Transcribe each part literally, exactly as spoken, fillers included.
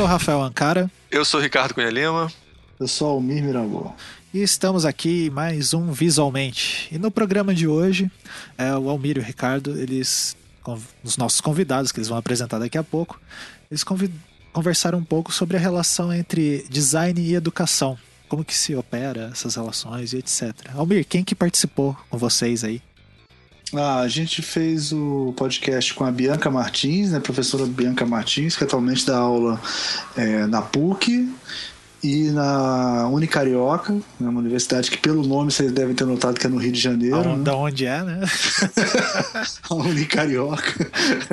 sou o Rafael Ancara. Eu sou o Ricardo Cunha Lima. Eu sou o Almir Mirabô. E estamos aqui em mais um Visualmente. E no programa de hoje, é, o Almir e o Ricardo, eles, os nossos convidados, que eles vão apresentar daqui a pouco, eles convid, conversaram um pouco sobre a relação entre design e educação. Como que se opera essas relações e etcétera. Almir, quem que participou com vocês aí? Ah, a gente fez o podcast com a Bianca Martins, né, professora Bianca Martins, que atualmente dá aula é, na P U C e na Unicarioca, né, uma universidade que pelo nome vocês devem ter notado que é no Rio de Janeiro. Aonde, né? Da onde é, né? A Unicarioca.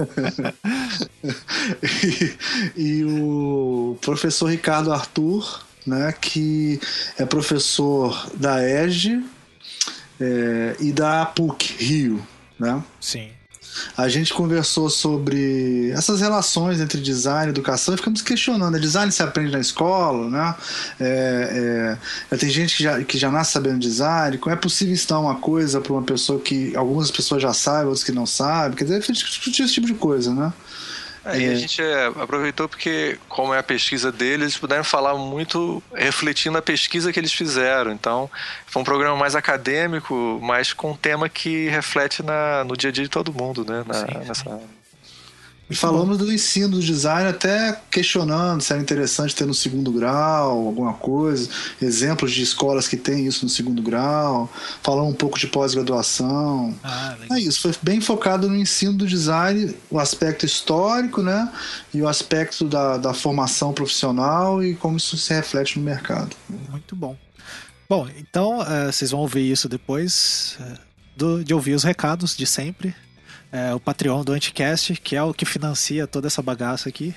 e, e o professor Ricardo Arthur, né, que é professor da E G E É, e da P U C Rio, né? Sim. A gente conversou sobre essas relações entre design e educação e ficamos questionando. A design se aprende na escola, né? É, é, tem gente que já, que já nasce sabendo design. Como é possível ensinar uma coisa para uma pessoa que algumas pessoas já sabem, outras que não sabem? Quer dizer, a gente discutiu esse tipo de coisa, né? Aí é. a gente é, aproveitou porque, como é a pesquisa deles, eles puderam falar muito refletindo a pesquisa que eles fizeram. Então, foi um programa mais acadêmico, mas com um tema que reflete na, no dia a dia de todo mundo, né? Na, sim, nessa... sim. E falamos do ensino do design, até questionando se era interessante ter no segundo grau, alguma coisa, exemplos de escolas que têm isso no segundo grau, falamos um pouco de pós-graduação. Ah, legal. É isso, foi bem focado no ensino do design, o aspecto histórico, né, e o aspecto da, da formação profissional e como isso se reflete no mercado. Muito bom. Bom, então uh, vocês vão ouvir isso depois uh, do, de ouvir os recados de sempre. É, o Patreon do Anticast, que é o que financia toda essa bagaça aqui.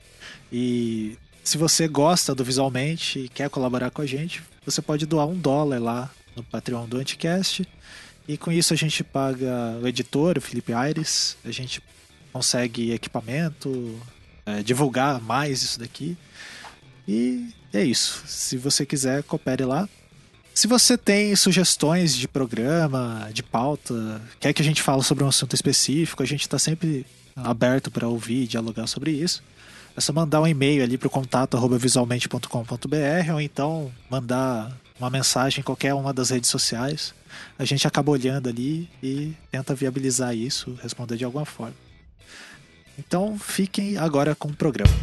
E se você gosta do Visualmente e quer colaborar com a gente, você pode doar um dólar lá no Patreon do Anticast. E com isso a gente paga o editor, o Felipe Aires. A gente consegue equipamento, é, divulgar mais isso daqui. E é isso. Se você quiser, coopere lá. Se você tem sugestões de programa, de pauta, quer que a gente fale sobre um assunto específico, a gente está sempre aberto para ouvir e dialogar sobre isso. É só mandar um e-mail ali para o contato arroba visualmente ponto com ponto b r ou então mandar uma mensagem em qualquer uma das redes sociais. A gente acaba olhando ali e tenta viabilizar isso, responder de alguma forma. Então fiquem agora com o programa.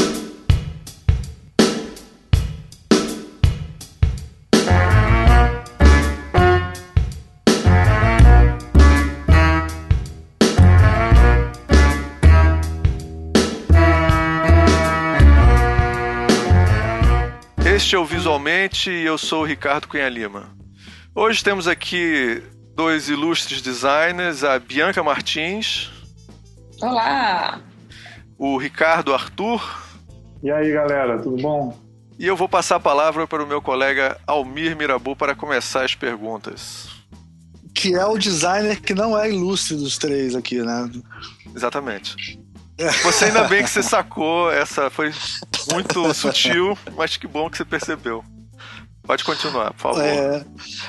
Este é o Visualmente e eu sou o Ricardo Cunha Lima. Hoje temos aqui dois ilustres designers, a Bianca Martins. Olá! O Ricardo Arthur. E aí, galera, tudo bom? E eu vou passar a palavra para o meu colega Almir Mirabô para começar as perguntas. Que é o designer que não é ilustre dos três aqui, né? Exatamente. Você ainda bem que você sacou, essa foi muito sutil, mas que bom que você percebeu. Pode continuar, por favor. É,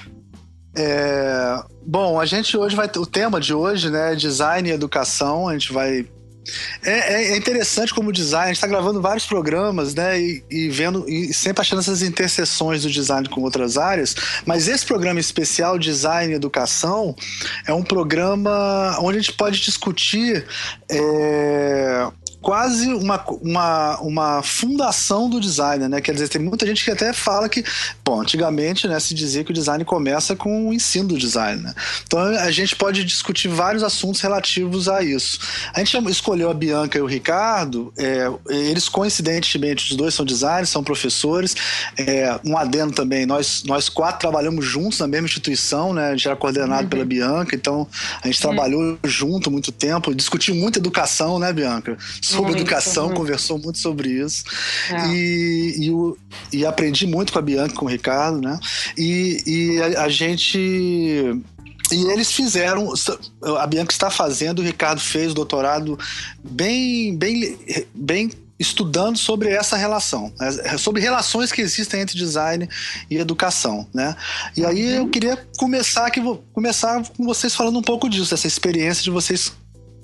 é, bom, a gente hoje vai ter, o tema de hoje, né, design e educação. A gente vai É, é interessante como design, a gente está gravando vários programas, né, e, e vendo, e sempre achando essas interseções do design com outras áreas, mas esse programa especial, Design e Educação, é um programa onde a gente pode discutir é, quase uma, uma, uma fundação do design, né? Quer dizer, tem muita gente que até fala que, bom, antigamente, né, se dizia que o design começa com o ensino do design, né? Então a gente pode discutir vários assuntos relativos a isso. A gente escolheu a Bianca e o Ricardo, é, eles coincidentemente, os dois são designers, são professores, é, um adendo também, nós, nós quatro trabalhamos juntos na mesma instituição, né? A gente era coordenado uhum. pela Bianca, então a gente uhum. trabalhou junto muito tempo, discutiu muito educação, né, Bianca? Sobre muito, educação, muito. Conversou muito sobre isso. É. E, e, o, e aprendi muito com a Bianca e com o Ricardo, né? E, e a, a gente... E eles fizeram, a Bianca está fazendo, o Ricardo fez o doutorado bem, bem, bem estudando sobre essa relação, né? Sobre relações que existem entre design e educação, né? E aí eu queria começar, aqui, começar com vocês falando um pouco disso, dessa experiência de vocês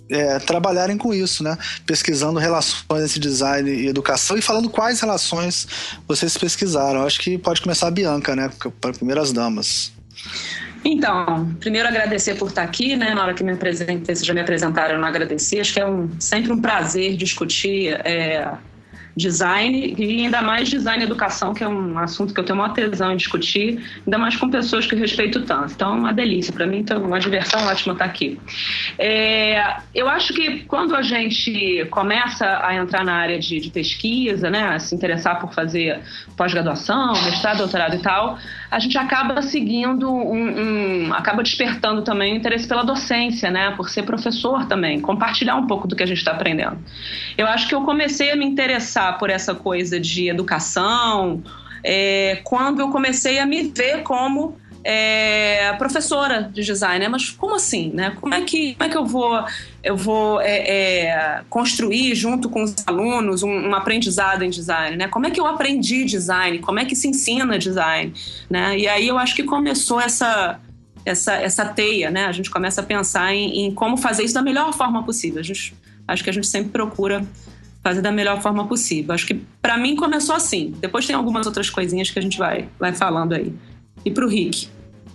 é, trabalharem com isso, né? Pesquisando relações entre design e educação e falando quais relações vocês pesquisaram. Acho que pode começar a Bianca, né? Para primeiras damas. Então, primeiro agradecer por estar aqui, né? Na hora que me apresentei, vocês já me apresentaram, eu não agradeci. Acho que é um, sempre um prazer discutir é, design e ainda mais design e educação, que é um assunto que eu tenho uma tesão em discutir, ainda mais com pessoas que eu respeito tanto. Então, é uma delícia para mim, então uma diversão ótima estar aqui. É, eu acho que quando a gente começa a entrar na área de, de pesquisa, né, a se interessar por fazer pós-graduação, mestrado, doutorado e tal, a gente acaba seguindo um, um acaba despertando também o interesse pela docência, né, por ser professor também, compartilhar um pouco do que a gente está aprendendo. Eu acho que eu comecei a me interessar por essa coisa de educação é, quando eu comecei a me ver como é, professora de design, né? Mas como assim, né? Como é que, como é que eu vou, eu vou é, é, construir junto com os alunos um, um aprendizado em design, né? Como é que eu aprendi design? Como é que se ensina design, né? E aí eu acho que começou essa essa, essa teia, né? A gente começa a pensar em, em como fazer isso da melhor forma possível. A gente, acho que a gente sempre procura fazer da melhor forma possível. Acho que para mim começou assim. Depois tem algumas outras coisinhas que a gente vai, vai falando aí. E para o Rick?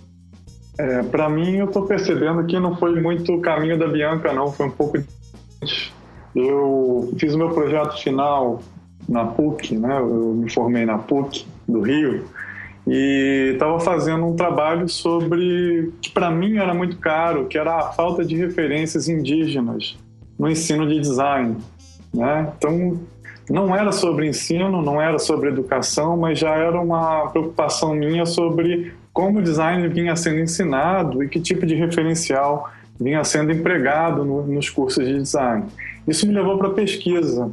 É, para mim, eu estou percebendo que não foi muito o caminho da Bianca, não. Foi um pouco diferente. Eu fiz o meu projeto final na P U C, né? Eu me formei na P U C do Rio e estava fazendo um trabalho sobre que para mim era muito caro, que era a falta de referências indígenas no ensino de design, né? Então, não era sobre ensino, não era sobre educação, mas já era uma preocupação minha sobre como o design vinha sendo ensinado e que tipo de referencial vinha sendo empregado no, nos cursos de design. Isso me levou para a pesquisa.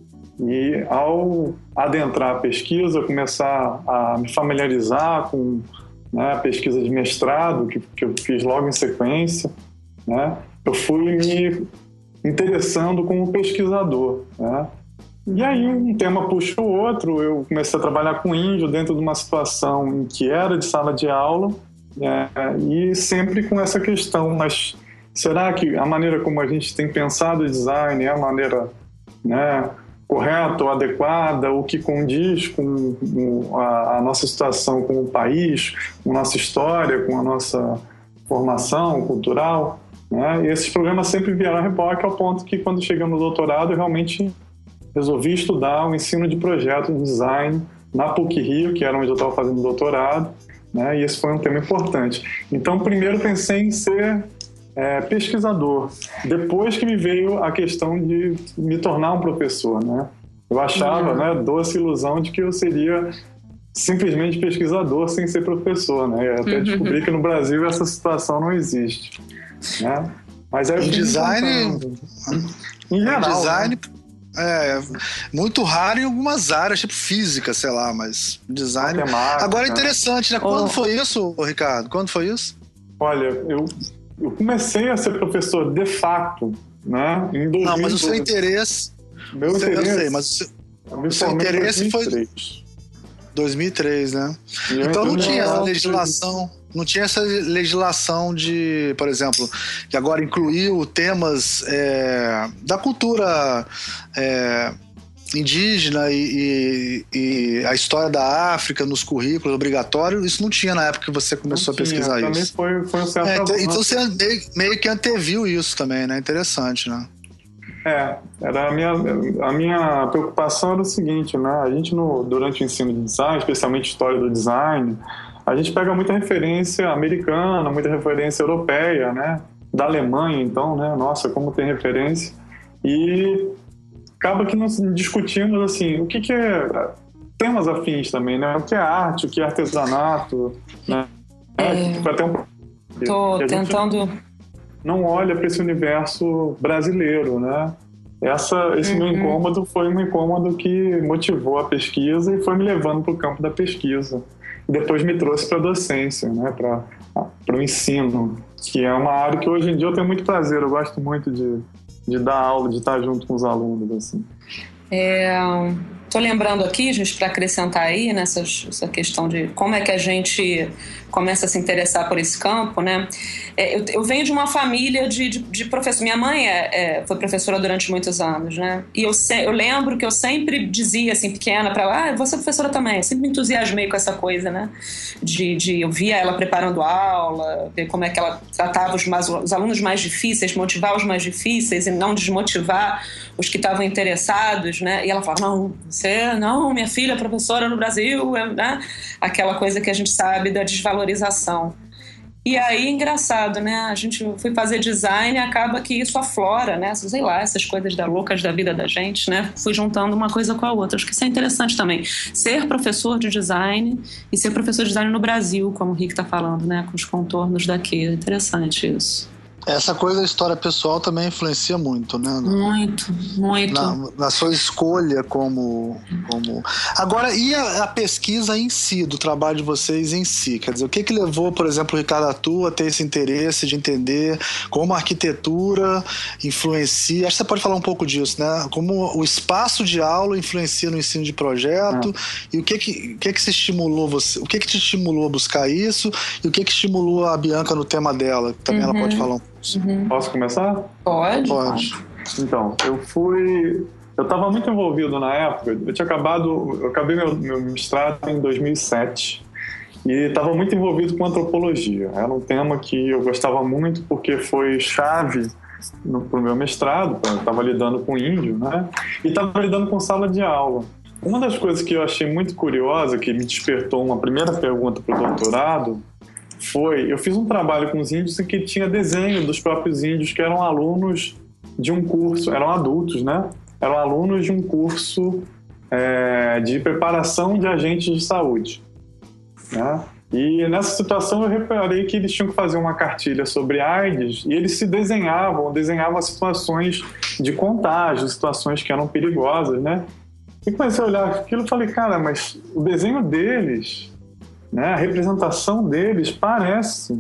E ao adentrar a pesquisa, começar a me familiarizar com, né, a pesquisa de mestrado, que, que eu fiz logo em sequência, né, eu fui me interessando como pesquisador, né? E aí um tema puxa o outro, eu comecei a trabalhar com índio dentro de uma situação em que era de sala de aula, é, e sempre com essa questão, mas será que a maneira como a gente tem pensado o design é a maneira, né, correta ou adequada, o que condiz com a, a nossa situação como país, com a nossa história, com a nossa formação cultural, né? E esses problemas sempre vieram a reboque ao ponto que quando chegamos no doutorado eu realmente resolvi estudar o ensino de projeto de design na P U C Rio, que era onde eu estava fazendo doutorado, né? E esse foi um tema importante. Então, primeiro pensei em ser é, pesquisador. Depois que me veio a questão de me tornar um professor, né? Eu achava, uhum. né, doce ilusão de que eu seria simplesmente pesquisador sem ser professor, né? E até uhum. descobri que no Brasil essa situação não existe, né? Mas aí em design, em geral, design né? É muito raro em algumas áreas, tipo física, sei lá, mas design... Matemática. Agora é interessante, né? Quando oh. foi isso, Ricardo? Quando foi isso? Olha, eu, eu comecei a ser professor de fato, né? Em dois mil e doze. Não, mas o seu interesse... Meu eu interesse... sei, mas o seu, o seu interesse foi... dois mil e três, né? E então não tinha essa legislação... Não tinha essa legislação de, por exemplo, que agora incluiu temas é, da cultura é, indígena e, e, e a história da África nos currículos obrigatórios. Isso não tinha na época que você começou não a pesquisar tinha, isso. Também foi, foi um certo é, então, então você meio, meio que anteviu isso também, né? Interessante, né? É, era a minha, a minha preocupação era o seguinte, né? A gente, no, durante o ensino de design, especialmente história do design, a gente pega muita referência americana, muita referência europeia, né? Da Alemanha, então, né? Nossa, como tem referência. E acaba que nós discutimos, assim, o que, que é... Temas afins também, né? O que é arte, o que é artesanato, né? É, é até um... Tô tentando... não olha para esse universo brasileiro, né? Essa, esse uhum. meu incômodo foi um incômodo que motivou a pesquisa e foi me levando para o campo da pesquisa. Depois me trouxe para a docência, né? Para o ensino, que é uma área que hoje em dia eu tenho muito prazer, eu gosto muito de, de dar aula, de estar junto com os alunos, assim. É, Estou lembrando aqui, gente, para acrescentar aí nessa essa questão de como é que a gente começa a se interessar por esse campo, né? É, eu, eu venho de uma família de, de, de professor. Minha mãe é, é, foi professora durante muitos anos, né? E eu, se, eu lembro que eu sempre dizia, assim, pequena, para ela, ah, eu vou ser professora também. Eu sempre me entusiasmei com essa coisa, né? De, de, eu via ela preparando aula, ver como é que ela tratava os, mais, os alunos mais difíceis, motivar os mais difíceis e não desmotivar os que estavam interessados, né? E ela falava, não, você, não, minha filha é professora no Brasil, né? Aquela coisa que a gente sabe da desvalorização. E aí, engraçado, né? A gente foi fazer design e acaba que isso aflora, né? Sei lá, essas coisas da loucas da vida da gente, né? Fui juntando uma coisa com a outra. Acho que isso é interessante também. Ser professor de design e ser professor de design no Brasil, como o Rick está falando, né? Com os contornos daqui. É interessante isso. Essa coisa da história pessoal também influencia muito, né? Muito, muito. Na, na sua escolha como, como... Agora, e a, a pesquisa em si, do trabalho de vocês em si? Quer dizer, o que que levou, por exemplo, o Ricardo Arthur a ter esse interesse de entender como a arquitetura influencia... Acho que você pode falar um pouco disso, né? Como o espaço de aula influencia no ensino de projeto, ah. e o que que, o que que se estimulou você... O que que te estimulou a buscar isso e o que que estimulou a Bianca no tema dela? Também uhum. ela pode falar um pouco. Uhum. Posso começar? Pode. Pode. Então, eu fui... Eu estava muito envolvido na época. Eu tinha acabado... Eu acabei meu, meu mestrado em dois mil e sete e estava muito envolvido com antropologia. Era um tema que eu gostava muito porque foi chave para o meu mestrado. Eu estava lidando com índio, né? E estava lidando com sala de aula. Uma das coisas que eu achei muito curiosa, que me despertou uma primeira pergunta para o doutorado, foi, eu fiz um trabalho com os índios em que tinha desenho dos próprios índios que eram alunos de um curso, eram adultos, né? Eram alunos de um curso é, de preparação de agentes de saúde, né? E nessa situação eu reparei que eles tinham que fazer uma cartilha sobre AIDS e eles se desenhavam, desenhavam situações de contágio, situações que eram perigosas, né? E comecei a olhar aquilo e falei, cara, mas o desenho deles... Né? A representação deles parece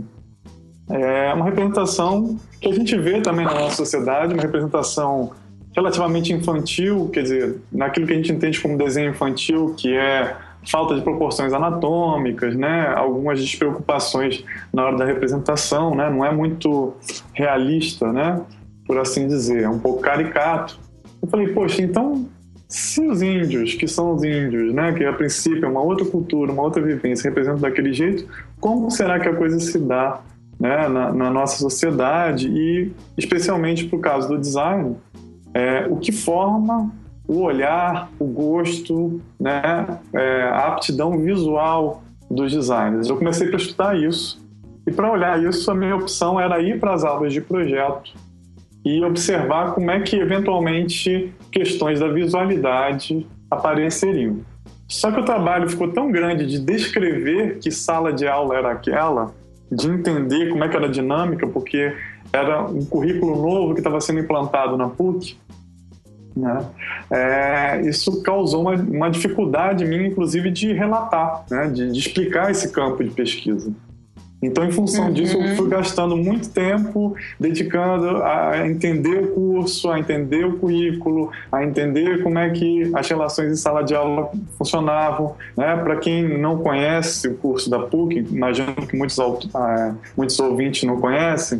é, uma representação que a gente vê também na nossa sociedade, uma representação relativamente infantil, quer dizer, naquilo que a gente entende como desenho infantil, que é falta de proporções anatômicas, né? Algumas despreocupações na hora da representação, né? Não é muito realista, né? Por assim dizer, é um pouco caricato. Eu falei, poxa, então... Se os índios, que são os índios, né, que a princípio é uma outra cultura, uma outra vivência, representam daquele jeito, como será que a coisa se dá, né, na, na nossa sociedade e, especialmente para o caso do design, é, o que forma o olhar, o gosto, né, é, a aptidão visual dos designers. Eu comecei para estudar isso e para olhar isso a minha opção era ir para as aulas de projeto e observar como é que, eventualmente, questões da visualidade apareceriam. Só que o trabalho ficou tão grande de descrever que sala de aula era aquela, de entender como é que era a dinâmica, porque era um currículo novo que estava sendo implantado na P U C, né? É, isso causou uma, uma dificuldade minha, inclusive, de relatar, né? de, de explicar esse campo de pesquisa. Então, em função uhum. disso, eu fui gastando muito tempo dedicando a entender o curso, a entender o currículo, a entender como é que as relações em sala de aula funcionavam, né? Para quem não conhece o curso da P U C, imagino que muitos, muitos ouvintes não conhecem,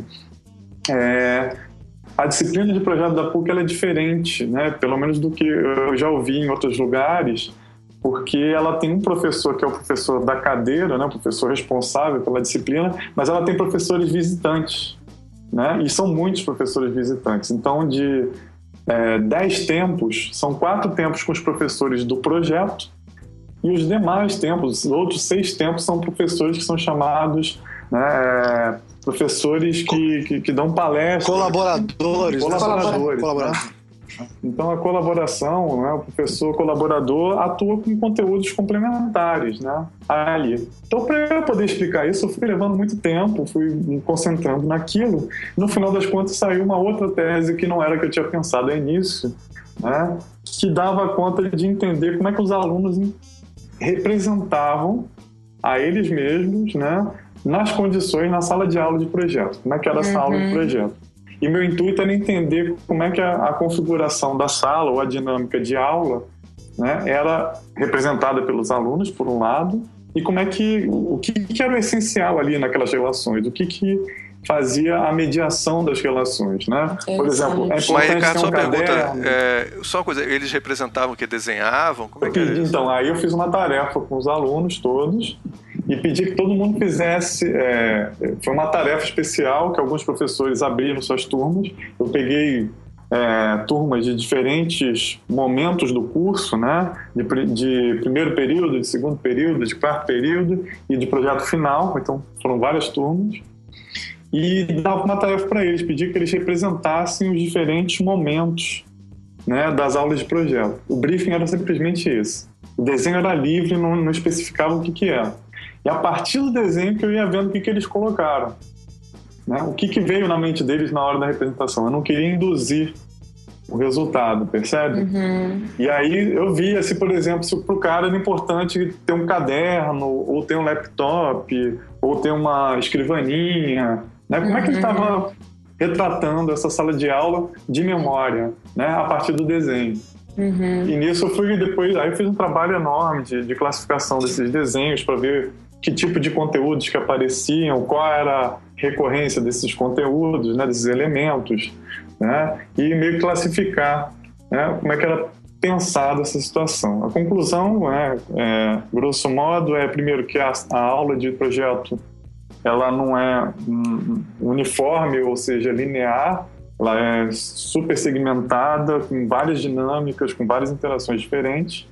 é, a disciplina de projeto da P U C ela é diferente, né? Pelo menos do que eu já ouvi em outros lugares, porque ela tem um professor que é o professor da cadeira, né, o professor responsável pela disciplina, mas ela tem professores visitantes, né, e são muitos professores visitantes. Então, de é, dez tempos, são quatro tempos com os professores do projeto e os demais tempos, os outros seis tempos, são professores que são chamados, né, professores que, que, que dão palestras. Colaboradores. Colaboradores. Colaboradores. Né? Então, a colaboração, né, o professor colaborador atua com conteúdos complementares, né, ali. Então, para eu poder explicar isso, eu fui levando muito tempo, fui me concentrando naquilo. No final das contas, saiu uma outra tese que não era a que eu tinha pensado no início, né, que dava conta de entender como é que os alunos representavam a eles mesmos, né, nas condições, na sala de aula de projeto. Como é que era essa uhum. aula de projeto? E meu intuito era entender como é que a, a configuração da sala ou a dinâmica de aula né, era representada pelos alunos, por um lado, e como é que, o que, que era o essencial ali naquelas relações, o que, que fazia a mediação das relações, né? É, por exemplo, é importante Mas, Ricardo, ter um só uma pergunta, caderno. é, só uma coisa, eles representavam o que? Desenhavam? Como é que era isso? Então, aí eu fiz uma tarefa com os alunos todos e pedi que todo mundo fizesse, é, foi uma tarefa especial que alguns professores abriram suas turmas. Eu peguei é, turmas de diferentes momentos do curso, né? De, de primeiro período, de segundo período, de quarto período e de projeto final, então foram várias turmas. E dava uma tarefa para eles, pedir que eles representassem os diferentes momentos, né, das aulas de projeto. O briefing era simplesmente esse. O desenho era livre, não, não especificava o que, que era. E a partir do desenho que eu ia vendo o que, que eles colocaram. Né? O que, que veio na mente deles na hora da representação. Eu não queria induzir o resultado, percebe? Uhum. E aí eu via, se, por exemplo, se para o cara era importante ter um caderno, ou ter um laptop, ou ter uma escrivaninha, né? Como é que ele estava retratando essa sala de aula de memória, né? A partir do desenho. Uhum. E nisso eu fui depois, aí eu fiz um trabalho enorme de, de classificação desses desenhos para ver que tipo de conteúdos que apareciam, qual era a recorrência desses conteúdos, né? Desses elementos, né? E meio que classificar, né? Como é que era pensada essa situação. A conclusão, é, é, grosso modo, é primeiro que a, a aula de projeto ela não é uniforme, ou seja, linear, ela é super segmentada, com várias dinâmicas, com várias interações diferentes.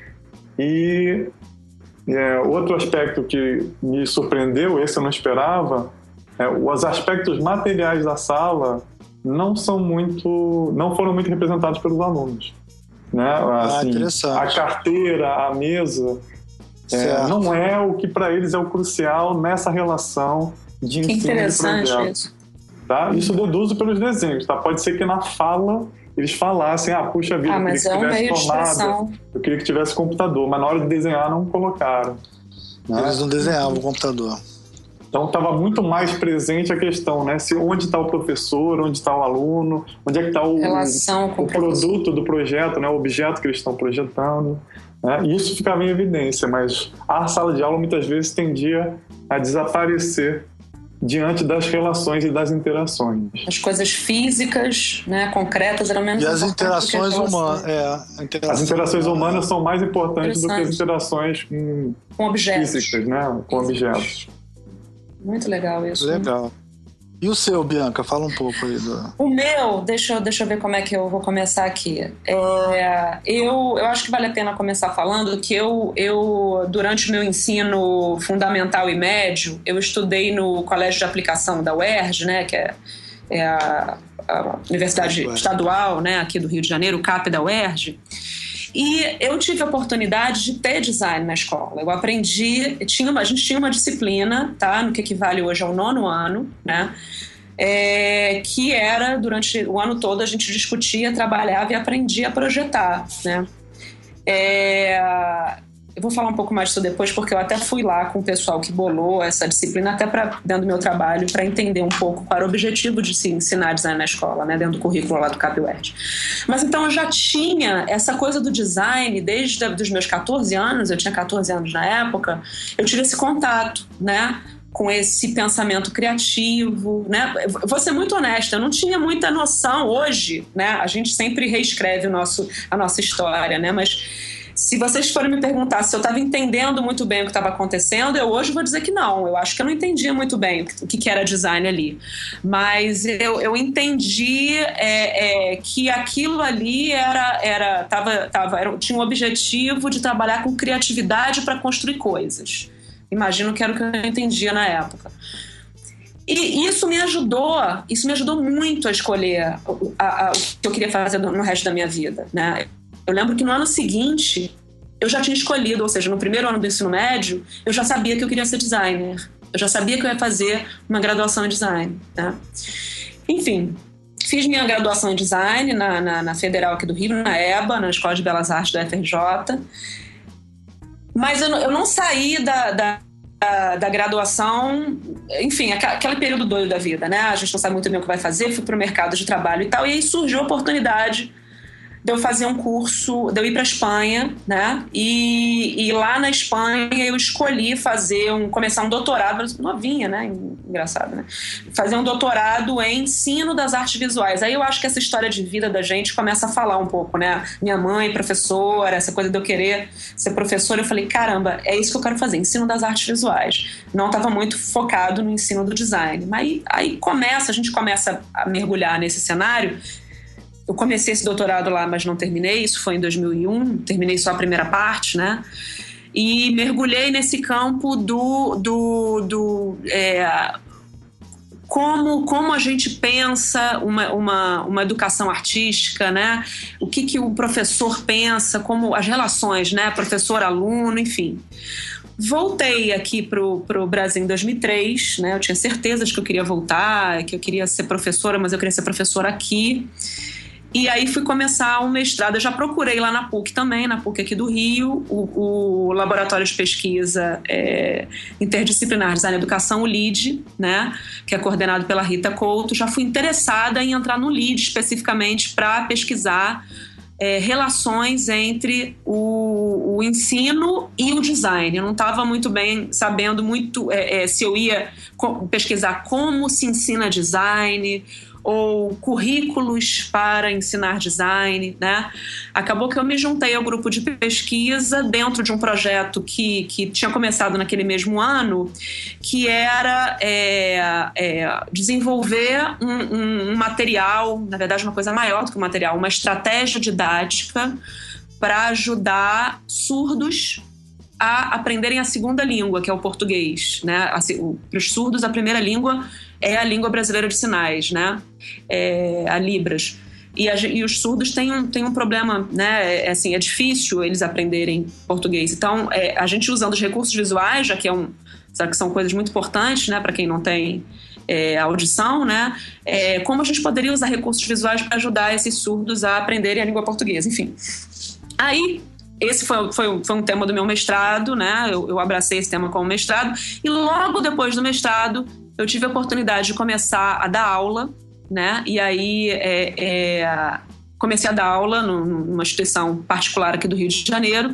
E é, outro aspecto que me surpreendeu, esse eu não esperava, é, os aspectos materiais da sala não são muito, não foram muito representados pelos alunos. Né? Assim, ah, interessante. A carteira, a mesa, é, não é o que para eles é o crucial nessa relação de ensino. Que interessante de projeto, isso. Tá? Isso deduzo pelos desenhos. Tá? Pode ser que na fala eles falassem, ah, puxa vida, ah, eu queria que é um tivesse tomada, eu queria que tivesse computador, mas na hora de desenhar não colocaram. Né? Eles não desenhavam o computador. Então estava muito mais presente a questão, né? Se onde está o professor, onde está o aluno, onde é que está o, o, o produto do projeto, né? O objeto que eles estão projetando. Né? E isso ficava em evidência, mas a sala de aula muitas vezes tendia a desaparecer diante das relações e das interações. As coisas físicas, né, concretas, eram menos e as interações humanas. É, interação as interações humana. humanas são mais importantes do que as interações com, com objetos. físicas, né? Com objetos. Muito legal isso. Legal. Né? E o seu, Bianca? Fala um pouco aí do... O meu, deixa eu, deixa eu ver como é que eu vou começar aqui. É, eu, eu acho que vale a pena começar falando que eu, eu, durante o meu ensino fundamental e médio, eu estudei no Colégio de Aplicação da U E R J, né, que é, é a, a Universidade Estadual, né, aqui do Rio de Janeiro, o C A P da U E R J. E eu tive a oportunidade de ter design na escola. Eu aprendi, tinha uma, a gente tinha uma disciplina, tá, no que equivale hoje ao nono ano, né, é, que era, durante o ano todo, a gente discutia, trabalhava e aprendia a projetar, né. É, eu vou falar um pouco mais disso depois, porque eu até fui lá com o pessoal que bolou essa disciplina, até pra, dentro do meu trabalho, para entender um pouco qual era o objetivo de se ensinar design na escola, né, dentro do currículo lá do C A P U E R J. Mas então eu já tinha essa coisa do design desde os meus catorze anos, eu tinha catorze anos na época, eu tive esse contato, né, com esse pensamento criativo, né? Vou ser muito honesta, eu não tinha muita noção hoje, né? A gente sempre reescreve o nosso, a nossa história, né? Mas se vocês forem me perguntar se eu estava entendendo muito bem o que estava acontecendo, eu hoje vou dizer que não. Eu acho que eu não entendia muito bem o que, que era design ali. Mas eu, eu entendi é, é, que aquilo ali era, era, tava, tava, era, tinha um objetivo de trabalhar com criatividade para construir coisas. Imagino que era o que eu entendia na época. E isso me ajudou, isso me ajudou muito a escolher a, a, o que eu queria fazer no resto da minha vida, né? Eu lembro que no ano seguinte eu já tinha escolhido, ou seja, no primeiro ano do ensino médio, eu já sabia que eu queria ser designer. Eu já sabia que eu ia fazer uma graduação em design, né? Enfim, fiz minha graduação em design na, na, na Federal aqui do Rio, na EBA, na Escola de Belas Artes da F R J. Mas eu não, eu não saí da, da, da, da graduação, enfim, aquele período doido da vida, né? A gente não sabe muito bem o que vai fazer, fui para o mercado de trabalho e tal, e aí surgiu a oportunidade de eu fazer um curso, de eu ir para a Espanha, né? E, e lá na Espanha eu escolhi fazer um, começar um doutorado, novinha, né? Engraçado, né? Fazer um doutorado em ensino das artes visuais. Aí eu acho que essa história de vida da gente começa a falar um pouco, né? Minha mãe, professora, essa coisa de eu querer ser professora, eu falei, caramba, é isso que eu quero fazer, ensino das artes visuais. Não estava muito focado no ensino do design. Mas aí, aí começa, a gente começa a mergulhar nesse cenário. Eu comecei esse doutorado lá, mas não terminei, isso foi em dois mil e um, terminei só a primeira parte, né? E mergulhei nesse campo do... do, do é, como, como a gente pensa uma, uma, uma educação artística, né? O que, que o professor pensa, como as relações, né? Professor-aluno, enfim. Voltei aqui pro, pro Brasil em dois mil e três, né? Eu tinha certeza de que eu queria voltar, que eu queria ser professora, mas eu queria ser professora aqui. E aí fui começar um mestrado. Eu já procurei lá na PUC também, na PUC aqui do Rio, o, o Laboratório de Pesquisa é, Interdisciplinar Design e Educação, o LEAD, né, que é coordenado pela Rita Couto. Já fui interessada em entrar no LEAD especificamente para pesquisar é, relações entre o, o ensino e o design. Eu não estava muito bem sabendo muito é, é, se eu ia pesquisar como se ensina design, ou currículos para ensinar design, né? Acabou que eu me juntei ao grupo de pesquisa dentro de um projeto que, que tinha começado naquele mesmo ano, que era é, é, desenvolver um, um, um material, na verdade uma coisa maior do que um material, uma estratégia didática para ajudar surdos a aprenderem a segunda língua, que é o português, né? Para os surdos, a primeira língua é a língua brasileira de sinais, né? É a Libras. E, a, e os surdos têm um, têm um problema, né? É, assim, é difícil eles aprenderem português. Então, é, a gente usando os recursos visuais, já que, é um, já que são coisas muito importantes, né? Para quem não tem é, audição, né? É, como a gente poderia usar recursos visuais para ajudar esses surdos a aprenderem a língua portuguesa, enfim. Aí, esse foi, foi, foi um tema do meu mestrado, né? Eu, eu abracei esse tema como mestrado. E logo depois do mestrado, eu tive a oportunidade de começar a dar aula, né? E aí é, é, comecei a dar aula numa instituição particular aqui do Rio de Janeiro.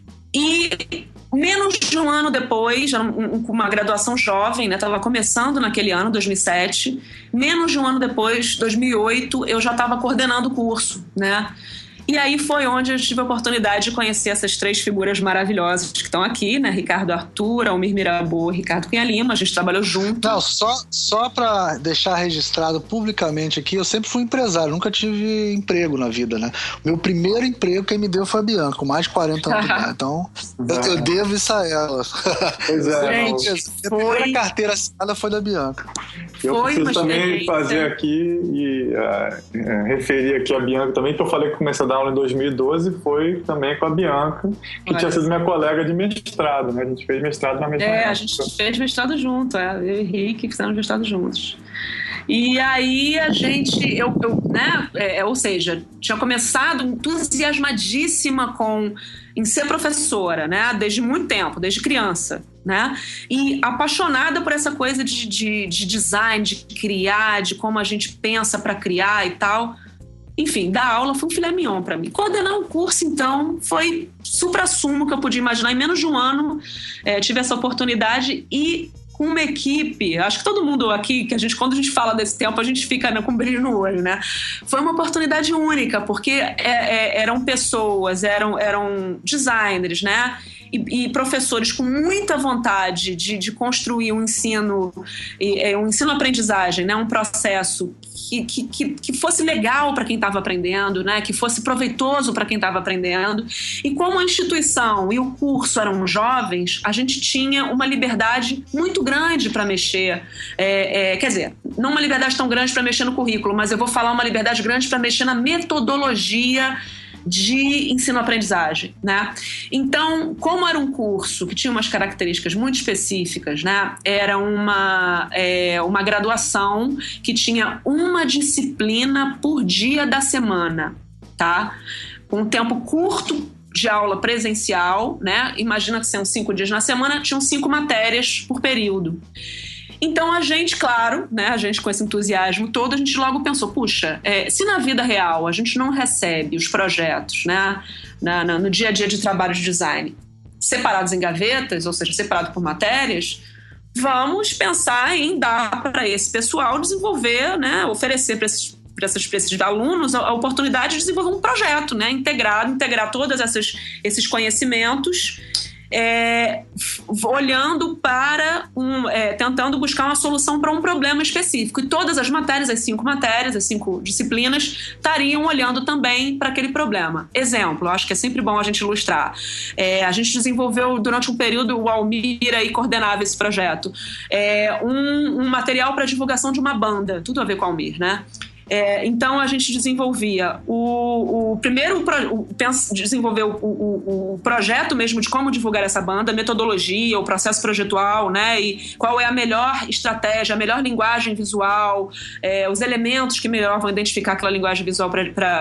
E menos de um ano depois, com uma graduação jovem, né? Estava começando naquele ano, dois mil e sete. Menos de um ano depois, dois mil e oito, eu já estava coordenando o curso, né? E aí foi onde eu tive a oportunidade de conhecer essas três figuras maravilhosas que estão aqui, né? Ricardo Arthur, Almir Mirabô e Ricardo Cunha Lima. A gente trabalhou junto. Não, só, só para deixar registrado publicamente aqui, eu sempre fui empresário, nunca tive emprego na vida, né? Meu primeiro emprego quem me deu foi a Bianca, com mais de quarenta anos de idade. Então, eu, eu devo isso a ela. Pois é. Gente, a foi... primeira carteira assinada foi da Bianca. Eu foi preciso também fazer aqui e uh, referir aqui a Bianca também, que eu falei que comecei a dar aula em dois mil e doze, foi também com a Bianca, que Olha. tinha sido minha colega de mestrado, né? A gente fez mestrado na mesma É, época. A gente fez mestrado junto, é, eu e o Henrique fizemos mestrado juntos. E aí a gente, eu, eu né, é, ou seja, tinha começado entusiasmadíssima com, em ser professora, né, desde muito tempo, desde criança, né, e apaixonada por essa coisa de, de, de design, de criar, de como a gente pensa para criar e tal. Enfim, dar aula foi um filé mignon para mim. Coordenar um curso, então, foi supra-sumo que eu podia imaginar. Em menos de um ano, é, tive essa oportunidade e com uma equipe, acho que todo mundo aqui, que a gente, quando a gente fala desse tempo, a gente fica, né, com brilho no olho, né? Foi uma oportunidade única, porque é, é, eram pessoas, eram, eram designers, né? E, e professores com muita vontade de, de construir um ensino, um ensino-aprendizagem, né? Um processo que, que, que fosse legal para quem estava aprendendo, né? Que fosse proveitoso para quem estava aprendendo. E como a instituição e o curso eram jovens, a gente tinha uma liberdade muito grande para mexer. É, é, quer dizer, não uma liberdade tão grande para mexer no currículo, mas eu vou falar uma liberdade grande para mexer na metodologia de ensino-aprendizagem, né? Então, como era um curso que tinha umas características muito específicas, né? Era uma, é, uma graduação que tinha uma disciplina por dia da semana, tá? Com um tempo curto de aula presencial, né? Imagina que são cinco dias na semana, tinham cinco matérias por período. Então a gente, claro, né, a gente com esse entusiasmo todo, a gente logo pensou, puxa, é, se na vida real a gente não recebe os projetos, né, na, na, no dia a dia de trabalho de design separados em gavetas, ou seja, separados por matérias, vamos pensar em dar para esse pessoal desenvolver, né, oferecer para esses para esses alunos a oportunidade de desenvolver um projeto, né, integrado, integrar todos esses, esses conhecimentos, é, olhando para um, é, tentando buscar uma solução para um problema específico. E todas as matérias, as cinco matérias, as cinco disciplinas, estariam olhando também para aquele problema. Exemplo, acho que é sempre bom a gente ilustrar. É, a gente desenvolveu durante um período, o Almir aí coordenava esse projeto, é, um, um material para divulgação de uma banda, tudo a ver com o Almir, né? É, então a gente desenvolvia o, o primeiro o, desenvolveu o, o, o projeto mesmo de como divulgar essa banda, a metodologia, o processo projetual, né, e qual é a melhor estratégia, a melhor linguagem visual, é, os elementos que melhor vão identificar aquela linguagem visual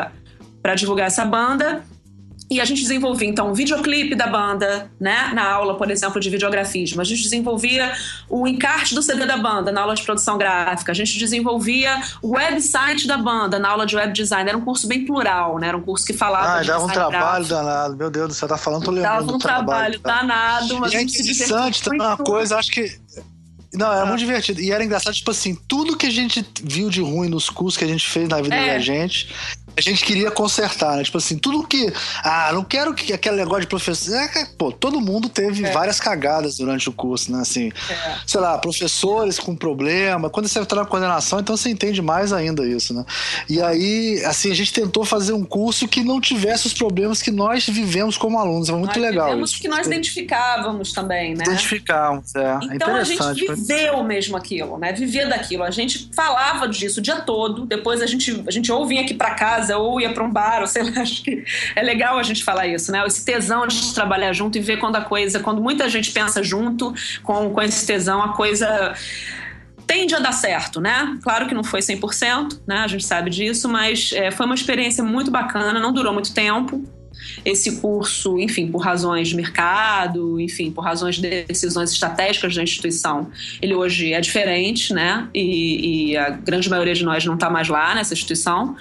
para divulgar essa banda. E a gente desenvolvia, então, o videoclipe da banda, né? Na aula, por exemplo, de videografismo. A gente desenvolvia o encarte do C D da banda, na aula de produção gráfica. A gente desenvolvia o website da banda, na aula de web design. Era um curso bem plural, né? Era um curso que falava ah, de dava um trabalho gráfico. danado. Meu Deus, você tá falando, tô lembrando Dava um do trabalho, trabalho danado. Mas e é interessante, tem uma coisa, acho que... Não, era ah. muito divertido. E era engraçado, tipo assim, tudo que a gente viu de ruim nos cursos que a gente fez na vida é. da gente... A gente queria consertar, né? Tipo assim, tudo que... Ah, não quero que aquele negócio de professor... É, pô, todo mundo teve é. várias cagadas durante o curso, né? Assim, é. sei lá, professores com problema. Quando você entra na coordenação, então você entende mais ainda isso, né? E aí, assim, a gente tentou fazer um curso que não tivesse os problemas que nós vivemos como alunos. É muito nós legal vivemos isso. que nós identificávamos também, né? Identificávamos, é. Então é a gente viveu mesmo aquilo, né? Vivia daquilo. A gente falava disso o dia todo. Depois a gente, a gente ou vinha aqui pra casa ou ia para um bar, ou sei lá, acho que é legal a gente falar isso, né? Esse tesão de trabalhar junto e ver quando a coisa, quando muita gente pensa junto com, com esse tesão, a coisa tende a dar certo, né? Claro que não foi cem por cento, né? A gente sabe disso, mas é, foi uma experiência muito bacana, não durou muito tempo. Esse curso, enfim, por razões de mercado, enfim, por razões de decisões estratégicas da instituição, ele hoje é diferente, né? E, e a grande maioria de nós não está mais lá nessa instituição.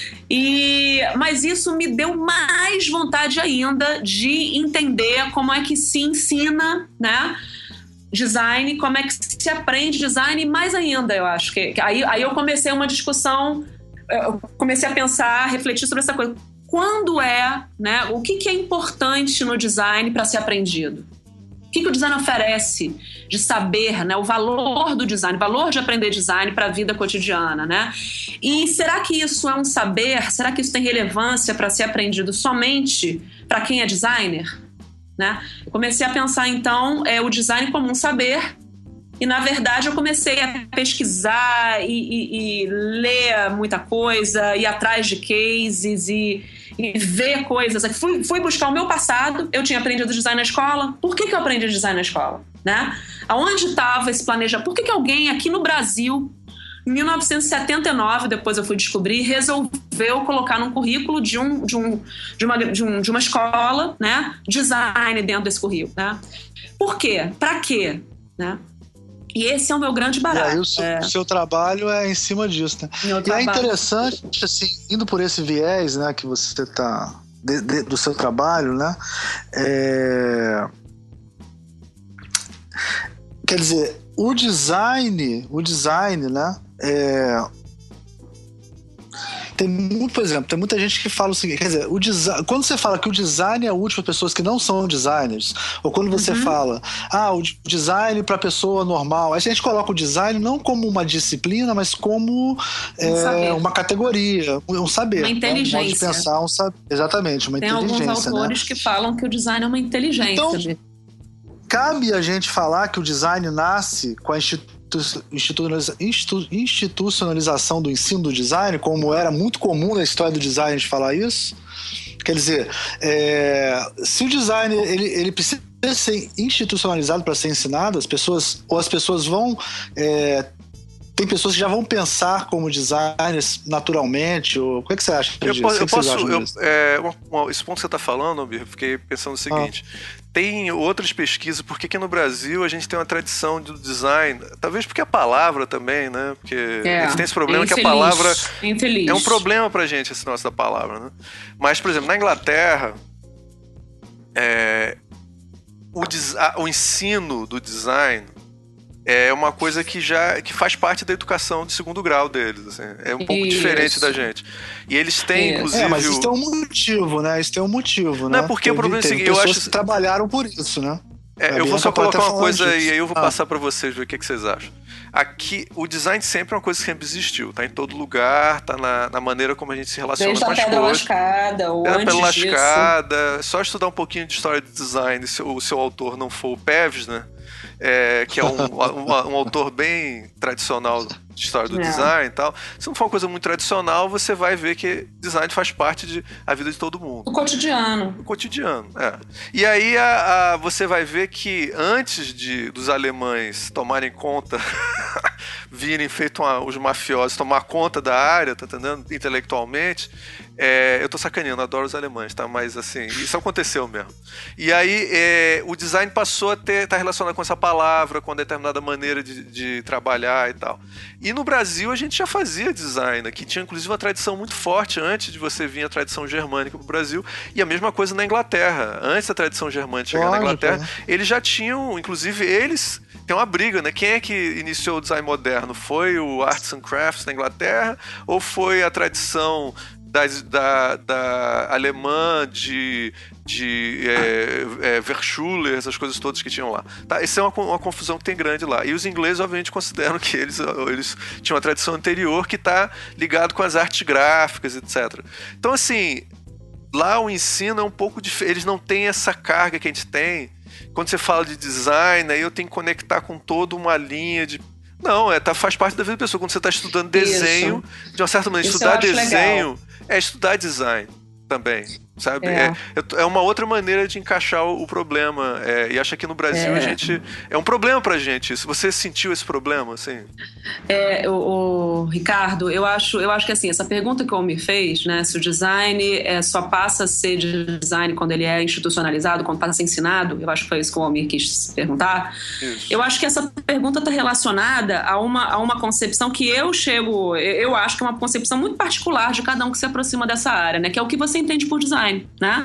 E, mas isso me deu mais vontade ainda de entender como é que se ensina, né, design, como é que se aprende design, e mais ainda, eu acho que aí, aí eu comecei uma discussão, eu comecei a pensar, a refletir sobre essa coisa. Quando é, né, o que, que é importante no design para ser aprendido? O que, que o design oferece de saber, né, o valor do design, o valor de aprender design para a vida cotidiana, né? E será que isso é um saber? Será que isso tem relevância para ser aprendido somente para quem é designer? Né? Eu comecei a pensar, então, é, o design como um saber. E, na verdade, eu comecei a pesquisar e, e, e ler muita coisa, ir atrás de cases e, e ver coisas. Fui, fui buscar o meu passado. Eu tinha aprendido design na escola. Por que, que eu aprendi design na escola? Né? Aonde estava esse planejamento? Por que, que alguém aqui no Brasil, em mil novecentos e setenta e nove, depois eu fui descobrir, resolveu colocar num currículo de, um, de, um, de, uma, de, um, de uma escola, né, design dentro desse currículo? Né? Por quê? Para quê? Né? E esse é o meu grande barato. E aí o seu, é. o seu trabalho é em cima disso, né? E trabalho. É interessante, assim, indo por esse viés, né, que você está do seu trabalho, né? É... Quer dizer, o design, o design, né? É... Tem muito, por exemplo, tem muita gente que fala o seguinte, quer dizer, o design, quando você fala que o design é útil para pessoas que não são designers, ou quando você uhum. fala, ah, o design para pessoa normal, aí a gente coloca o design não como uma disciplina, mas como um é, uma categoria, um saber. Uma inteligência. Um modo de pensar, um saber. Exatamente, uma tem inteligência. Tem alguns autores, né, que falam que o design é uma inteligência. Então, cabe a gente falar que o design nasce com a instituição institucionalização do ensino do design, como era muito comum na história do design a gente falar isso. Quer dizer, é, se o design ele, ele precisa ser institucionalizado para ser ensinado, as pessoas, ou as pessoas vão é, tem pessoas que já vão pensar como designers naturalmente? Ou o que, é que você acha eu disso? Posso, que eu que posso, acham eu, é, uma, uma, esse ponto que você está falando, eu fiquei pensando o seguinte. Ah. Tem outras pesquisas, porque aqui no Brasil a gente tem uma tradição do design, talvez porque a palavra também, né? Porque é, eles têm esse problema infeliz, que a palavra infeliz. é um problema pra gente, esse negócio da palavra, né? Mas, por exemplo, na Inglaterra, é, o, o ensino do design é uma coisa que já que faz parte da educação de segundo grau deles, assim. É um pouco isso. diferente da gente. E eles têm, isso. inclusive... É, mas isso tem um motivo, né? Isso tem um motivo, né? Não, porque teve, o problema é o seguinte, eu acho... que trabalharam por isso, né? É, eu vou só colocar uma coisa disso. E aí eu vou ah. passar pra vocês ver o que, que vocês acham. Aqui, o design sempre é uma coisa que sempre existiu. Tá em todo lugar, tá na, na maneira como a gente se relaciona Desde com as pedra coisas. Lascada, ou pedra antes lascada. disso. Só estudar um pouquinho de história de design, se o seu autor não for o Peves, né? É, que é um, um, um autor bem tradicional de história do é. design e tal. Se não for uma coisa muito tradicional, você vai ver que design faz parte de a vida de todo mundo. O cotidiano. O cotidiano, é. E aí a, a, você vai ver que antes de, dos alemães tomarem conta, virem feito uma, os mafiosos tomar conta da área, tá entendendo? Intelectualmente, é, eu tô sacaneando, adoro os alemães, tá? Mas assim, isso aconteceu mesmo. E aí é, o design passou a ter, tá relacionado com essa palavra, com determinada maneira de, de trabalhar e tal. E no Brasil a gente já fazia design, que tinha inclusive uma tradição muito forte antes de você vir a tradição germânica pro Brasil, e a mesma coisa na Inglaterra. Antes da tradição germânica chegar Lógico, na Inglaterra, né? Eles já tinham, inclusive eles... Tem uma briga, né? Quem é que iniciou o design moderno? Foi o Arts and Crafts na Inglaterra ou foi a tradição da, da, da alemã de, de é, é, Verschuler, essas coisas todas que tinham lá? Tá? Essa é uma, uma confusão que tem grande lá. E os ingleses, obviamente, consideram que eles, eles tinham uma tradição anterior que está ligado com as artes gráficas, etcétera. Então, assim, lá o ensino é um pouco diferente. Eles não têm essa carga que a gente tem. Quando você fala de design, aí eu tenho que conectar com toda uma linha de... Não, é, tá, faz parte da vida da pessoa. Quando você está estudando desenho, Isso. de uma certa maneira, Isso estudar desenho legal. é estudar design também, sabe? É, é, é uma outra maneira de encaixar o, o problema. É, e acho que no Brasil é. a gente... É um problema pra gente isso. Você sentiu esse problema, assim? É, o, o Ricardo, eu acho, eu acho que assim, essa pergunta que o Almir fez, né? Se o design é, só passa a ser de design quando ele é institucionalizado, quando passa a ser ensinado, eu acho que foi isso que o Almir quis perguntar. Isso. Eu acho que essa pergunta está relacionada a uma, a uma concepção que eu chego... Eu acho que é uma concepção muito particular de cada um que se aproxima dessa área, né? Que é o que você entende por design, né?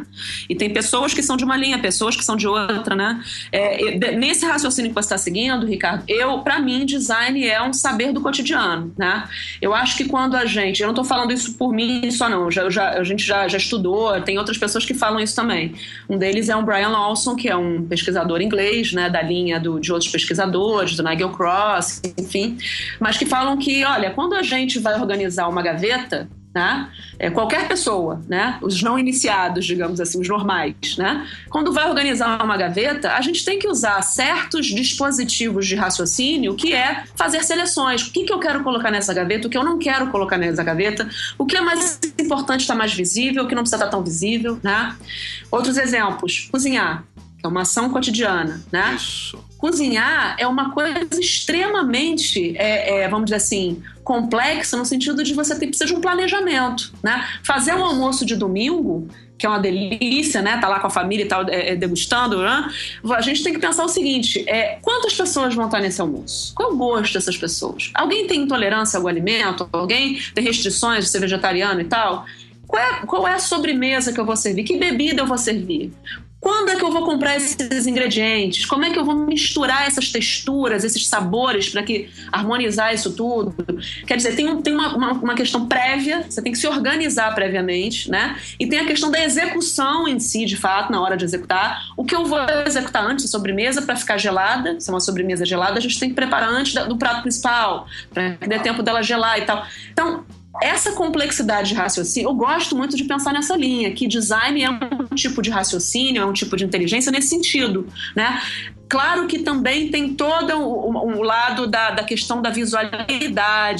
E tem pessoas que são de uma linha, pessoas que são de outra, né? É, nesse raciocínio que você está seguindo, Ricardo, eu, para mim, design é um saber do cotidiano, né? Eu acho que quando a gente... Eu não estou falando isso por mim só não, já, já, a gente já, já estudou, tem outras pessoas que falam isso também. Um deles é o Brian Lawson, que é um pesquisador inglês, né? Da linha do, de outros pesquisadores, do Nigel Cross, enfim, mas que falam que, olha, quando a gente vai organizar uma gaveta, né? É, qualquer pessoa, né? Os não iniciados, digamos assim, os normais, né? Quando vai organizar uma gaveta, a gente tem que usar certos dispositivos de raciocínio, que é fazer seleções. O que, que eu quero colocar nessa gaveta, o que eu não quero colocar nessa gaveta, o que é mais importante estar mais visível, o que não precisa estar tão visível, né? Outros exemplos, cozinhar, que é uma ação cotidiana, né? Isso. Cozinhar é uma coisa extremamente, é, é, vamos dizer assim, complexa no sentido de você ter, precisa de um planejamento, né? Fazer um almoço de domingo, que é uma delícia, né? Tá lá com a família e tal, é, é, degustando, né? A gente tem que pensar o seguinte, é, quantas pessoas vão estar nesse almoço? Qual é o gosto dessas pessoas? Alguém tem intolerância a algum alimento? Alguém tem restrições de ser vegetariano e tal? Qual é, qual é a sobremesa que eu vou servir? Que bebida eu vou servir? Quando é que eu vou comprar esses ingredientes? Como é que eu vou misturar essas texturas, esses sabores para que harmonizar isso tudo? Quer dizer, tem, um, tem uma, uma, uma questão prévia, você tem que se organizar previamente, né? E tem a questão da execução em si, de fato, na hora de executar. O que eu vou executar antes da sobremesa para ficar gelada, se é uma sobremesa gelada, a gente tem que preparar antes do prato principal, para que dê tempo dela gelar e tal. Então, essa complexidade de raciocínio, eu gosto muito de pensar nessa linha, que design é um tipo de raciocínio, é um tipo de inteligência nesse sentido, né? Claro que também tem todo o, o lado da, da questão da visualidade,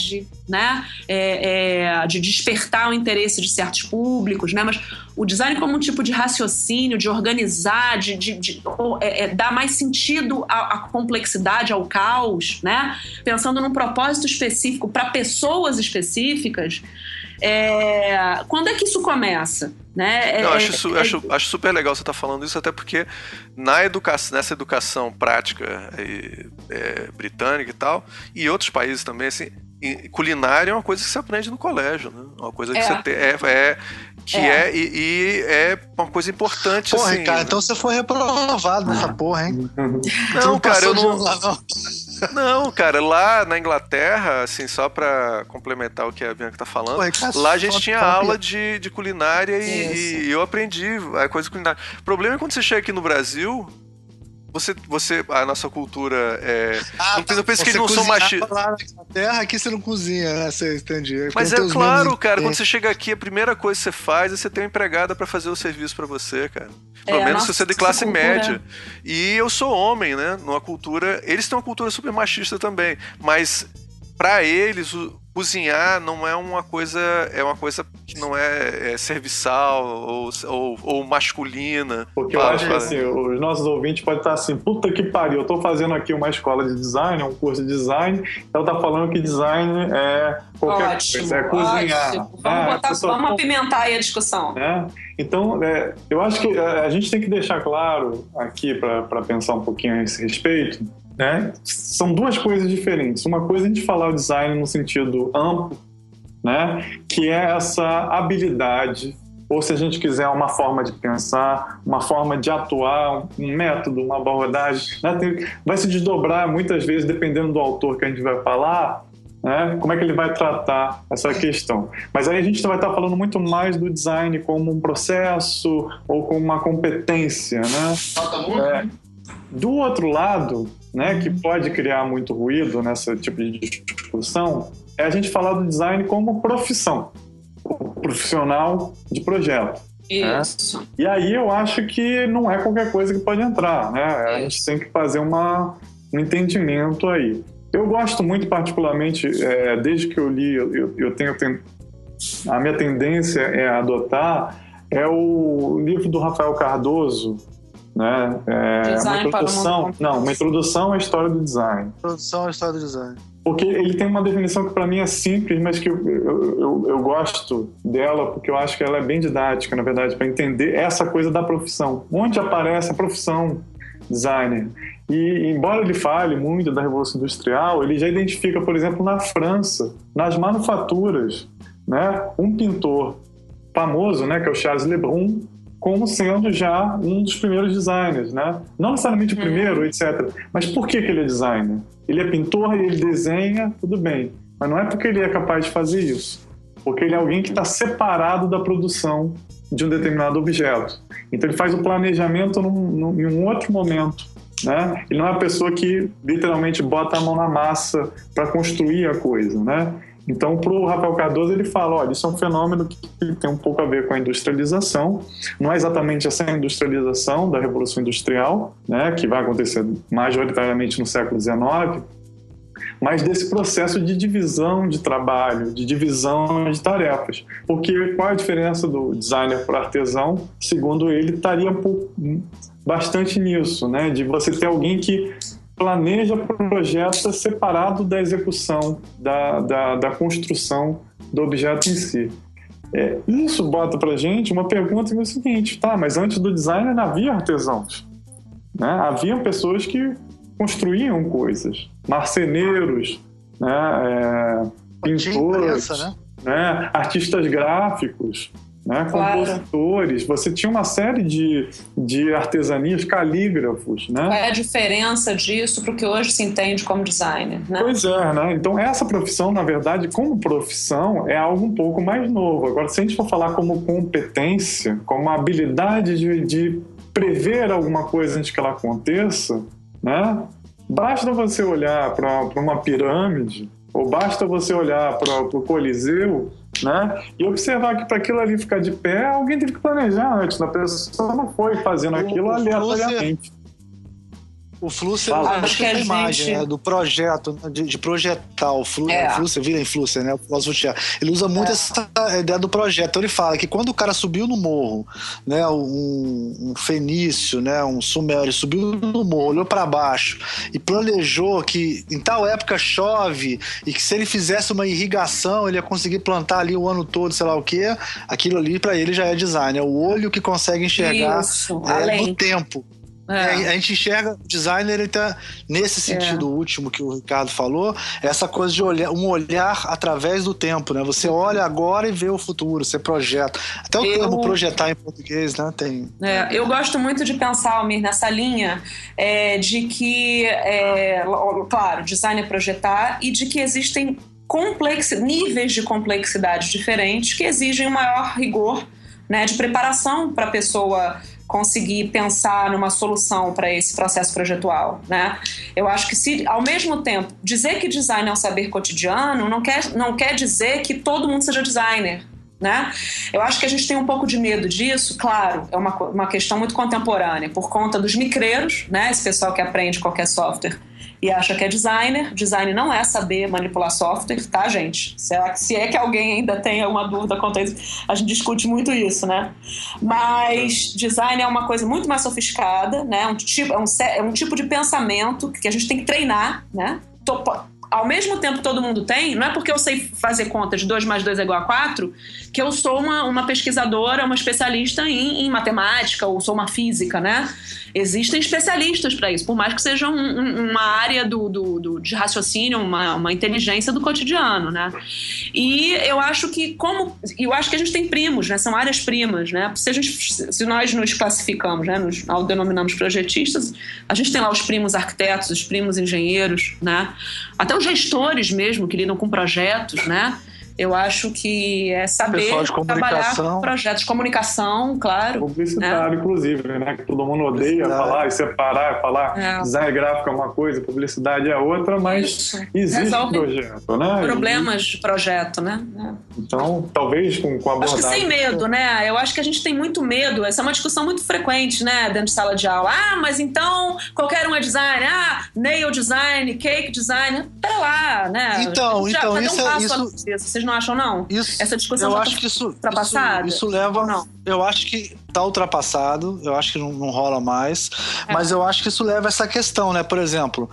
né? É, é, de despertar o interesse de certos públicos, né? Mas o design como um tipo de raciocínio, de organizar, de, de, de é, é, dar mais sentido à, à complexidade, ao caos, né? Pensando num propósito específico para pessoas específicas. É, quando é que isso começa? Né? Não, é, acho, isso, é, acho, acho super legal você estar falando isso, até porque na educação, nessa educação prática é, é, britânica e tal, e outros países também, assim, culinária é uma coisa que você aprende no colégio, né? Uma coisa que é. você tem, é, é que é, é e, e é uma coisa importante. Porra, assim, cara, né? então você foi reprovado nessa porra, hein? Não, não cara, eu não. Lá, não. Não, cara, lá na Inglaterra, assim, só pra complementar o que a Bianca tá falando, Ué, lá a gente tinha aula de, de culinária e, e eu aprendi a coisa culinária. O problema é quando você chega aqui no Brasil, você, você a nossa cultura é... Ah, não, não pensa que eles não são machistas. Lá na Inglaterra, aqui você não cozinha, né? Você entende. Mas é claro, cara, quando você chega aqui, a primeira coisa que você faz é você ter uma empregada pra fazer o serviço pra você, cara. Pelo é, menos se você é de classe cultura. média. E eu sou homem, né? Numa cultura... Eles têm uma cultura super machista também. Mas, pra eles, o cozinhar não é uma coisa... É uma coisa que não é, é serviçal ou, ou, ou masculina. Porque eu acho que, assim, os nossos ouvintes podem estar assim, puta que pariu, eu tô fazendo aqui uma escola de design, um curso de design, ela tá falando que design é qualquer ótimo, coisa, é cozinhar. Ótimo. Vamos, é, botar, pessoa... vamos apimentar aí a discussão. É. Então, é, eu acho que a gente tem que deixar claro aqui, para pensar um pouquinho a esse respeito, né? São duas coisas diferentes. Uma coisa é a gente falar o design no sentido amplo, né? Que é essa habilidade, ou se a gente quiser uma forma de pensar, uma forma de atuar, um método, uma abordagem, né? Tem, vai se desdobrar muitas vezes, dependendo do autor que a gente vai falar, né? Como é que ele vai tratar essa questão. Mas aí a gente vai estar falando muito mais do design como um processo ou como uma competência, né? É, do outro lado, né, que pode criar muito ruído nessa tipo de discussão, é a gente falar do design como profissão, profissional de projeto. Isso. Né? E aí eu acho que não é qualquer coisa que pode entrar, né? A gente tem que fazer uma, um entendimento aí. Eu gosto muito, particularmente, é, desde que eu li, eu, eu tenho, tenho a minha tendência é adotar é o livro do Rafael Cardoso, né? É, design uma introdução, para o mundo. Não, uma introdução à história do design. Introdução à história do design. Porque ele tem uma definição que para mim é simples, mas que eu, eu, eu, eu gosto dela porque eu acho que ela é bem didática, na verdade, para entender essa coisa da profissão. Onde aparece a profissão designer? E embora ele fale muito da Revolução Industrial, ele já identifica, por exemplo, na França, nas manufaturas, né, um pintor famoso, né, que é o Charles Lebrun, como sendo já um dos primeiros designers, né? Não necessariamente o primeiro, etcétera. Mas por que que ele é designer? Ele é pintor e ele desenha, tudo bem. Mas não é porque ele é capaz de fazer isso. Porque ele é alguém que está separado da produção de um determinado objeto. Então ele faz o planejamento num, num, em um outro momento, né? Ele não é a pessoa que literalmente bota a mão na massa para construir a coisa, né? Então, para o Rafael Cardoso, ele fala, olha, isso é um fenômeno que tem um pouco a ver com a industrialização. Não é exatamente essa industrialização da Revolução Industrial, né, que vai acontecer majoritariamente no século dezenove, mas desse processo de divisão de trabalho, de divisão de tarefas. Porque qual é a diferença do designer para o artesão? Segundo ele, estaria um pouco, bastante nisso, né, de você ter alguém que planeja projeto separado da execução, da, da, da construção do objeto em si. É, isso bota pra gente uma pergunta que é o seguinte, tá, mas antes do design havia artesãos, né? Haviam pessoas que construíam coisas, marceneiros, né? É, pintores, né? Né? Artistas gráficos, né? Claro. Compositores, você tinha uma série de, de artesanias, calígrafos, né? Qual é a diferença disso para o que hoje se entende como designer, né? Pois é, né? Então essa profissão, na verdade, como profissão, é algo um pouco mais novo. Agora, se a gente for falar como competência, como habilidade de, de prever alguma coisa antes que ela aconteça, né? Basta você olhar para uma pirâmide, ou basta você olhar para o Coliseu, né? E observar que para aquilo ali ficar de pé, alguém teve que planejar antes. A pessoa não foi fazendo aquilo aleatoriamente. O Flusser Fala. é Acho que a a imagem, gente- né, do projeto, de, de projetar. O Flu, É. o Flusser, vira Flusser, né? O filósofo de teatro. Ele usa muito É. essa ideia do projeto. Então ele fala que quando o cara subiu no morro, né, um, um fenício, né, um sumério, subiu no morro, olhou para baixo e planejou que em tal época chove e que se ele fizesse uma irrigação ele ia conseguir plantar ali o ano todo, sei lá o quê, aquilo ali para ele já é design. É o olho que consegue enxergar Isso, é, além. do tempo. É. É, a gente enxerga o designer, ele tá nesse sentido último que o Ricardo falou, essa coisa de olhar, um olhar através do tempo, né? Você olha agora e vê o futuro, você projeta. Até o Eu- termo projetar em português, né? Tem. É, eu gosto muito de pensar, Almir, nessa linha é, de que, é, claro, design é projetar e de que existem complexi- níveis de complexidade diferentes que exigem um maior rigor, né, de preparação para a pessoa conseguir pensar numa solução para esse processo projetual, né? Eu acho que se, ao mesmo tempo, dizer que design é um saber cotidiano não quer, não quer dizer que todo mundo seja designer, né? Eu acho que a gente tem um pouco de medo disso, claro, é uma, uma questão muito contemporânea, por conta dos micreiros, né? Esse pessoal que aprende qualquer software e acha que é designer. Design não é saber manipular software, tá, gente? Será que, se é que alguém ainda tem alguma dúvida quanto a isso, a gente discute muito isso, né? Mas design é uma coisa muito mais sofisticada, né? Um tipo, é, um, é um tipo de pensamento que a gente tem que treinar, né? Tô, ao mesmo tempo que todo mundo tem, não é porque eu sei fazer conta de dois mais dois é igual a quatro que eu sou uma, uma pesquisadora, uma especialista em, em matemática ou sou uma física, né? Existem especialistas para isso, por mais que seja um, um, uma área do, do, do, de raciocínio, uma, uma inteligência do cotidiano, né? E eu acho que como... Eu acho que a gente tem primos, né? São áreas primas, né? Se, a gente, se nós nos classificamos, né? Nos denominamos projetistas, a gente tem lá os primos arquitetos, os primos engenheiros, né? Até os gestores mesmo, que lidam com projetos, né? Eu acho que é saber Pessoal de trabalhar comunicação. com projetos de comunicação, claro. Publicitário, inclusive, né? Que todo mundo odeia falar e separar, falar É. design gráfico é uma coisa, publicidade é outra, mas Isso. existe Resolve projeto, né? problemas de projeto, né? É. Então, talvez com, com a Acho que abordagem... sem medo, né? Eu acho que a gente tem muito medo. Essa é uma discussão muito frequente, né? Dentro de sala de aula. Ah, mas então qualquer um é design. Ah, nail design, cake design. Pera lá, né? Então, Já- então, já deu isso um é- passo isso- além disso. Vocês não acham, não? Isso, Essa discussão eu já acho tá que isso, ultrapassada? isso, isso leva. Ou não? Eu acho que tá ultrapassado, eu acho que não, não rola mais, É. mas eu acho que isso leva a essa questão, né? Por exemplo,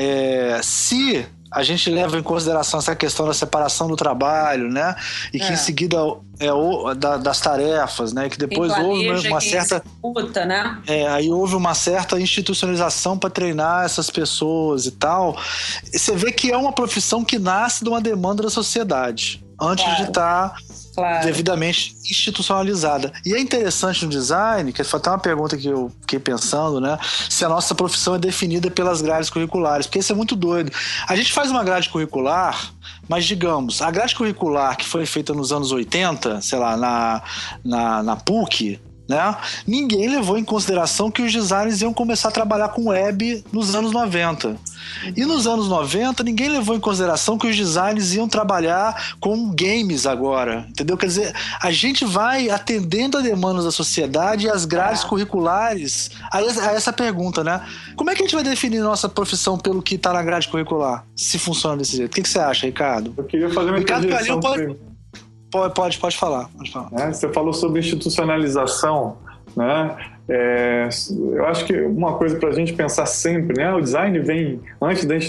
é, se a gente leva em consideração essa questão da separação do trabalho, né? E que É. em seguida é o, da- das tarefas, né? Que depois Quem houve planeja, uma quem certa. executa, né? É, aí houve uma certa institucionalização para treinar essas pessoas e tal. E você vê que é uma profissão que nasce de uma demanda da sociedade, antes Claro. de estar Claro. devidamente institucionalizada. E é interessante no design, que foi até uma pergunta que eu fiquei pensando, né? Se a nossa profissão é definida pelas grades curriculares, porque isso é muito doido. A gente faz uma grade curricular, mas digamos, a grade curricular que foi feita nos anos oitenta, sei lá, na, na, na P U C, né? Ninguém levou em consideração que os designers iam começar a trabalhar com web nos anos noventa. E nos anos noventa, ninguém levou em consideração que os designers iam trabalhar com games agora, entendeu? Quer dizer, a gente vai atendendo a demandas da sociedade e as grades É. curriculares a essa, a essa pergunta, né? Como é que a gente vai definir nossa profissão pelo que está na grade curricular, se funciona desse jeito? O que, que você acha, Ricardo? Eu queria fazer uma Ricardo interjeição Calil pode- primeiro. Pode, pode, pode falar. Pode falar. Né? Você falou sobre institucionalização, né? É, eu acho que uma coisa para a gente pensar sempre, né? O design vem antes da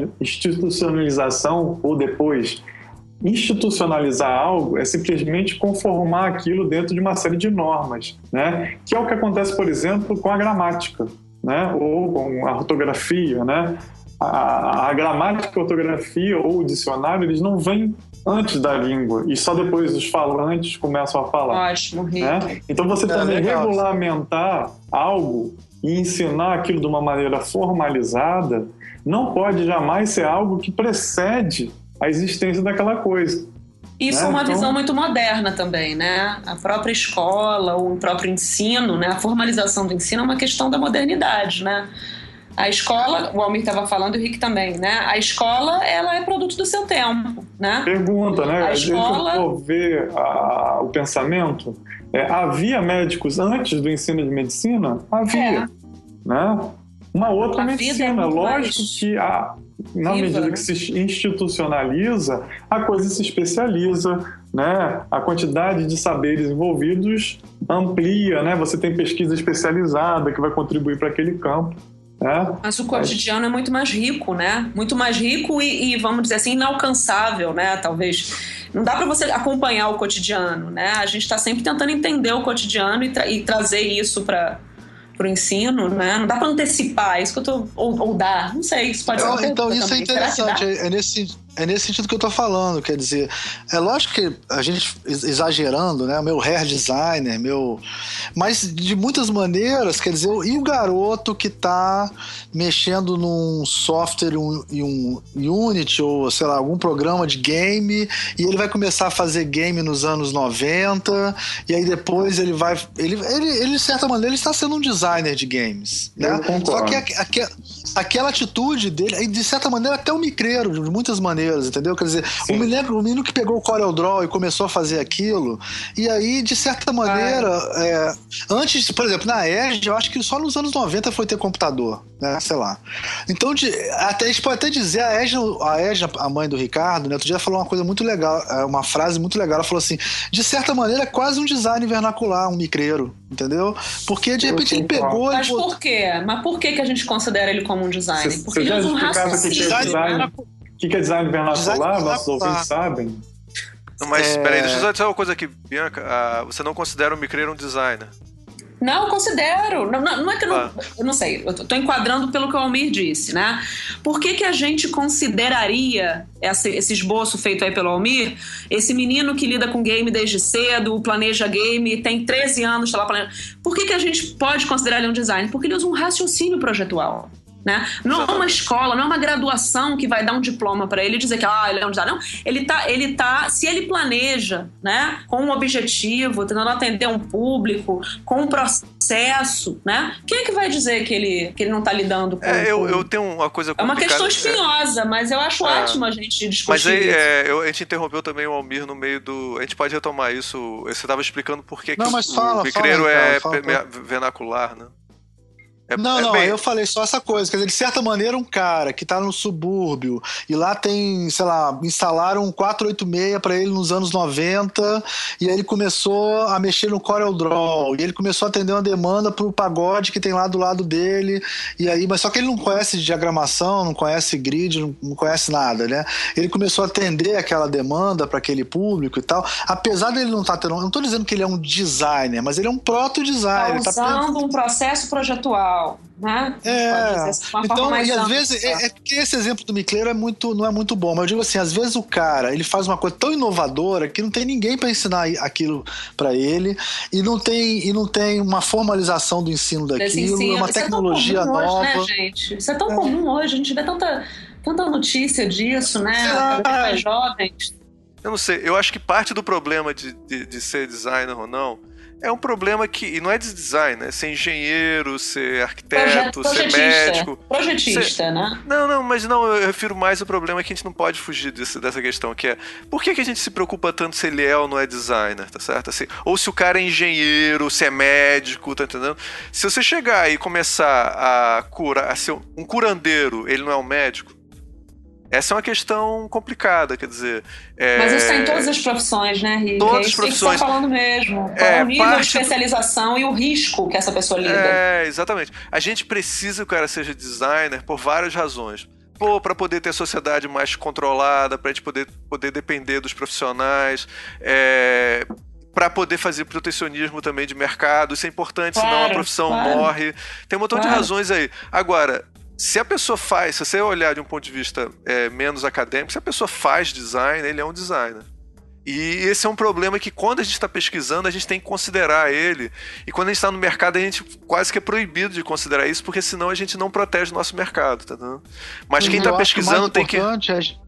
institucionalização ou depois. Institucionalizar algo é simplesmente conformar aquilo dentro de uma série de normas, né? Que é o que acontece, por exemplo, com a gramática, né? Ou com a ortografia, né? A, a gramática, a ortografia ou o dicionário, eles não vêm antes da língua e só depois os falantes começam a falar. Ótimo, Rick. Né? Então você É, também legal. regulamentar algo e ensinar aquilo de uma maneira formalizada não pode jamais ser algo que precede a existência daquela coisa. Isso né? é uma Então- visão muito moderna também, né? A própria escola, ou o próprio ensino, né? A formalização do ensino é uma questão da modernidade, né? A escola, o Almir estava falando e o Rick também, né? A escola, ela é produto do seu tempo, né? Pergunta, né? A Às vezes escola- eu vou ver a- o pensamento. É, havia médicos antes do ensino de medicina? Havia. É. Né? uma outra A medicina. vida é muito Lógico mais que a, na viva, medida né? que se institucionaliza, a coisa se especializa, né? A quantidade de saberes envolvidos amplia, né? Você tem pesquisa especializada que vai contribuir para aquele campo. É. Mas o cotidiano é muito mais rico, né? Muito mais rico e, e, vamos dizer assim, inalcançável, né? Talvez. Não dá para você acompanhar o cotidiano, né? A gente está sempre tentando entender o cotidiano e, tra- e trazer isso para o ensino, né? Não dá para antecipar, é isso que eu tô... Ou, ou dar, não sei, isso pode Então, ser. então isso é também. Será que dá? interessante, é, é nesse, é nesse sentido que eu tô falando, quer dizer, é lógico que a gente exagerando, né, meu hair designer, meu... Mas de muitas maneiras, quer dizer, e o garoto que tá mexendo num software, um, um Unity ou, sei lá, algum programa de game, e ele vai começar a fazer game nos anos noventa, e aí depois ele vai... Ele, ele, ele de certa maneira, ele está sendo um designer de games, né? Só que a, a, aquela atitude dele, de certa maneira, até um micreiro, de muitas maneiras, entendeu? Quer dizer, o menino, o menino que pegou o CorelDRAW e começou a fazer aquilo, e aí, de certa maneira, é, antes, por exemplo, na Edge, eu acho que só nos anos noventa foi ter computador, né? Sei lá. Então, de, até, a gente pode até dizer, a Edge, a Edge, a mãe do Ricardo, né? Outro dia falou uma coisa muito legal, uma frase muito legal, ela falou assim, de certa maneira, é quase um design vernacular, um micreiro, entendeu? Porque, de repente, ele pegou... Mas ele... por quê? Mas por que, que a gente considera ele como um design? Cê, Porque você ele já usa um explicava o que, que é design, o que, que é design vernacular? Nossos ouvintes sabem? Não, mas É... peraí, deixa eu só dizer uma coisa aqui, Bianca. Ah, você não considera o micreiro um designer? Não, eu considero. Não, não, não é que eu não, Ah. eu não sei, eu tô enquadrando pelo que o Almir disse, né? Por que, que a gente consideraria esse, esse esboço feito aí pelo Almir, esse menino que lida com game desde cedo, planeja game, tem treze anos, tá lá planejando. Por que, que a gente pode considerar ele um design? Porque ele usa um raciocínio projetual. Né? Não é uma escola, não é uma graduação que vai dar um diploma para ele e dizer que ah, ele é um designer. Não, ele tá, ele tá, se ele planeja, né, com um objetivo, tentando atender um público, com um processo, né? Quem é que vai dizer que ele, que ele não tá lidando com... É, eu, com... eu tenho uma coisa É uma complicada. questão espinhosa, mas eu acho É. ótimo a gente discutir Mas aí, isso. é, eu, a gente interrompeu também o Almir no meio do... A gente pode retomar isso. Você estava explicando por que, Não, que mas o, fala, o micreiro fala, é Ricardo, fala, pe- vernacular, né? É, Não, é não, bem- eu falei só essa coisa, quer dizer, de certa maneira um cara que tá no subúrbio e lá tem, sei lá, instalaram um quatrocentos e oitenta e seis pra ele nos anos noventa e aí ele começou a mexer no CorelDRAW e ele começou a atender uma demanda pro pagode que tem lá do lado dele e aí, mas só que ele não conhece diagramação, não conhece grid, não, não conhece nada, né? Ele começou a atender aquela demanda para aquele público e tal, apesar dele não estar tá tendo, eu não tô dizendo que ele é um designer, mas ele é um proto-designer. Tá usando tá... um processo projetual. Né? É, então, e às ampla, vezes é, é porque esse exemplo do micreiro é muito, não é muito bom, mas eu digo assim, às vezes o cara, ele faz uma coisa tão inovadora que não tem ninguém para ensinar aquilo para ele e não tem, e não tem uma formalização do ensino daquilo, é uma tecnologia isso é tão comum nova. hoje, né, gente? Isso é tão é. comum hoje, a gente vê tanta, tanta notícia disso, né? Ah, mais jovens. Eu não sei, eu acho que parte do problema de, de, de ser designer ou não é um problema que, e não é de design, é ser engenheiro, ser arquiteto, Projet, ser médico. Projetista, ser... né? Não, não, mas não, eu refiro mais ao problema que a gente não pode fugir desse, dessa questão, que é, por que, que a gente se preocupa tanto se ele é ou não é designer, tá certo? Assim, ou se o cara é engenheiro, se é médico, tá entendendo? Se você chegar e começar a curar, a ser um curandeiro, ele não é um médico? Essa é uma questão complicada, quer dizer... É... Mas isso está em todas as profissões, né, Rick? Todas é as profissões. Que você está falando mesmo. Qual é, é o nível parte... de especialização e o risco que essa pessoa lida. É, exatamente. A gente precisa que o cara seja designer por várias razões. Pô, para poder ter a sociedade mais controlada, para a gente poder, poder depender dos profissionais... É... para poder fazer protecionismo também de mercado, isso é importante, claro, senão a profissão claro. morre. Tem um montão claro. de razões aí. Agora, se a pessoa faz, se você olhar de um ponto de vista é, menos acadêmico, se a pessoa faz design, ele é um designer. E esse é um problema que quando a gente está pesquisando, a gente tem que considerar ele. E quando a gente está no mercado, a gente quase que é proibido de considerar isso, porque senão a gente não protege o nosso mercado, tá entendendo? Mas quem está pesquisando tem que... É...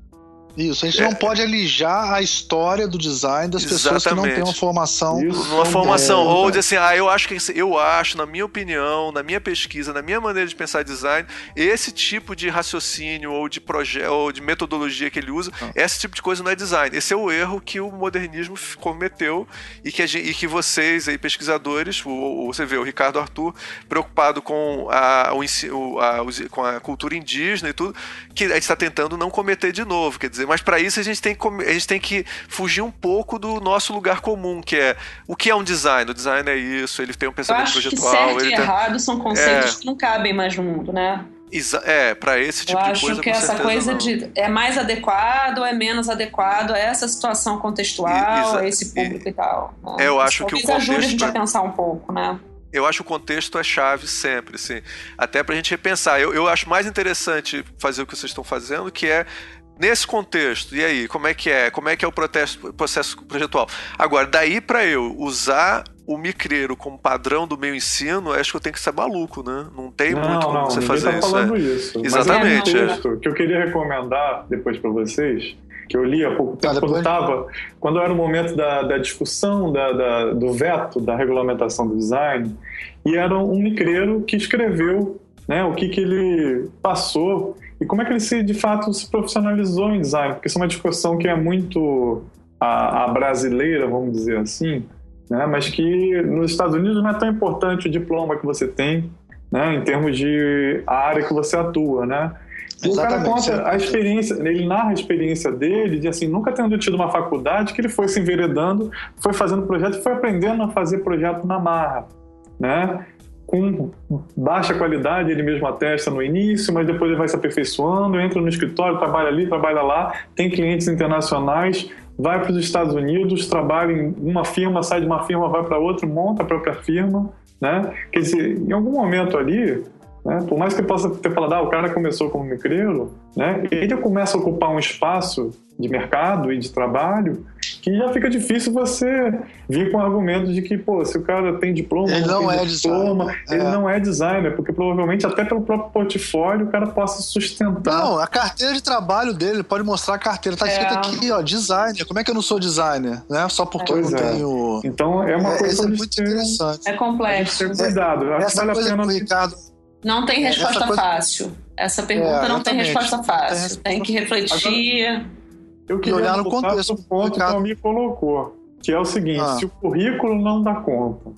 Isso, a gente É. não pode alijar a história do design das pessoas que não Exatamente. têm uma formação. Isso. Uma formação, É, ou dizer assim, ah, eu acho que eu acho, na minha opinião, na minha pesquisa, na minha maneira de pensar design, esse tipo de raciocínio ou de projeto ou de metodologia que ele usa, Ah. esse tipo de coisa não é design. Esse é o erro que o modernismo cometeu e que, a gente, e que vocês aí, pesquisadores, o, o, você vê o Ricardo Arthur preocupado com a, o, ensino, a, com a cultura indígena e tudo, que a gente está tentando não cometer de novo, quer dizer, mas para isso a gente tem que, a gente tem que fugir um pouco do nosso lugar comum, que é o que é um design. O design é isso, ele tem um Eu pensamento acho que projetual. certo Ele e tem... errado são conceitos É. que não cabem mais no mundo, né? Exa- É, para esse tipo Eu de acho coisa, que com essa certeza coisa não. de é mais adequado ou é menos adequado a essa situação contextual, Exa- a esse público e, e tal. Né? É, eu Isso acho que o talvez ajude a gente contexto- a pensar um pouco, né? Eu acho que o contexto é chave sempre, assim, até pra gente repensar. Eu, eu acho mais interessante fazer o que vocês estão fazendo, que é nesse contexto. E aí, como é que é? Como é que é o processo, processo projetual? Agora, daí pra eu usar o micreiro como padrão do meu ensino, acho que eu tenho que ser maluco, né? Não tem Não, muito como não, você ninguém fazer tá isso. falando é. isso. Exatamente, Mas é um é. texto que eu queria recomendar depois para vocês, que eu li há pouco tempo, Tá, quando, depois- tava, quando era o momento da, da discussão da, da, do veto da regulamentação do design, e era um micreiro que escreveu, né, o que, que ele passou e como é que ele se, de fato se profissionalizou em design, porque isso é uma discussão que é muito a, a brasileira, vamos dizer assim, né, mas que nos Estados Unidos não é tão importante o diploma que você tem, né, em termos de a área que você atua, né? E o cara Exatamente, conta é. a experiência, ele narra a experiência dele de assim, nunca tendo tido uma faculdade, que ele foi se enveredando, foi fazendo projeto e foi aprendendo a fazer projeto na marra, né? Com baixa qualidade, ele mesmo atesta no início, mas depois ele vai se aperfeiçoando, entra no escritório, trabalha ali, trabalha lá, tem clientes internacionais, vai para os Estados Unidos, trabalha em uma firma, sai de uma firma, vai para outra, monta a própria firma, né? Quer dizer, em algum momento ali, né, por mais que eu possa ter falado, ah, o cara começou como micreiro, né, ele começa a ocupar um espaço de mercado e de trabalho que já fica difícil você vir com o argumento de que, pô, se o cara tem diploma, Ele não tem é diploma, designer. ele É. não é designer, porque provavelmente até pelo próprio portfólio o cara possa sustentar. Não, a carteira de trabalho dele, ele pode mostrar a carteira. Tá escrito É. aqui, ó, designer. Como é que eu não sou designer? Né? Só porque Pois eu não é. tenho. Então é uma É, coisa isso é pra muito gente ter- interessante. É complexo. ter cuidado. Eu acho que Essa vale a coisa pena. que o Ricardo. Não tem resposta Essa coisa- fácil. Essa pergunta É, não tem exatamente. resposta Não tem fácil. resposta Tem que refletir. Eu queria olhar no voltar contexto, pro ponto que Ricardo. o Almir colocou, que é o seguinte, Ah. se o currículo não dá conta,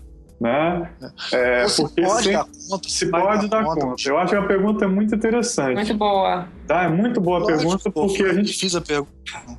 né? É, Você porque pode sempre- dar conta. se vai pode dar conta. Eu acho que a pergunta é muito interessante. Muito boa. Tá? É muito boa a Lógico, pergunta, pô, porque a gente, fiz a pergunta.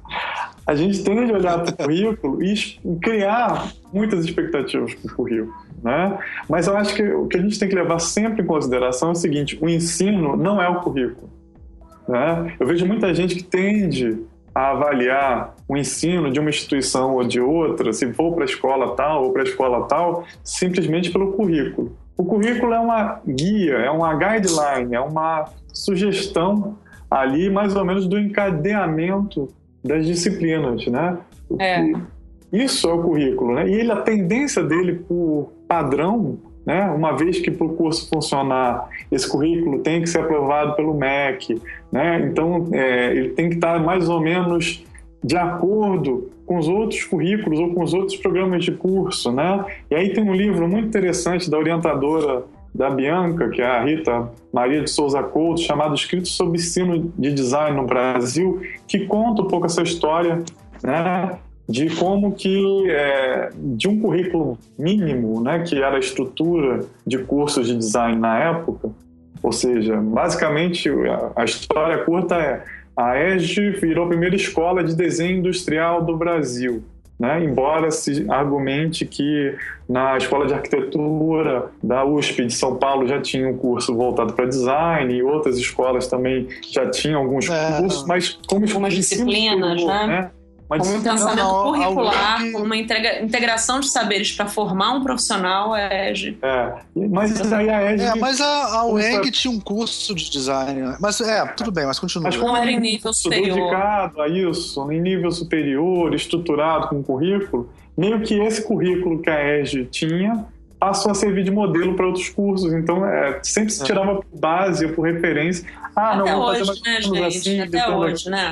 a gente tem de olhar para o currículo e es- e criar muitas expectativas para o currículo. Né? Mas eu acho que o que a gente tem que levar sempre em consideração é o seguinte: o ensino não é o currículo. Né? Eu vejo muita gente que tende a avaliar o ensino de uma instituição ou de outra, se for para a escola tal ou para a escola tal, simplesmente pelo currículo. O currículo é uma guia, é uma guideline, é uma sugestão ali, mais ou menos, do encadeamento das disciplinas, né? É. Isso é o currículo, né? E ele, a tendência dele por padrão, né? Uma vez que para o curso funcionar, esse currículo tem que ser aprovado pelo M E C, né? Então, é, ele tem que estar mais ou menos de acordo com os outros currículos ou com os outros programas de curso, né? E aí tem um livro muito interessante da orientadora da Bianca, que é a Rita Maria de Souza Couto, chamado Escrito sobre Ensino de Design no Brasil, que conta um pouco essa história, né? De como que, é, de um currículo mínimo, né, que era a estrutura de cursos de design na época, ou seja, basicamente a, a história curta é a E S G virou a primeira escola de desenho industrial do Brasil, né, embora se argumente que na Escola de Arquitetura da U S P de São Paulo já tinha um curso voltado para design e outras escolas também já tinham alguns É, cursos, mas como Algumas disciplinas, superior, né? Mas Como um pensamento não, não, curricular, algo que- como uma integra- integração de saberes para formar um profissional é de... É, mas aí a E S G... É, mas a, a U E N Como G tinha um curso de design. né? Mas é, tudo bem, mas continua. Mas Não era em nível superior. dedicado a isso, em nível superior, estruturado com currículo, meio que esse currículo que a E S G tinha passou a servir de modelo para outros cursos. Então, é, sempre se tirava por base ou por referência. Ah, não, Até vou fazer hoje, mais né, ou menos gente? assim, Até depois- hoje, né?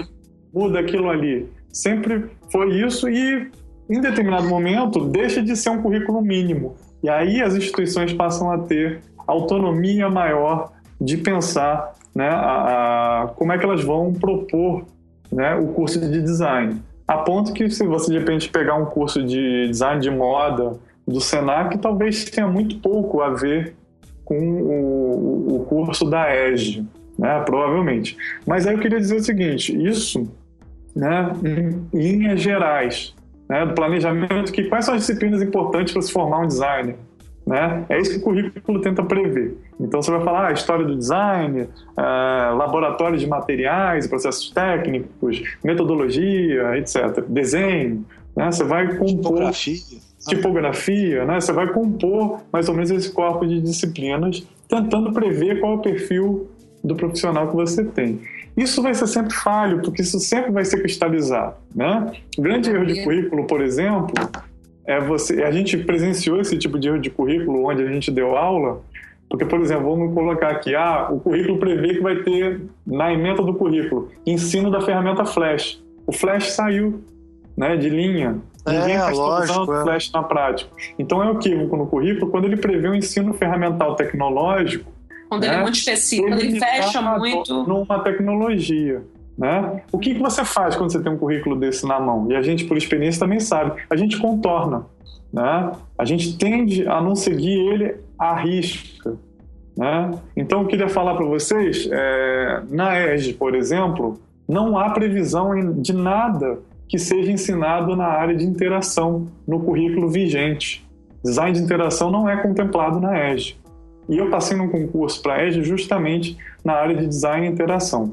muda aquilo ali. Sempre foi isso e, em determinado momento, deixa de ser um currículo mínimo. E aí as instituições passam a ter autonomia maior de pensar, né, a, a, como é que elas vão propor, né, o curso de design. A ponto que, se você de repente pegar um curso de design de moda do Senac, talvez tenha muito pouco a ver com o, o curso da E S G, né, provavelmente. Mas aí eu queria dizer o seguinte, isso, né, em linhas gerais, né, do planejamento, que quais são as disciplinas importantes para se formar um designer, né? É isso que o currículo tenta prever. Então você vai falar ah, história do design, uh, laboratório de materiais, processos técnicos, metodologia, etcétera. Desenho, né? Você vai compor... Tipografia. Tipografia, né? Você vai compor mais ou menos esse corpo de disciplinas, tentando prever qual é o perfil do profissional que você tem. Isso vai ser sempre falho, porque isso sempre vai ser cristalizado, né? O grande erro de currículo, por exemplo... É você, a gente presenciou esse tipo de erro de currículo onde a gente deu aula, porque, por exemplo, vamos colocar aqui, ah, o currículo prevê que vai ter, na ementa do currículo, ensino da ferramenta Flash. O Flash saiu, né, de linha. Ninguém é, está usando é. Flash na prática. Então é equívoco no currículo quando ele prevê um ensino ferramental tecnológico. Quando né, ele é muito específico, quando ele fecha muito... Numa tecnologia. Né? O que, que você faz quando você tem um currículo desse na mão? E a gente, por experiência, também sabe. A gente contorna. Né? A gente tende a não seguir ele à risca. Né? Então, eu queria falar para vocês, é, na E S G, por exemplo, não há previsão de nada que seja ensinado na área de interação no currículo vigente. Design de interação não é contemplado na E S G. E eu passei num concurso para a E S G justamente na área de design e interação.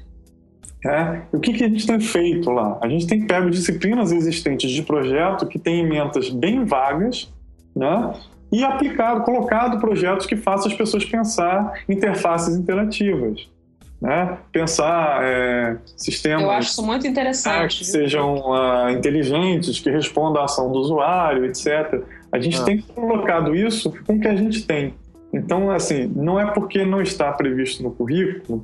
É. O que, que a gente tem feito lá? A gente tem pego disciplinas existentes de projeto que têm ementas bem vagas, né? E aplicado, colocado projetos que façam as pessoas pensar interfaces interativas, né? Pensar é, sistemas Eu acho isso muito interessante, que sejam uh, inteligentes, que respondam à ação do usuário, etcétera. A gente ah. tem colocado isso com o que a gente tem. Então, assim, não é porque não está previsto no currículo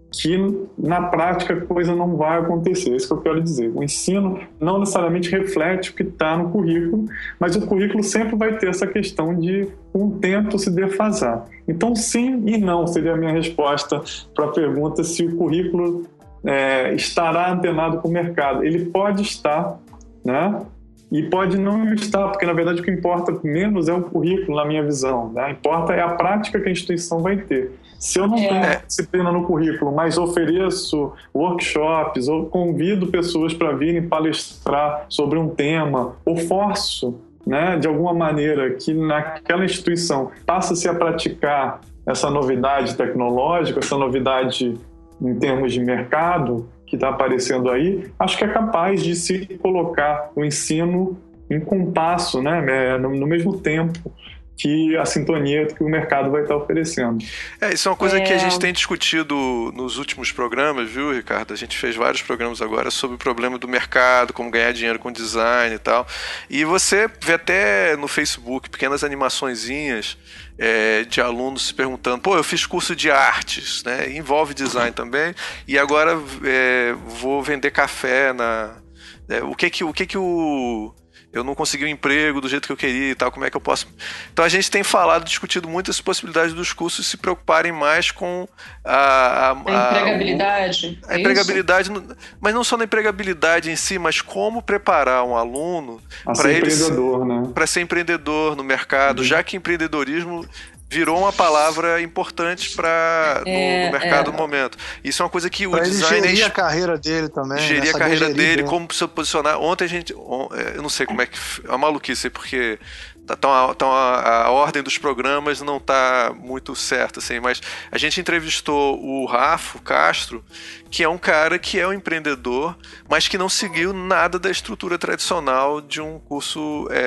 que na prática a coisa não vai acontecer. É isso que eu quero dizer. O ensino não necessariamente reflete o que está no currículo, mas o currículo sempre vai ter essa questão de um tempo se defasar. Então, sim e não seria a minha resposta para a pergunta se o currículo é, estará antenado com o mercado. Ele pode estar, né? E pode não estar, porque na verdade o que importa menos é o currículo, na minha visão, né? Importa é a prática que a instituição vai ter. Se eu não é. tenho disciplina no currículo, mas ofereço workshops ou convido pessoas para virem palestrar sobre um tema, ou forço, né, de alguma maneira que naquela instituição passe-se a praticar essa novidade tecnológica, essa novidade em termos de mercado que está aparecendo aí, acho que é capaz de se colocar o ensino em compasso, né, no mesmo tempo que a sintonia que o mercado vai estar oferecendo. É, isso é uma coisa é... que a gente tem discutido nos últimos programas, viu, Ricardo? A gente fez vários programas agora sobre o problema do mercado, como ganhar dinheiro com design e tal. E você vê até no Facebook pequenas animaçõezinhas é, de alunos se perguntando, pô, eu fiz curso de artes, né? Envolve design também, e agora é, vou vender café na... É, o que que o... Que que o eu não consegui um emprego do jeito que eu queria e tal, como é que eu posso... Então a gente tem falado, discutido muito essa possibilidade dos cursos se preocuparem mais com a... A, a empregabilidade. A, a empregabilidade, mas não só na empregabilidade em si, mas como preparar um aluno para ele empreendedor, né? Para ser empreendedor no mercado, uhum. já que empreendedorismo virou uma palavra importante para é, no, no mercado é. no momento. Isso é uma coisa que pra o designer... Gerir a carreira dele também. Gerir a carreira gerir dele, bem. como se posicionar. Ontem a gente... Eu não sei como é que... É uma maluquice, porque... Então a, então a, a ordem dos programas não está muito certa, assim, mas a gente entrevistou o Rafa Castro, que é um cara que é um empreendedor, mas que não seguiu nada da estrutura tradicional de um curso é,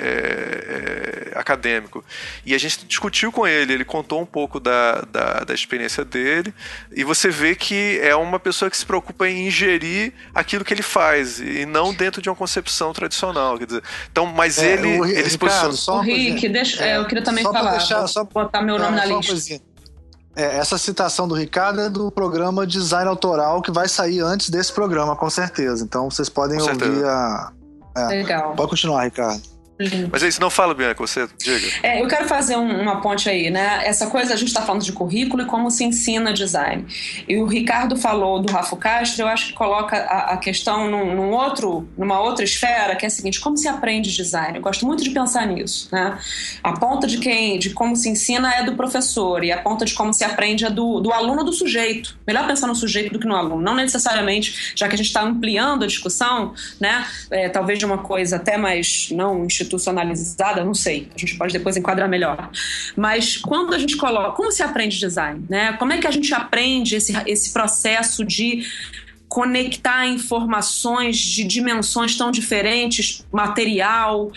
é, é, acadêmico. E a gente discutiu com ele, ele contou um pouco da, da, da experiência dele, e você vê que é uma pessoa que se preocupa em ingerir aquilo que ele faz, e não dentro de uma concepção tradicional. Quer dizer, então, mas é, ele, o, ele se posiciona... Só o Rick, deixa, é, eu queria também só falar, deixar, só botar meu nome é, na só lista. É, essa citação do Ricardo é do programa Design Autoral, que vai sair antes desse programa, com certeza. Então vocês podem com ouvir certeza. a... É. Legal. Pode continuar, Ricardo. Mas é isso, não fala, Bianca, você diga. É, eu quero fazer um, uma ponte aí, né? Essa coisa, a gente está falando de currículo e como se ensina design. E o Ricardo falou do Rafa Castro, eu acho que coloca a, a questão num, num outro, numa outra esfera, que é a seguinte: como se aprende design? Eu gosto muito de pensar nisso, né? A ponta de quem, de como se ensina é do professor, e a ponta de como se aprende é do, do aluno, do sujeito. Melhor pensar no sujeito do que no aluno. Não necessariamente, já que a gente está ampliando a discussão, né? É, talvez de uma coisa até mais não institucionalizada, institucionalizada, não sei, a gente pode depois enquadrar melhor. Mas quando a gente coloca, como se aprende design, né? Como é que a gente aprende esse, esse processo de conectar informações de dimensões tão diferentes, material,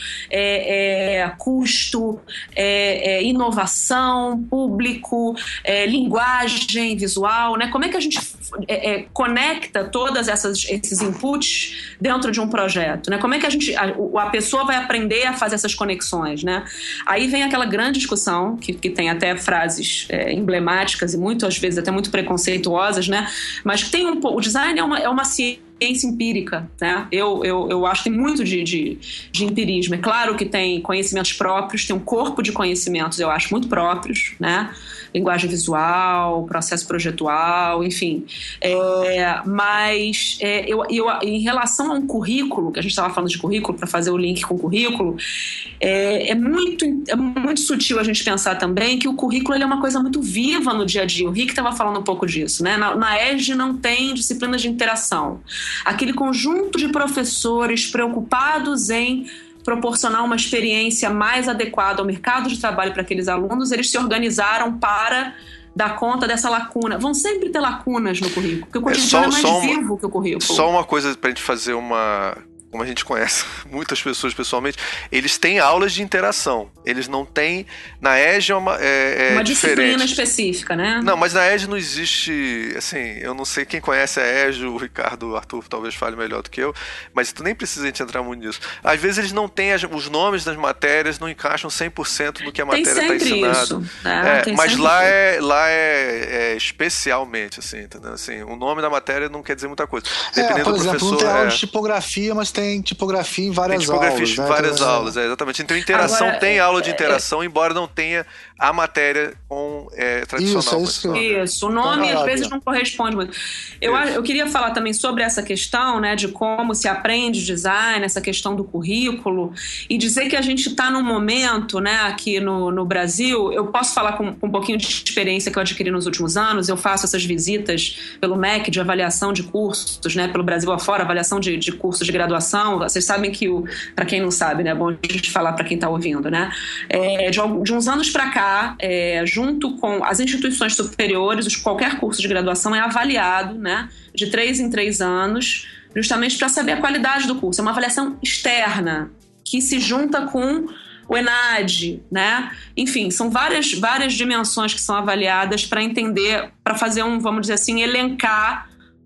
é, é, custo, é, é, inovação, público, é, linguagem visual, né? Como é que a gente é, é, conecta todos esses inputs dentro de um projeto, né? Como é que a gente, a, a pessoa vai aprender a fazer essas conexões, né? Aí vem aquela grande discussão, que, que tem até frases é, emblemáticas e muitas vezes até muito preconceituosas, né? Mas tem um, o design é uma, é uma ciência empírica, né? Eu, eu, eu acho que tem muito de, de, de empirismo. É claro que tem conhecimentos próprios, tem um corpo de conhecimentos, eu acho, muito próprios, né? Linguagem visual, processo projetual, enfim. É, mas é, eu, eu, em relação a um currículo, que a gente estava falando de currículo, para fazer o link com o currículo, é, é, muito, é muito sutil a gente pensar também que o currículo ele é uma coisa muito viva no dia a dia. O Rick estava falando um pouco disso, né? Na, na E S G não tem disciplinas de interação. Aquele conjunto de professores preocupados em proporcionar uma experiência mais adequada ao mercado de trabalho para aqueles alunos, eles se organizaram para dar conta dessa lacuna. Vão sempre ter lacunas no currículo, porque o cotidiano é, só, é mais só uma, vivo que o currículo. Só uma coisa para a gente fazer uma... Como a gente conhece muitas pessoas pessoalmente, eles têm aulas de interação. Eles não têm... Na E S G é uma é, é Uma diferente. disciplina específica, né? Não, mas na E S G não existe... Assim, eu não sei quem conhece a E S G, o Ricardo, o Arthur talvez fale melhor do que eu, mas tu nem precisa gente entrar muito nisso. Às vezes eles não têm... As, os nomes das matérias não encaixam cem por cento no que a matéria está ensinando. Isso. É, é, mas lá, é, lá é, é especialmente, assim, entendeu? Assim, o nome da matéria não quer dizer muita coisa. Dependendo é, por do exemplo, professor... não tem aula é... de tipografia, mas tem tipografia em várias tem tipografia aulas. Em né? várias então, aulas, é, exatamente. Então, interação Agora, tem aula de é, interação, é, embora não tenha a matéria com, é, tradicional. Isso, isso, isso, o nome às vezes não corresponde muito. Eu, eu queria falar também sobre essa questão, né, de como se aprende design, essa questão do currículo, e dizer que a gente está num momento, né, aqui no, no Brasil. Eu posso falar com, com um pouquinho de experiência que eu adquiri nos últimos anos. Eu faço essas visitas pelo M E C de avaliação de cursos, né, pelo Brasil afora, avaliação de, de cursos de graduação. Vocês sabem que, para quem não sabe, né, é bom a gente falar para quem está ouvindo, né, é, de, de uns anos para cá, é, junto com as instituições superiores, qualquer curso de graduação é avaliado, né, de três em três anos, justamente para saber a qualidade do curso. É uma avaliação externa que se junta com o ENAD, né? Enfim, são várias, várias dimensões que são avaliadas para entender, para fazer um, vamos dizer assim, elencar.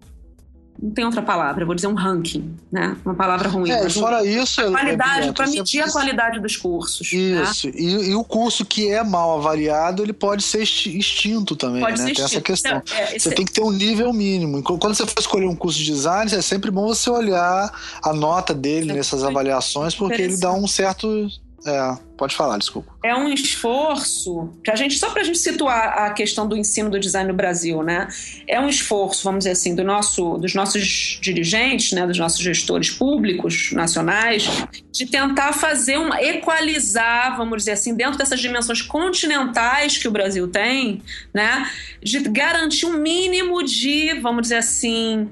Não tem outra palavra, eu vou dizer um ranking, né? Uma palavra ruim. É, fora um, isso... A qualidade, é, para medir a qualidade dos cursos. Isso, né? e, e o curso que é mal avaliado, ele pode ser extinto também, pode né? Ser tem extinto. essa questão. É, você é... tem que ter um nível mínimo. Quando você for escolher um curso de design, é sempre bom você olhar a nota dele é nessas avaliações, porque ele dá um certo... É, pode falar, desculpa. É um esforço que a gente, só para a gente situar a questão do ensino do design no Brasil, né? É um esforço, vamos dizer assim, do nosso, dos nossos dirigentes, né? Dos nossos gestores públicos nacionais, de tentar fazer uma equalizar, vamos dizer assim, dentro dessas dimensões continentais que o Brasil tem, né? De garantir um mínimo de, vamos dizer assim,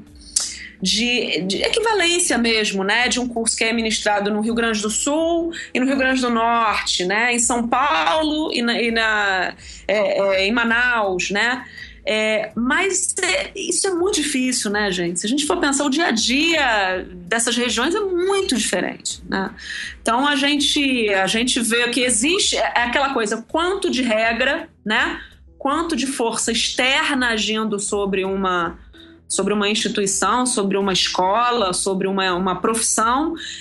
De, de equivalência mesmo, né, de um curso que é ministrado no Rio Grande do Sul e no Rio Grande do Norte, né, em São Paulo e, na, e na, é, é, em Manaus, né, é, mas é, isso é muito difícil, né, gente? Se a gente for pensar, o dia a dia dessas regiões é muito diferente, né? Então a gente, a gente vê que existe é aquela coisa, quanto de regra, né, quanto de força externa agindo sobre uma sobre uma instituição, sobre uma escola, sobre uma, uma profissão,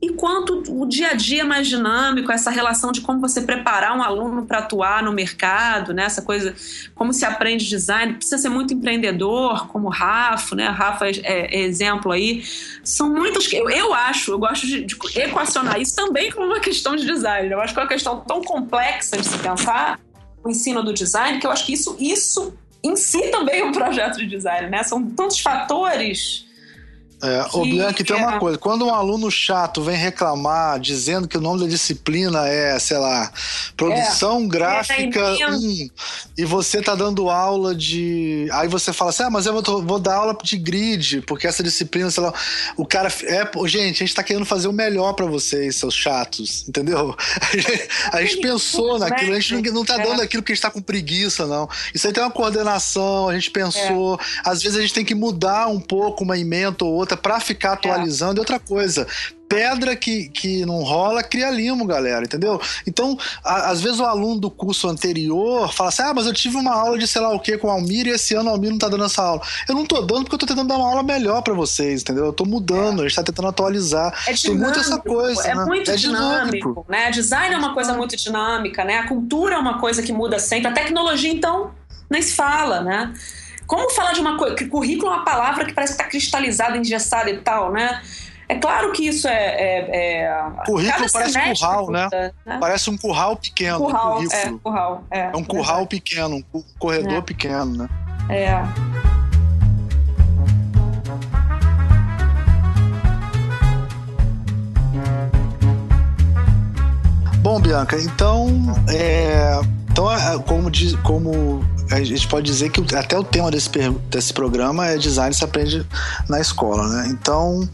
e quanto o dia a dia mais dinâmico, essa relação de como você preparar um aluno para atuar no mercado, né? Essa coisa, como se aprende design, precisa ser muito empreendedor, como o Rafa, né? Rafa é, é exemplo aí. São muitas, eu, eu acho, eu gosto de, de equacionar isso também como uma questão de design. Eu acho que é uma questão tão complexa de se pensar, o ensino do design, que eu acho que isso, isso em si também é um projeto de design, né? São tantos fatores. É, ô Bianchi, tem uma coisa, quando um aluno chato vem reclamar dizendo que o nome da disciplina é, sei lá, produção é, gráfica é um, e você tá dando aula de... Aí você fala assim, ah, mas eu vou, vou dar aula de grid, porque essa disciplina, sei lá, o cara... É, gente, a gente tá querendo fazer o melhor pra vocês, seus chatos, entendeu? A gente, a gente pensou naquilo, a gente não, não tá dando aquilo que a gente tá com preguiça, não. Isso aí tem uma coordenação, a gente pensou, é. Às vezes a gente tem que mudar um pouco uma ementa ou outra para ficar atualizando. É. E outra coisa, pedra que, que não rola cria limo, galera, entendeu? Então, a, às vezes o aluno do curso anterior fala assim, ah, mas eu tive uma aula de sei lá o que com o Almir e esse ano o Almir não tá dando essa aula. Eu não tô dando porque eu tô tentando dar uma aula melhor para vocês, entendeu? Eu tô mudando, é. A gente tá tentando atualizar. É dinâmico, tem muito essa coisa, é né? muito é dinâmico, dinâmico, né? Design é uma coisa muito dinâmica, né? A cultura é uma coisa que muda sempre, a tecnologia, então, nem se fala, né? Como falar de uma coisa... Currículo é uma palavra que parece que está cristalizada, engessada e tal, né? É claro que isso é... é, é currículo parece um curral, né? né? Parece um curral pequeno. Curral, um é, curral. É, é um curral é pequeno, um corredor é. pequeno, né? É... Bom, Bianca, então... É, então, como... Diz, como a gente pode dizer que até o tema desse, desse programa é design se aprende na escola, né? Então,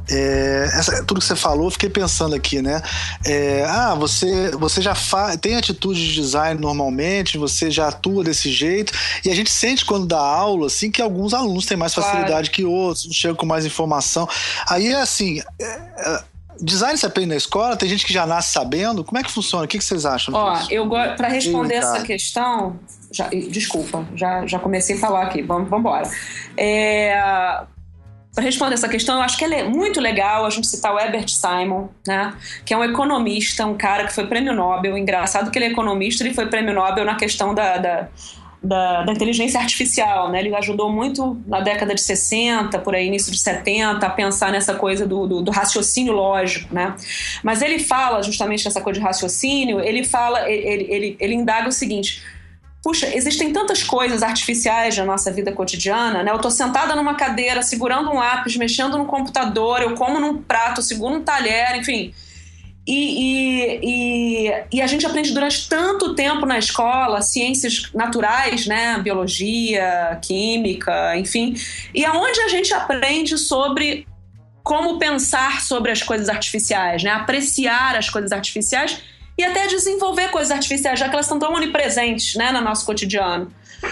é, essa, tudo que você falou, eu fiquei pensando aqui, né? É, ah, você, você já fa- tem atitude de design normalmente, você já atua desse jeito, e a gente sente quando dá aula, assim, que alguns alunos têm mais facilidade claro. que outros, chegam com mais informação. Aí, é assim... É, design se aprende na escola? Tem gente que já nasce sabendo? Como é que funciona? O que vocês acham Ó, disso? eu go- para responder Ei, essa questão... Já, desculpa, já, já comecei a falar aqui. Vamos embora. É, para responder essa questão, eu acho que é muito legal a gente citar o Herbert Simon, né? Que é um economista, um cara que foi prêmio Nobel. Engraçado que ele é economista, ele foi prêmio Nobel na questão da... da Da, da inteligência artificial, né? Ele ajudou muito na década de sessenta, por aí, início de setenta, a pensar nessa coisa do, do, do raciocínio lógico, né? Mas ele fala justamente nessa coisa de raciocínio, ele fala, ele, ele, ele indaga o seguinte: puxa, existem tantas coisas artificiais na nossa vida cotidiana, né? Eu tô sentada numa cadeira, segurando um lápis, mexendo no computador, eu como num prato, seguro um talher, enfim... E, e, e, e a gente aprende durante tanto tempo na escola ciências naturais, né? Biologia, química, enfim. E aonde a gente aprende sobre como pensar sobre as coisas artificiais, né? Apreciar as coisas artificiais e até desenvolver coisas artificiais, já que elas estão tão onipresentes, né, no nosso cotidiano.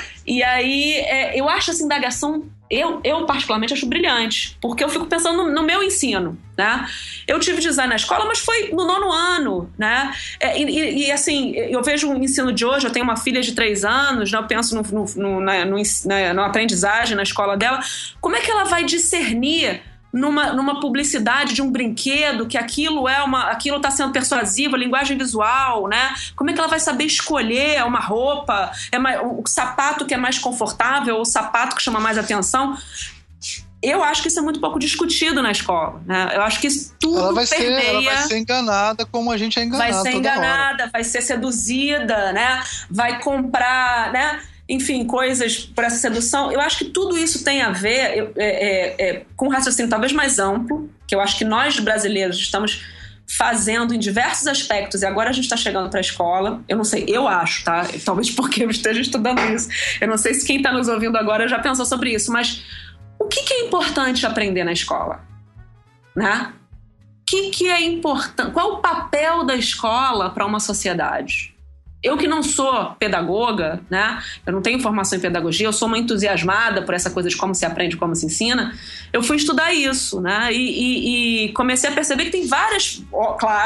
E aí, é, eu acho essa indagação... Eu, eu, particularmente, acho brilhante, porque eu fico pensando no, no meu ensino, né? Eu tive design na escola, mas foi no nono ano, né? É, e, e, assim, eu vejo o ensino de hoje, eu tenho uma filha de três anos, né? Eu penso no, no, no, na, no, na, na aprendizagem na escola dela, como é que ela vai discernir numa, numa publicidade de um brinquedo que aquilo é uma, aquilo está sendo persuasivo, a linguagem visual, né? Como é que ela vai saber escolher uma roupa, é mais, o sapato que é mais confortável, ou o sapato que chama mais atenção? Eu acho que isso é muito pouco discutido na escola, né? Eu acho que isso tudo ela vai permeia... Ser, ela vai ser enganada como a gente é enganada Vai ser toda enganada, hora. Vai ser seduzida, né? Vai comprar, né? Enfim, coisas por essa sedução. Eu acho que tudo isso tem a ver eu, é, é, com um raciocínio talvez mais amplo, que eu acho que nós brasileiros estamos fazendo em diversos aspectos, e agora a gente está chegando para a escola. Eu não sei, eu acho, tá? Talvez porque eu esteja estudando isso. Eu não sei se quem está nos ouvindo agora já pensou sobre isso, mas o que, que é importante aprender na escola? Né? O que, que é importante? Qual o papel da escola para uma sociedade? Eu que não sou pedagoga, né? Eu não tenho formação em pedagogia, eu sou uma entusiasmada por essa coisa de como se aprende, como se ensina. Eu fui estudar isso, né? E, e, e comecei a perceber que tem várias, ó, claro,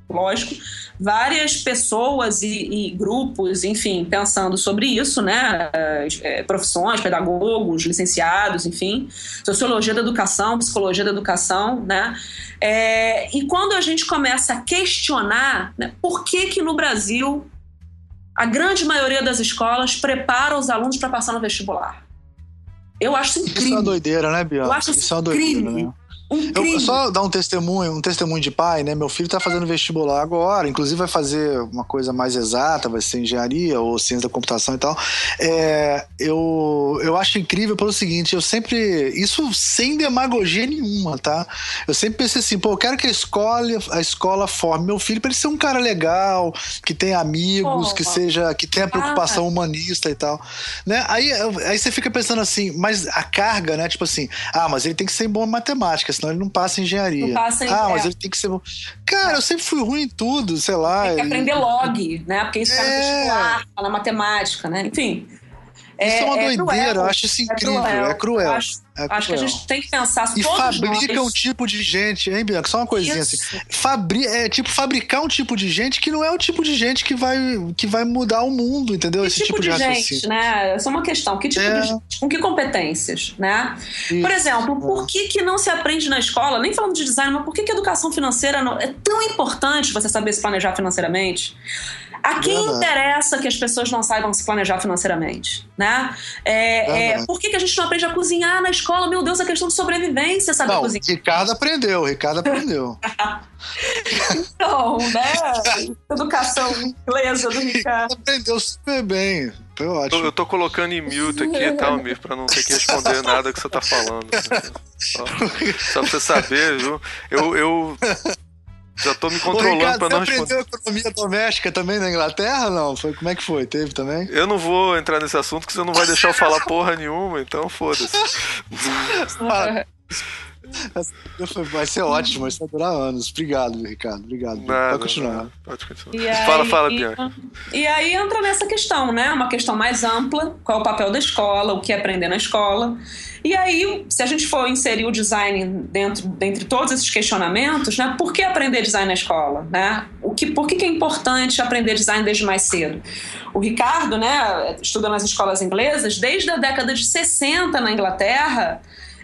lógico, várias pessoas e, e grupos, enfim, pensando sobre isso, né? É, profissões, pedagogos, licenciados, enfim, sociologia da educação, psicologia da educação, né? É, e quando a gente começa a questionar, né, por que que no Brasil a grande maioria das escolas prepara os alunos para passar no vestibular? Eu acho isso incrível. Isso é uma doideira, né, Bianca? Eu acho isso, isso é uma doideira, né? Um eu só dar um testemunho, um testemunho de pai, né? Meu filho tá fazendo vestibular agora, inclusive vai fazer uma coisa mais exata, vai ser engenharia ou ciência da computação e tal. É, eu, eu acho incrível pelo seguinte, eu sempre, isso sem demagogia nenhuma, tá? Eu sempre pensei assim, pô, eu quero que a escola, a escola forme meu filho para ele ser um cara legal, que tenha amigos, oh, que seja, que tenha preocupação ah. humanista e tal, né? Aí, aí você fica pensando assim, mas a carga, né? Tipo assim, ah, mas ele tem que ser bom em matemática, senão ele não passa em engenharia. Não passa em... Ah, mas é. ele tem que ser bom. Cara, eu sempre fui ruim em tudo, sei lá. Tem que aprender log, né? Porque isso é... tá no vestibular, na matemática, né? Enfim. Isso é, é uma é doideira, cruel, eu acho isso incrível, é cruel. É cruel. Eu acho, é acho que a gente tem que pensar e todos fabrica nós... um tipo de gente, hein, Bianca? Só uma coisinha isso. assim. Fabri... É tipo fabricar um tipo de gente que não é o tipo de gente que vai, que vai mudar o mundo, entendeu? Que Esse tipo, tipo de, de gente, né? Essa é uma questão. Que tipo é. de gente? Com que competências, né? Isso. Por exemplo, por que que não se aprende na escola, nem falando de design, mas por que que a educação financeira não... é tão importante você saber se planejar financeiramente? A quem Verdade. interessa que as pessoas não saibam se planejar financeiramente, né? É, é, por que que a gente não aprende a cozinhar na escola? Meu Deus, a questão de sobrevivência, saber não, cozinhar. Ricardo aprendeu, Ricardo aprendeu. Então, né? Educação inglesa do Ricardo. Aprendeu super bem. Foi ótimo. Eu, eu tô colocando em mute aqui, tá, Almir, pra não ter que responder nada que você tá falando. Só, só pra você saber, viu? Eu... eu... Já tô me controlando. Ô, Ricardo, pra não você responder. Você aprendeu economia doméstica também na Inglaterra, não? Foi, como é que foi? Teve também? Eu não vou entrar nesse assunto, que você não vai deixar eu falar porra nenhuma, então foda-se. Ah, vai ser ótimo, vai durar anos. Obrigado, Ricardo. Obrigado. Nada, pode continuar. Nada. Pode continuar. Aí, fala, fala, Bianca. E, e aí entra nessa questão, né? Uma questão mais ampla. Qual é o papel da escola, o que é aprender na escola. E aí, se a gente for inserir o design dentro, dentre todos esses questionamentos, né, por que aprender design na escola? Né? O que, por que, que é importante aprender design desde mais cedo? O Ricardo, né, estuda nas escolas inglesas, desde a década de sessenta na Inglaterra,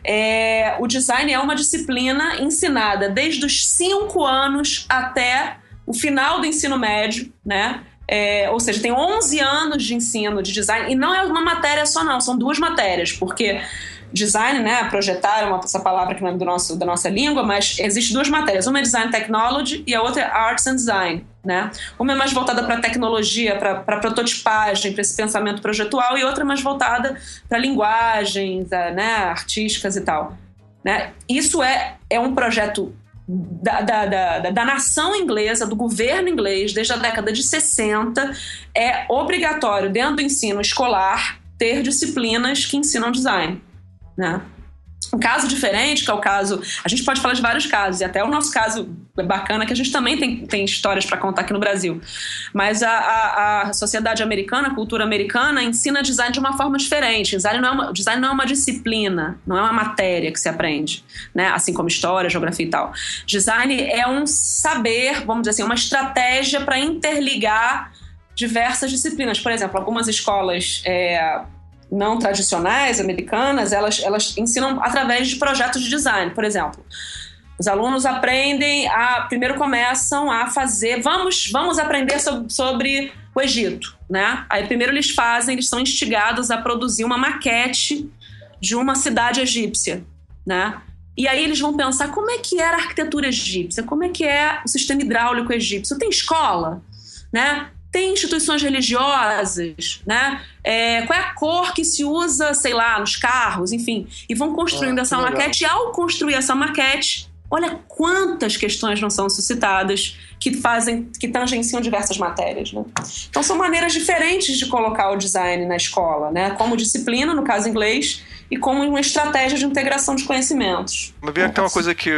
é, o design é uma disciplina ensinada desde os cinco anos até o final do ensino médio, né? É, ou seja, tem onze anos de ensino de design, e não é uma matéria só não, são duas matérias, porque... design, né, projetar é uma, essa palavra que não é do nosso, da nossa língua, mas existem duas matérias, uma é Design Technology e a outra é Arts and Design, né? Uma é mais voltada para tecnologia, para prototipagem, para esse pensamento projetual, e outra é mais voltada para linguagens, né, artísticas e tal, né? Isso é, é um projeto da, da, da, da nação inglesa, do governo inglês, desde a década de sessenta, é obrigatório dentro do ensino escolar ter disciplinas que ensinam design. Né? Um caso diferente, que é o caso... A gente pode falar de vários casos, e até o nosso caso é bacana, que a gente também tem, tem histórias para contar aqui no Brasil. Mas a, a, a sociedade americana, a cultura americana, ensina design de uma forma diferente. Design não é uma, design não é uma disciplina, não é uma matéria que se aprende, né? Assim como história, geografia e tal. Design é um saber, vamos dizer assim, uma estratégia para interligar diversas disciplinas. Por exemplo, algumas escolas... É, não tradicionais, americanas, elas, elas ensinam através de projetos de design. Por exemplo, os alunos aprendem a... Primeiro começam a fazer... Vamos, vamos aprender sobre, sobre o Egito, né? Aí primeiro eles fazem, eles são instigados a produzir uma maquete de uma cidade egípcia, né? E aí eles vão pensar como é que era a arquitetura egípcia, como é que é o sistema hidráulico egípcio. Tem escola, né? Tem instituições religiosas, né? É, qual é a cor que se usa, sei lá, nos carros, enfim. E vão construindo ah, essa maquete. E ao construir essa maquete, olha quantas questões não são suscitadas que fazem, que tangenciam diversas matérias, né? Então são maneiras diferentes de colocar o design na escola, né? Como disciplina, no caso inglês, e como uma estratégia de integração de conhecimentos. Mas Bianca, tem uma coisa que,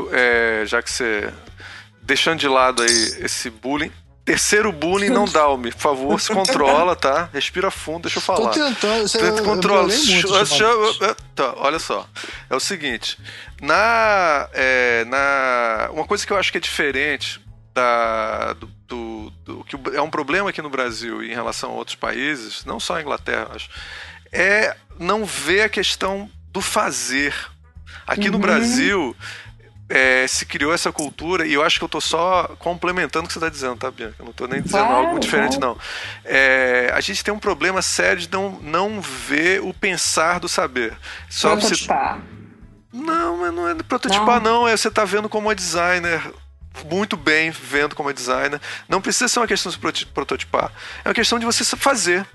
é, já que você... Deixando de lado aí esse bullying... Terceiro bullying não dá, Almir. Por favor, se controla, tá? Respira fundo, deixa eu falar. Tô tentando, você Tenta, controla. Muito, tá, olha só. É o seguinte. Na, é, na... Uma coisa que eu acho que é diferente da, do, do, do que é um problema aqui no Brasil em relação a outros países, não só a Inglaterra, acho, é não ver a questão do fazer. Aqui uhum. no Brasil é, se criou essa cultura, e eu acho que eu estou só complementando o que você está dizendo, tá, Bianca? Eu não estou nem dizendo vai, algo diferente, vai. não. É, a gente tem um problema sério de não, não ver o pensar do saber. Só prototipar. Você... Não, mas não é prototipar, não. não. É você tá vendo como é designer, muito bem vendo como é designer. Não precisa ser uma questão de prototipar. É uma questão de você fazer.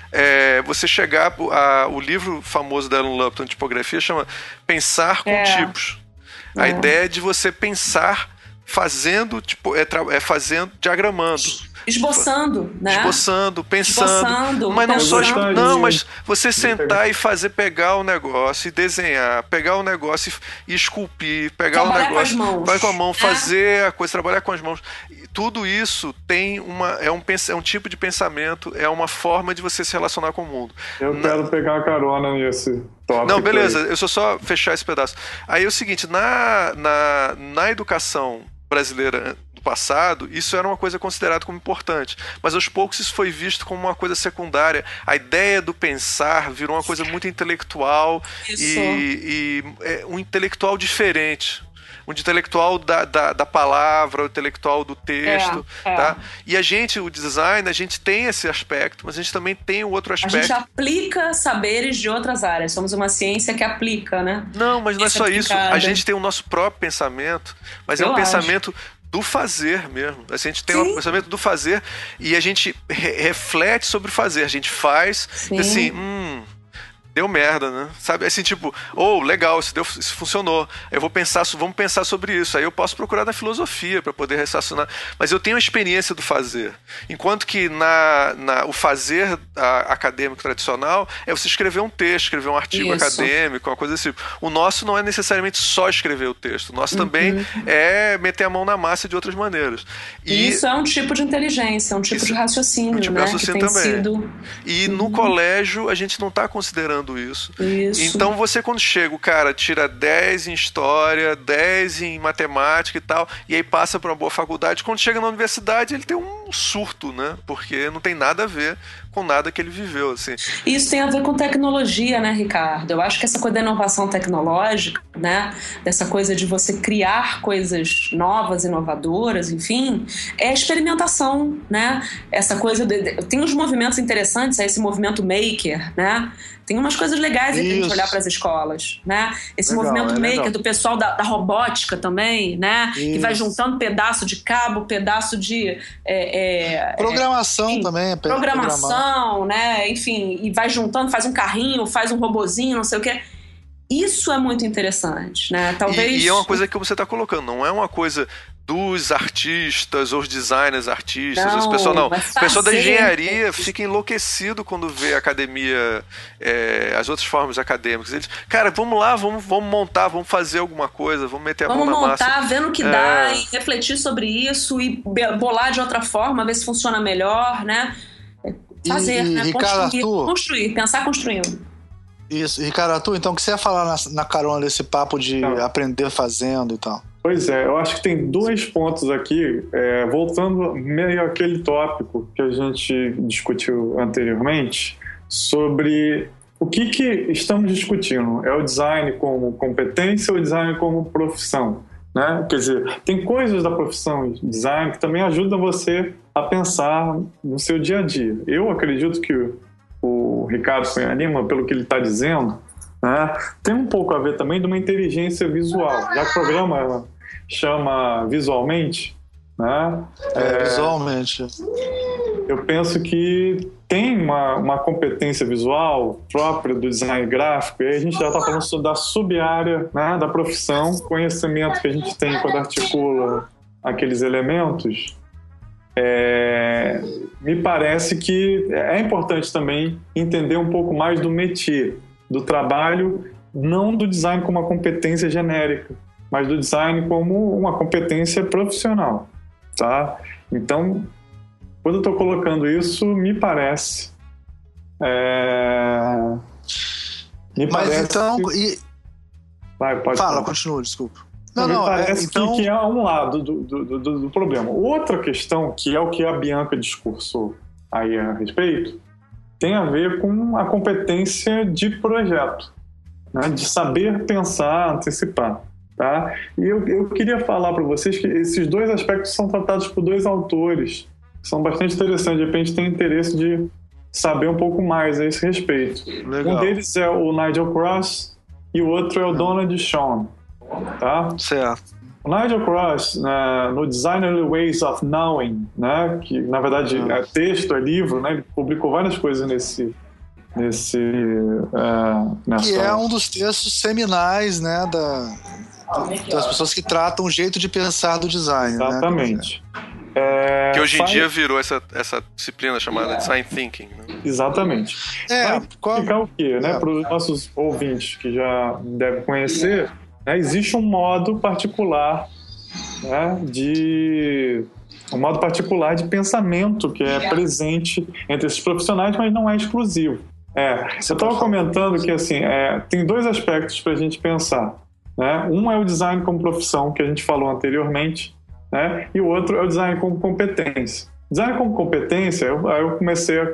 É, você chegar... A, o livro famoso da Ellen Lupton, de tipografia, chama Pensar com é. Tipos. A É. ideia é de você pensar fazendo, tipo, é, é fazendo, diagramando. Esboçando, né? Esboçando, pensando. Esboçando, mas não pensando. só. Não, mas você sentar e fazer, pegar o negócio e desenhar, pegar o negócio e, e esculpir, pegar trabalhar o negócio. com as mãos. Vai com a mão, É. fazer a coisa, trabalhar com as mãos. E tudo isso tem uma. É um, é um tipo de pensamento, é uma forma de você se relacionar com o mundo. Eu Na... quero pegar a carona nesse tópico. Não, beleza, aí. eu só só fechar esse pedaço. Aí é o seguinte, na, na, na educação brasileira do passado, isso era uma coisa considerada como importante, mas aos poucos isso foi visto como uma coisa secundária. A ideia do pensar virou uma coisa muito intelectual Isso. e, e é, um intelectual diferente. Um intelectual da, da, da palavra, o intelectual do texto, É, é. tá? E a gente, o design, a gente tem esse aspecto, mas a gente também tem o outro A aspecto. gente aplica saberes de outras áreas. Somos uma ciência que aplica, né? Não, mas não é Isso só é isso. aplicado. A gente tem o nosso próprio pensamento, mas é Eu um acho. pensamento do fazer mesmo. A gente tem Sim. um pensamento do fazer e a gente re- reflete sobre o fazer. A gente faz, Sim. e assim, hum, deu merda, né? Sabe, assim, tipo, oh, legal, isso, deu, isso funcionou. Eu vou pensar, vamos pensar sobre isso. Aí eu posso procurar na filosofia para poder relacionar. Mas eu tenho a experiência do fazer. Enquanto que na, na, o fazer a, acadêmico tradicional é você escrever um texto, escrever um artigo Isso. acadêmico, uma coisa desse tipo. O nosso não é necessariamente só escrever o texto. O nosso Uhum. também é meter a mão na massa de outras maneiras. E isso é um tipo de inteligência, é um tipo Isso, de raciocínio, um tipo de né? raciocínio que tem também. sido... E no colégio a gente não está considerando isso. Isso. Então você, quando chega, o cara tira dez em história, dez em matemática e tal, e aí passa para uma boa faculdade. Quando chega na universidade, ele tem um surto, né? Porque não tem nada a ver com nada que ele viveu, assim. Isso tem a ver com tecnologia, né, Ricardo? Eu acho que essa coisa da inovação tecnológica, né, dessa coisa de você criar coisas novas, inovadoras, enfim, é a experimentação, né? Essa coisa de, de, tem uns movimentos interessantes, é esse movimento maker, né? Tem umas coisas legais aí pra gente olhar para as escolas, né? Esse Legal, movimento é maker legal. do pessoal da, da robótica também, né? Que vai Isso. juntando pedaço de cabo, pedaço de... É, é, Programação enfim, também. é pe- programar. programação, né? Enfim, e vai juntando, faz um carrinho, faz um robozinho, não sei o quê. Isso é muito interessante, né? Talvez... E, e é uma coisa que você está colocando, não é uma coisa dos artistas, ou os designers artistas, Não, os pessoal não. O mas pessoal da fazer- engenharia fica enlouquecido quando vê a academia, é, as outras formas acadêmicas. Eles, cara, vamos lá, vamos, vamos montar, vamos fazer alguma coisa, vamos meter a Vamos mão na montar, massa. vendo o que É. dá e refletir sobre isso e be- bolar de outra forma, ver se funciona melhor, né? Fazer, E- e, né? Ricardo, Construir, Arthur? construir, pensar construindo. Isso. Ricardo, Arthur, então o que você ia falar na, na carona desse papo de Não. aprender fazendo e tal? Pois é, eu acho que tem dois pontos aqui, é, voltando meio àquele tópico que a gente discutiu anteriormente, sobre o que, que estamos discutindo. É o design como competência ou o design como profissão? Né? Quer dizer, tem coisas da profissão de design que também ajudam você a pensar no seu dia a dia. Eu acredito que o, o Ricardo Cunha Lima, pelo que ele está dizendo, né, tem um pouco a ver também de uma inteligência visual, já que o programa chama visualmente, né? É, visualmente. Eu penso que tem uma, uma competência visual própria do design gráfico, e aí a gente já está falando da sub-área, né, da profissão, conhecimento que a gente tem quando articula aqueles elementos. É, me parece que é importante também entender um pouco mais do métier, do trabalho, não do design como uma competência genérica, mas do design como uma competência profissional, tá? Então, quando eu estou colocando isso, me parece... É, me Mas parece então... que... E... Vai, pode Fala, falar. continua, desculpa. Não, não, parece é, então... que, que é um lado do, do, do, do problema. Outra questão, que é o que a Bianca discursou aí a respeito, tem a ver com a competência de projeto, né? De saber pensar, antecipar. Tá? E eu, eu queria falar para vocês que esses dois aspectos são tratados por dois autores, que são bastante interessantes. De repente tem interesse de saber um pouco mais a esse respeito. Legal. Um deles é o Nigel Cross e o outro é o Donald Schoen. Tá? Certo. O Nigel Cross, né, no Designerly Ways of Knowing, né, que na verdade é texto, é livro, né, ele publicou várias coisas nesse... nesse uh, nessa... Que é um dos textos seminais, né, da, das pessoas que tratam o jeito de pensar do design. Exatamente. Né? É, que hoje em faz... dia virou essa, essa disciplina chamada Design Thinking. Né? Exatamente. É, Vai qual... explicar o quê? Né? É. Para os nossos ouvintes que já devem conhecer, né, existe um modo particular, né, de... um modo particular de pensamento que é presente entre esses profissionais, mas não é exclusivo. É, eu estava comentando que assim, é, tem dois aspectos para a gente pensar. Né? Um é o design como profissão, que a gente falou anteriormente, né? E o outro é o design como competência. Design como competência, eu, eu comecei a,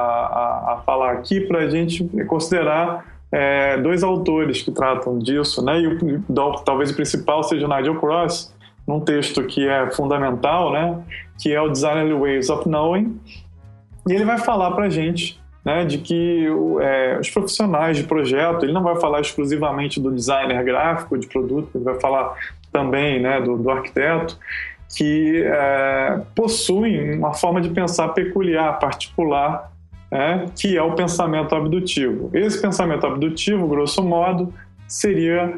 a, a falar aqui para a gente considerar é, dois autores que tratam disso, né? E o, talvez o principal seja o Nigel Cross, num texto que é fundamental, né? Que é o Designerly Ways of Knowing, e ele vai falar para a gente, né, de que é, os profissionais de projeto, ele não vai falar exclusivamente do designer gráfico de produto, ele vai falar também, né, do, do arquiteto, que é, possuem uma forma de pensar peculiar, particular, é, que é o pensamento abdutivo. Esse pensamento abdutivo, grosso modo, seria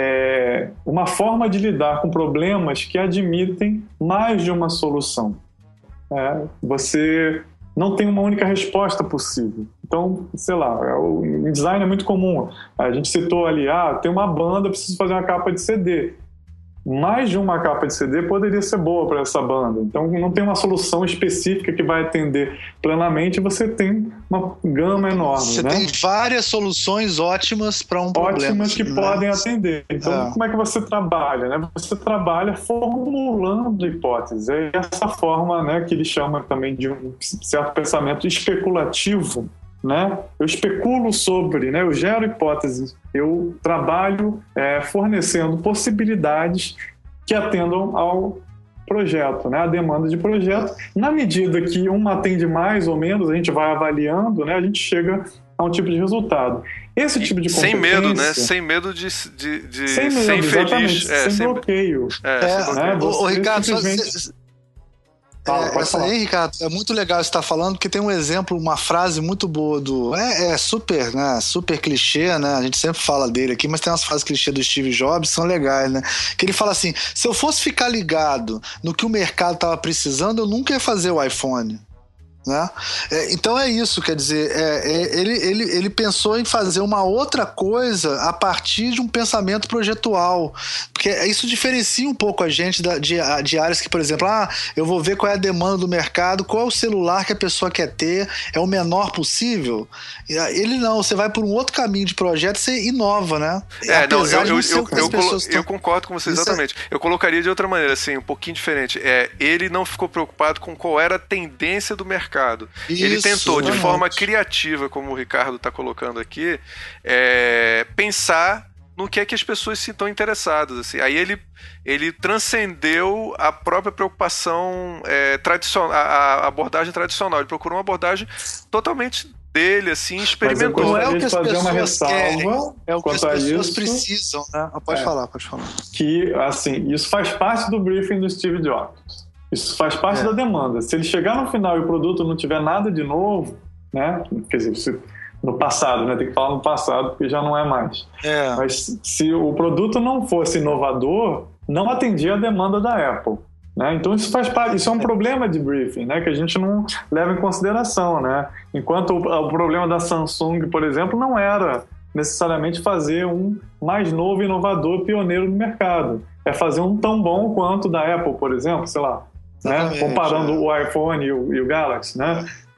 é, uma forma de lidar com problemas que admitem mais de uma solução. É, você não tem uma única resposta possível. Então, sei lá, o design é muito comum. A gente citou ali, ah, tem uma banda, preciso fazer uma capa de C D. Mais de uma capa de C D poderia ser boa para essa banda. Então, não tem uma solução específica que vai atender plenamente, você tem uma gama enorme. Você né? tem várias soluções ótimas para um problema. Ótimas que né? podem atender. Então, é. como é que você trabalha? Né? Você trabalha formulando hipóteses. É essa forma, né, que ele chama também de um certo pensamento especulativo. Né? Eu especulo sobre, né? Eu gero hipóteses, eu trabalho é, fornecendo possibilidades que atendam ao projeto, né? A demanda de projeto. Na medida que uma atende mais ou menos, a gente vai avaliando, né? A gente chega a um tipo de resultado. Esse tipo de competência... Sem medo, né? Sem medo de, de, de sem medo, ser infeliz. É, sem, sem bloqueio. É, é, sem né? bloqueio. Ô, Ricardo, simplesmente... só... Fala, É, essa aí, Ricardo, é muito legal você estar falando, porque tem um exemplo, uma frase muito boa do... É, é super, né? Super clichê, né? A gente sempre fala dele aqui, mas tem umas frases clichê do Steve Jobs que são legais, né? Que ele fala assim, se eu fosse ficar ligado no que o mercado estava precisando, eu nunca ia fazer o iPhone. Né? É, então é isso, quer dizer, é, é, ele, ele, ele pensou em fazer uma outra coisa a partir de um pensamento projetual, porque isso diferencia um pouco a gente da, de, de áreas que, por exemplo, ah, eu vou ver qual é a demanda do mercado, qual é o celular que a pessoa quer ter, é o menor possível. Ele não, você vai por um outro caminho de projeto, você inova, né? É, não, eu, eu, ser eu, eu, pessoas eu concordo com você isso exatamente. É... Eu colocaria de outra maneira, assim, um pouquinho diferente. É, ele não ficou preocupado com qual era a tendência do mercado. Isso, ele tentou, de forma criativa, como o Ricardo está colocando aqui, é, pensar no que é que as pessoas se estão interessadas. Assim. Aí ele, ele transcendeu a própria preocupação é, tradicional, a, a abordagem tradicional. Ele procurou uma abordagem totalmente dele, assim, experimentou. Não é o que as fazer uma pessoas ressalva querem, é o que as pessoas isso, precisam. Né? Pode é, falar, pode falar. Que, assim, isso faz parte do briefing do Steve Jobs. Isso faz parte é. da demanda. Se ele chegar no final e o produto não tiver nada de novo, né? Quer dizer, se, no passado, né? Tem que falar no passado, porque já não é mais. É. Mas se o produto não fosse inovador, não atendia a demanda da Apple. Né? Então isso faz parte, isso é um problema de briefing, né? Que a gente não leva em consideração. Né? Enquanto o, o problema da Samsung, por exemplo, não era necessariamente fazer um mais novo, inovador, pioneiro no mercado. É fazer um tão bom quanto da Apple, por exemplo, sei lá. Né? Comparando é. o iPhone e o, e o Galaxy, né?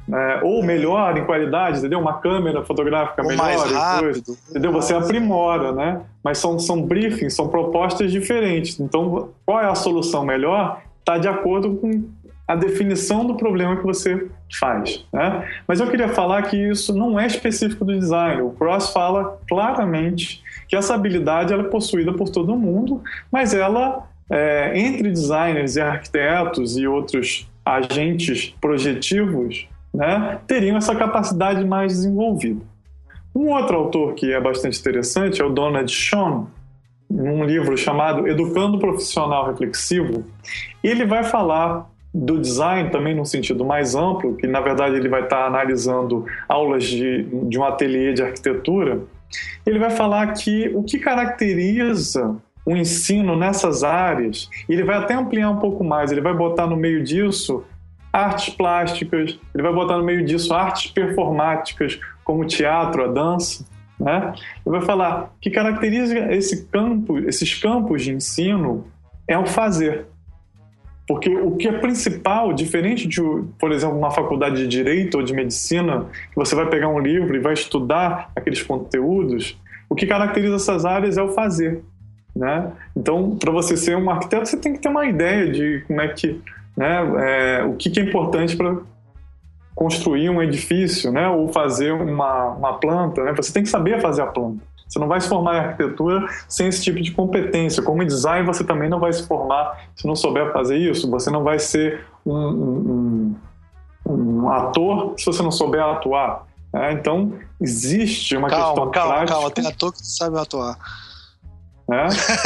é, ou melhor em qualidade, entendeu? Uma câmera fotográfica ou melhor, mais rápido, coisa, entendeu? Você aprimora, né? Mas são, são briefings, são propostas diferentes. Então, qual é a solução melhor? Está de acordo com a definição do problema que você faz, né? Mas eu queria falar que isso não é específico do design. O Cross fala claramente que essa habilidade ela é possuída por todo mundo, mas ela, é, entre designers e arquitetos e outros agentes projetivos, né, teriam essa capacidade mais desenvolvida. Um outro autor que é bastante interessante é o Donald Schoen, num livro chamado Educando o Profissional Reflexivo. Ele vai falar do design também num sentido mais amplo, que na verdade ele vai estar analisando aulas de, de um ateliê de arquitetura. Ele vai falar que o que caracteriza o ensino nessas áreas, ele vai até ampliar um pouco mais, ele vai botar no meio disso artes plásticas, ele vai botar no meio disso artes performáticas, como o teatro, a dança, né? Ele vai falar que caracteriza esse campo, esses campos de ensino é o fazer. Porque o que é principal, diferente de, por exemplo, uma faculdade de Direito ou de Medicina, que você vai pegar um livro e vai estudar aqueles conteúdos, o que caracteriza essas áreas é o fazer, né? Então, para você ser um arquiteto, você tem que ter uma ideia de como é que, né, é, o que é importante para construir um edifício, né, ou fazer uma, uma planta, né? Você tem que saber fazer a planta. Você não vai se formar em arquitetura sem esse tipo de competência. Como em design, você também não vai se formar se não souber fazer isso. Você não vai ser um, um, um, um ator se você não souber atuar. É, então, existe uma calma, questão calma, prática. Calma, tem ator que não sabe atuar. É?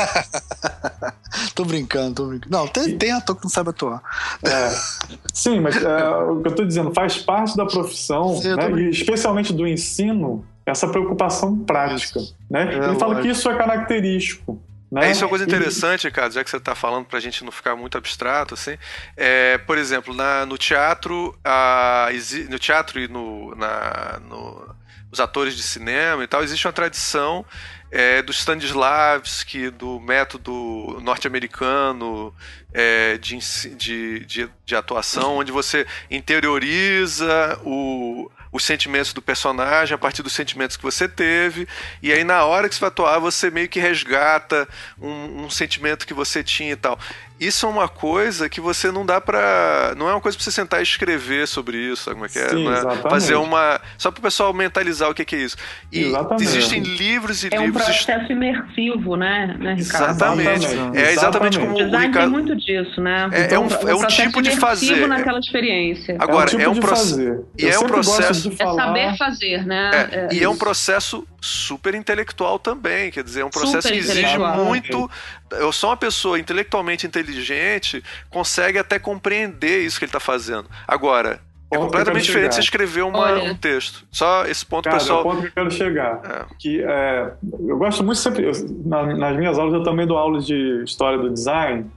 tô brincando, tô brincando. Não, tem, tem ator que não sabe atuar. É. Sim, mas é, o que eu estou dizendo, faz parte da profissão, Sim, né, e especialmente do ensino, essa preocupação prática. Né? É, Ele fala lógico. que isso é característico. Né? É, isso é uma coisa interessante, Ricardo, já que você está falando para a gente não ficar muito abstrato, assim. É, por exemplo, na, no teatro, a, no teatro e no, na, no, os atores de cinema e tal, existe uma tradição é, do Stanislavski, do método norte-americano é, de, de, de, de atuação, onde você interioriza o... os sentimentos do personagem a partir dos sentimentos que você teve, e aí na hora que você vai atuar você meio que resgata um, um sentimento que você tinha e tal. Isso é uma coisa que você não dá pra... não é uma coisa pra você sentar e escrever sobre isso, sabe como é que é? Sim, não é exatamente. Fazer uma... só pro pessoal mentalizar o que, que é isso. E exatamente. existem livros e é livros... É um processo imersivo, né, né Ricardo? Exatamente. Exatamente. É exatamente como o design o Ricardo... tem muito disso, né? É, então, é um, é um tipo de fazer. naquela experiência. Agora, é um, tipo é um processo... E é um processo... É saber fazer, né? É, é, e é um processo super intelectual também, quer dizer, é um processo que exige muito... Eu sou uma pessoa intelectualmente inteligente, consegue até compreender isso que ele está fazendo. Agora, é completamente diferente você escrever uma, um texto. Só esse ponto, Cara, pessoal... é o ponto que eu quero chegar. É. Que, é, eu gosto muito sempre... Eu, na, nas minhas aulas eu também dou aulas de história do design,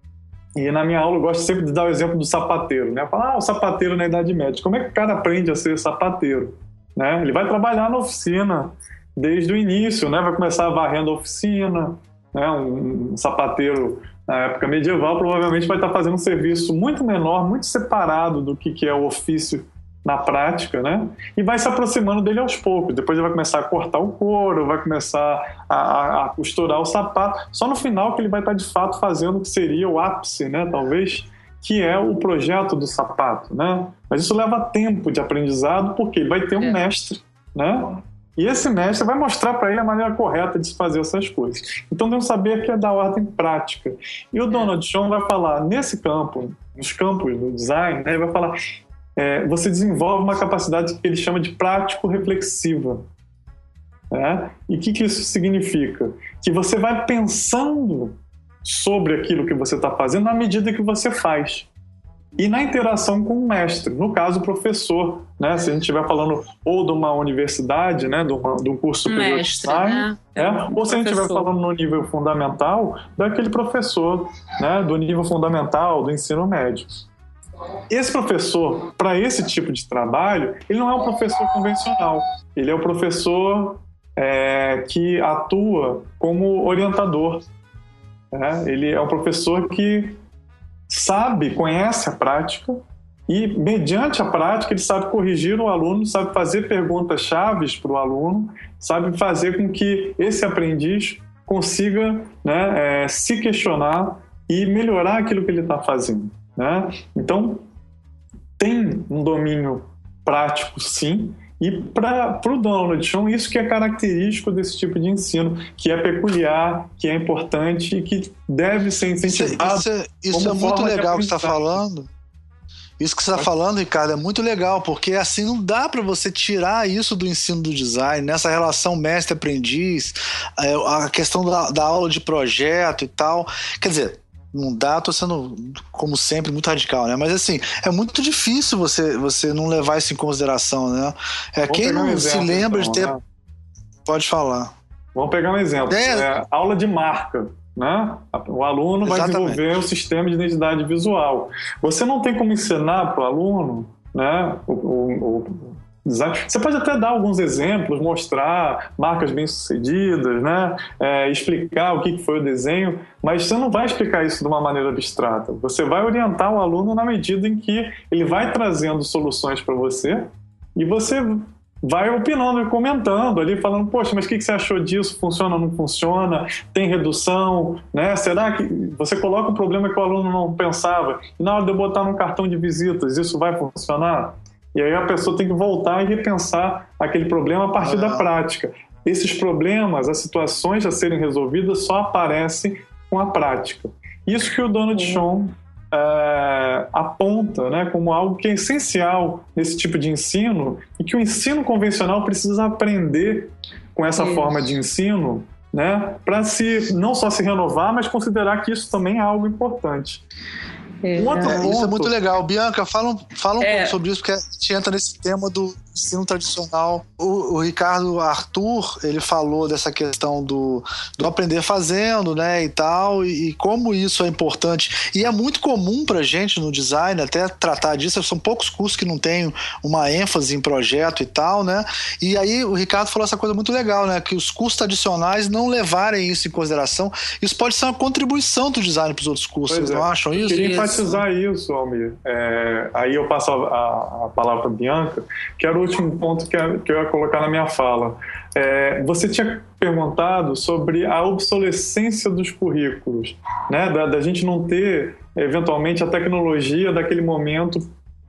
e na minha aula eu gosto sempre de dar o exemplo do sapateiro, né? Falar, ah, o sapateiro na Idade Média. Como é que o cara aprende a ser sapateiro? Né? Ele vai trabalhar na oficina desde o início, né? Vai começar varrendo a oficina, né? um, um sapateiro na época medieval provavelmente vai estar fazendo um serviço muito menor, muito separado do que, que é o ofício na prática, né? E vai se aproximando dele aos poucos. Depois ele vai começar a cortar o couro, vai começar a, a, a costurar o sapato. Só no final que ele vai estar de fato fazendo o que seria o ápice, né? Talvez, que é o projeto do sapato, né? Mas isso leva tempo de aprendizado, porque ele vai ter um é. mestre, né? E esse mestre vai mostrar para ele a maneira correta de se fazer essas coisas. Então tem um saber que é da ordem prática. E o Donald Schoen vai falar, nesse campo, nos campos do design, né, ele vai falar, é, você desenvolve uma capacidade que ele chama de prático-reflexiva. Né? E o que, que isso significa? Que você vai pensando sobre aquilo que você está fazendo na medida que você faz. E na interação com o mestre, no caso o professor, né? Se a gente estiver falando ou de uma universidade, né? de, uma, de um curso superior mestre, de design, né? é, um ou se a gente estiver professor. falando no nível fundamental, daquele professor, né? Do nível fundamental, do ensino médio. Esse professor, para esse tipo de trabalho, ele não é um professor convencional, ele é o professor é, que atua como orientador. Né? Ele é um professor que sabe, conhece a prática e, mediante a prática, ele sabe corrigir o aluno, sabe fazer perguntas chaves para o aluno, sabe fazer com que esse aprendiz consiga, né, é, se questionar e melhorar aquilo que ele está fazendo, né? Então, tem um domínio prático, sim, e para o Donald Shon, isso que é característico desse tipo de ensino, que é peculiar, que é importante e que deve ser incentivado. Isso é, isso isso é muito legal que você está falando. Isso que você está falando, Ricardo, é muito legal, porque assim não dá para você tirar isso do ensino do design, nessa relação mestre-aprendiz, a questão da, da aula de projeto e tal. Quer dizer, não dá, tô sendo, como sempre, muito radical, né? Mas assim, é muito difícil você, você não levar isso em consideração, né? É, quem não um exemplo, se lembra então, de ter... Né? Pode falar. Vamos pegar um exemplo. É... É, aula de marca. Né? O aluno vai Exatamente. desenvolver o sistema de identidade visual. Você não tem como ensinar para o aluno, né, o, o, o design. Você pode até dar alguns exemplos, mostrar marcas bem-sucedidas, né, é, explicar o que foi o desenho, mas você não vai explicar isso de uma maneira abstrata. Você vai orientar o aluno na medida em que ele vai trazendo soluções para você e você vai opinando e comentando ali, falando, poxa, mas o que você achou disso? Funciona ou não funciona? Tem redução? Né? Será que você coloca um problema que o aluno não pensava e na hora de eu botar num cartão de visitas, isso vai funcionar? E aí a pessoa tem que voltar e repensar aquele problema a partir ah. da prática. Esses problemas, as situações a serem resolvidas só aparecem com a prática. Isso que o Donald Shon É, aponta, né, como algo que é essencial nesse tipo de ensino e que o ensino convencional precisa aprender com essa isso. forma de ensino, né, para se, não só se renovar, mas considerar que isso também é algo importante. É, um outro é, ponto... Isso é muito legal. Bianca, fala, fala um é. pouco sobre isso, porque a gente entra nesse tema do ensino tradicional. O, o Ricardo Arthur, ele falou dessa questão do, do aprender fazendo, né, e tal, e, e como isso é importante. E é muito comum pra gente no design até tratar disso. São poucos cursos que não têm uma ênfase em projeto e tal, né? E aí o Ricardo falou essa coisa muito legal, né, que os cursos tradicionais não levarem isso em consideração. Isso pode ser uma contribuição do design para os outros cursos. Pois Vocês é. não acham isso? Eu queria enfatizar isso, Almir. É, aí eu passo a, a, a palavra para a Bianca, que era o último ponto que eu ia colocar na minha fala. É, você tinha perguntado sobre a obsolescência dos currículos, né? da, da gente não ter, eventualmente, a tecnologia daquele momento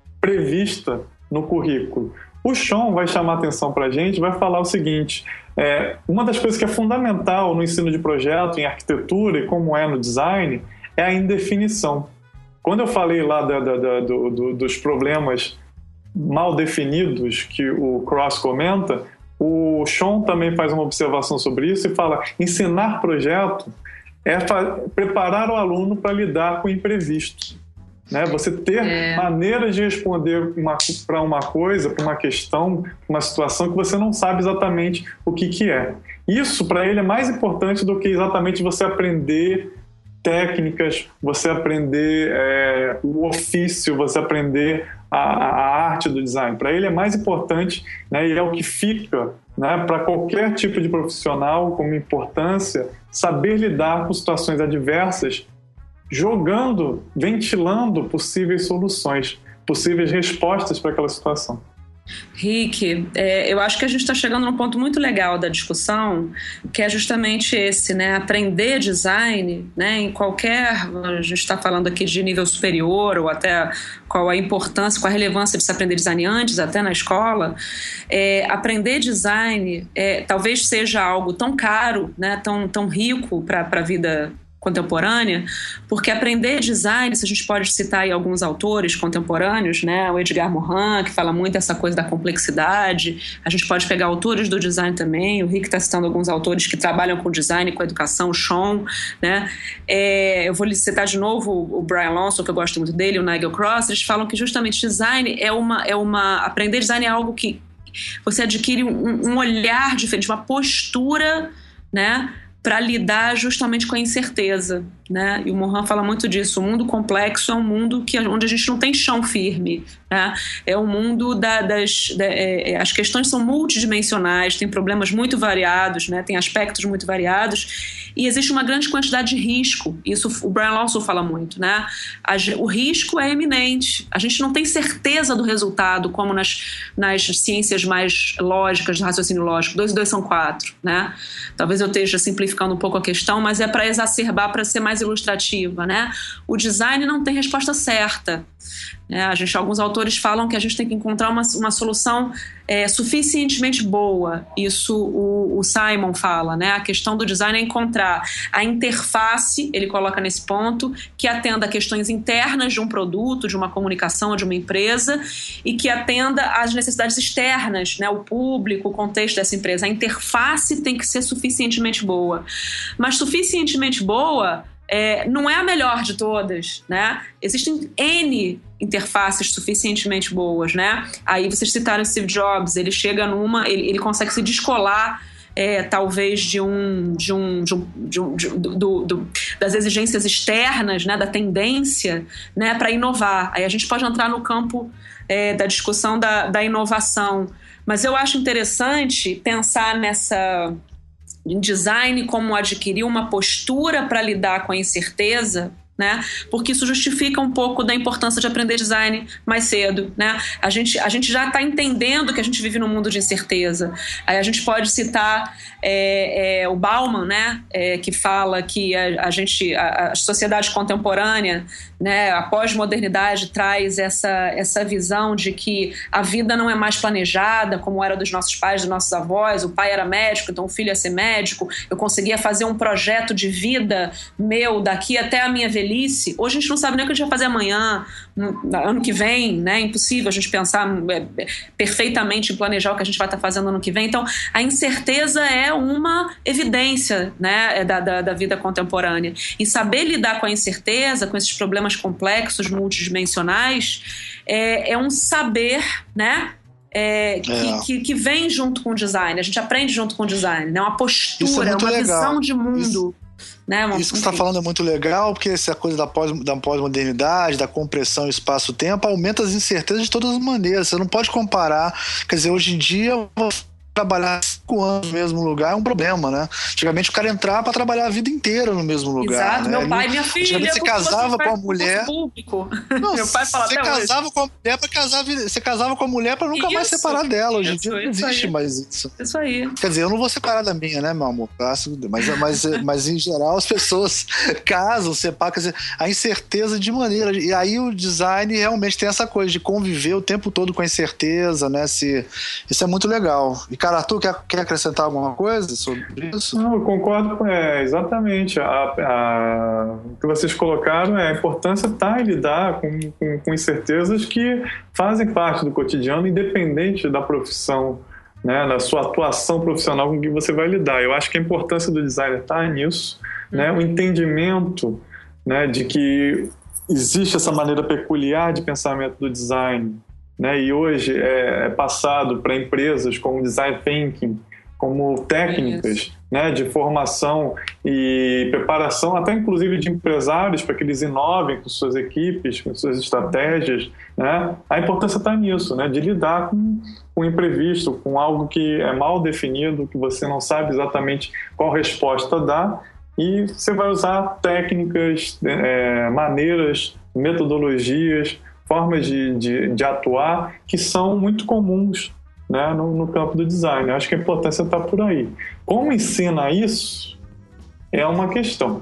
prevista no currículo. O Shon vai chamar a atenção para a gente, vai falar o seguinte, é, uma das coisas que é fundamental no ensino de projeto, em arquitetura e como é no design, é a indefinição. Quando eu falei lá da, da, da, do, do, dos problemas mal definidos que o Cross comenta, o Shon também faz uma observação sobre isso e fala: ensinar projeto é preparar o aluno para lidar com o imprevisto. Né? Você ter é. maneiras de responder para uma coisa, para uma questão, para uma situação que você não sabe exatamente o que, que é. Isso, para ele, é mais importante do que exatamente você aprender técnicas, você aprender é, o ofício, você aprender a, a arte do design. Para ele é mais importante, né, e é o que fica, né, para qualquer tipo de profissional como importância, saber lidar com situações adversas, jogando, ventilando possíveis soluções, possíveis respostas para aquela situação. Rick, é, eu acho que a gente está chegando num ponto muito legal da discussão, que é justamente esse, né? Aprender design, né? Em qualquer, a gente está falando aqui de nível superior, ou até qual a importância, qual a relevância de se aprender design antes, até na escola. É, aprender design é, talvez seja algo tão caro, né? Tão, tão rico para a vida contemporânea, porque aprender design, se a gente pode citar aí alguns autores contemporâneos, né, o Edgar Morin, que fala muito essa coisa da complexidade, a gente pode pegar autores do design também, o Rick está citando alguns autores que trabalham com design, com educação, o Shon, né, é, eu vou lhe citar de novo o Brian Lonsdale, que eu gosto muito dele, o Nigel Cross, eles falam que justamente design é uma, é uma aprender design é algo que você adquire um, um olhar diferente, uma postura, né, para lidar justamente com a incerteza. né? E o Mohan fala muito disso. O mundo complexo é um mundo que, onde a gente não tem chão firme, né? É um mundo da, das... Da, é, as questões são multidimensionais, tem problemas muito variados, né? Tem aspectos muito variados e existe uma grande quantidade de risco. Isso o Brian Lawson fala muito, né? A, o risco é eminente. A gente não tem certeza do resultado, como nas, nas ciências mais lógicas, de raciocínio lógico. Dois e dois são quatro, né? Talvez eu esteja simplificando um pouco a questão, mas é para exacerbar, para ser mais ilustrativa, né? O design não tem resposta certa. É, a gente, alguns autores falam que a gente tem que encontrar uma, uma solução é, suficientemente boa. Isso o, o Simon fala, né? A questão do design é encontrar a interface, ele coloca nesse ponto, que atenda a questões internas de um produto, de uma comunicação, de uma empresa, e que atenda às necessidades externas, né? O público, o contexto dessa empresa. A interface tem que ser suficientemente boa. Mas suficientemente boa é, não é a melhor de todas, né? Existem N interfaces suficientemente boas, né? Aí vocês citaram Steve Jobs, ele chega numa, ele, ele consegue se descolar é, talvez de um, de um, de um, de um de, do, do, das exigências externas, né? Da tendência, né? Para inovar. Aí a gente pode entrar no campo é, da discussão da, da inovação, mas eu acho interessante pensar nessa em design como adquirir uma postura para lidar com a incerteza, né? Porque isso justifica um pouco da importância de aprender design mais cedo, né? A gente, a gente já está entendendo que a gente vive num mundo de incerteza. Aí a gente pode citar é, é, o Bauman, né? É, que fala que a, a gente, a, a sociedade contemporânea, né? A pós-modernidade traz essa, essa visão de que a vida não é mais planejada como era dos nossos pais, dos nossos avós. O pai era médico, então o filho ia ser médico. Eu conseguia fazer um projeto de vida meu daqui até a minha velhice. Hoje a gente não sabe nem o que a gente vai fazer amanhã, no, ano que vem, né? É impossível a gente pensar é, perfeitamente em planejar o que a gente vai estar fazendo ano que vem. Então, a incerteza é uma evidência, né, da, da, da vida contemporânea. E saber lidar com a incerteza, com esses problemas complexos, multidimensionais, é, é um saber, né? É, que, é. Que, que vem junto com o design. A gente aprende junto com o design, né? Uma postura, é uma legal. Visão de mundo. Isso. Né, uma... Isso que você está falando é muito legal, porque essa coisa da, pós, da pós-modernidade, da compressão espaço-tempo, aumenta as incertezas de todas as maneiras. Você não pode comparar. Quer dizer, hoje em dia, trabalhar cinco anos no mesmo lugar é um problema, né? Antigamente o cara entrava para trabalhar a vida inteira no mesmo lugar. Exato, né? meu pai e minha filha. Antigamente você casava com a mulher. Não, meu pai fala você até casava hoje. com a mulher para casar, você casava com a mulher para nunca isso, mais separar dela. Hoje em dia não existe aí. mais isso. Isso aí. Quer dizer, eu não vou separar da minha, né, meu amor? Mas, mas, mas em geral as pessoas casam, separam. Quer dizer, a incerteza de maneira. E aí o design realmente tem essa coisa de conviver o tempo todo com a incerteza, né? Se, isso é muito legal. E, cara, Arthur, quer, quer acrescentar alguma coisa sobre isso? Não, eu concordo com é, exatamente. A, a, o que vocês colocaram é a importância estar em lidar com, com, com incertezas que fazem parte do cotidiano, independente da profissão, né, da sua atuação profissional com que você vai lidar. Eu acho que a importância do design está nisso, uhum. né, o entendimento, né, de que existe essa maneira peculiar de pensamento do design, né, e hoje é, é passado para empresas como design thinking, como técnicas, né, de formação e preparação, até inclusive de empresários, para que eles inovem com suas equipes, com suas estratégias, né? A importância está nisso, né, de lidar com, com o imprevisto, com algo que é mal definido, que você não sabe exatamente qual resposta dar, e você vai usar técnicas, é, maneiras, metodologias, formas de, de, de atuar que são muito comuns, né, no, no campo do design. Eu acho que a importância está por aí. Como ensina isso é uma questão.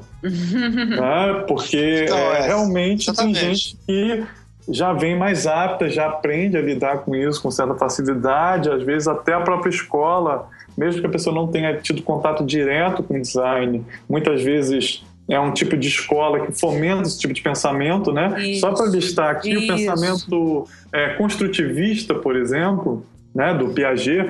Né, porque então, é, realmente exatamente. Tem gente que já vem mais apta, já aprende a lidar com isso com certa facilidade, às vezes até a própria escola, mesmo que a pessoa não tenha tido contato direto com design, muitas vezes é um tipo de escola que fomenta esse tipo de pensamento, né? Isso, só para listar aqui isso. O pensamento é, construtivista, por exemplo, né, do Piaget.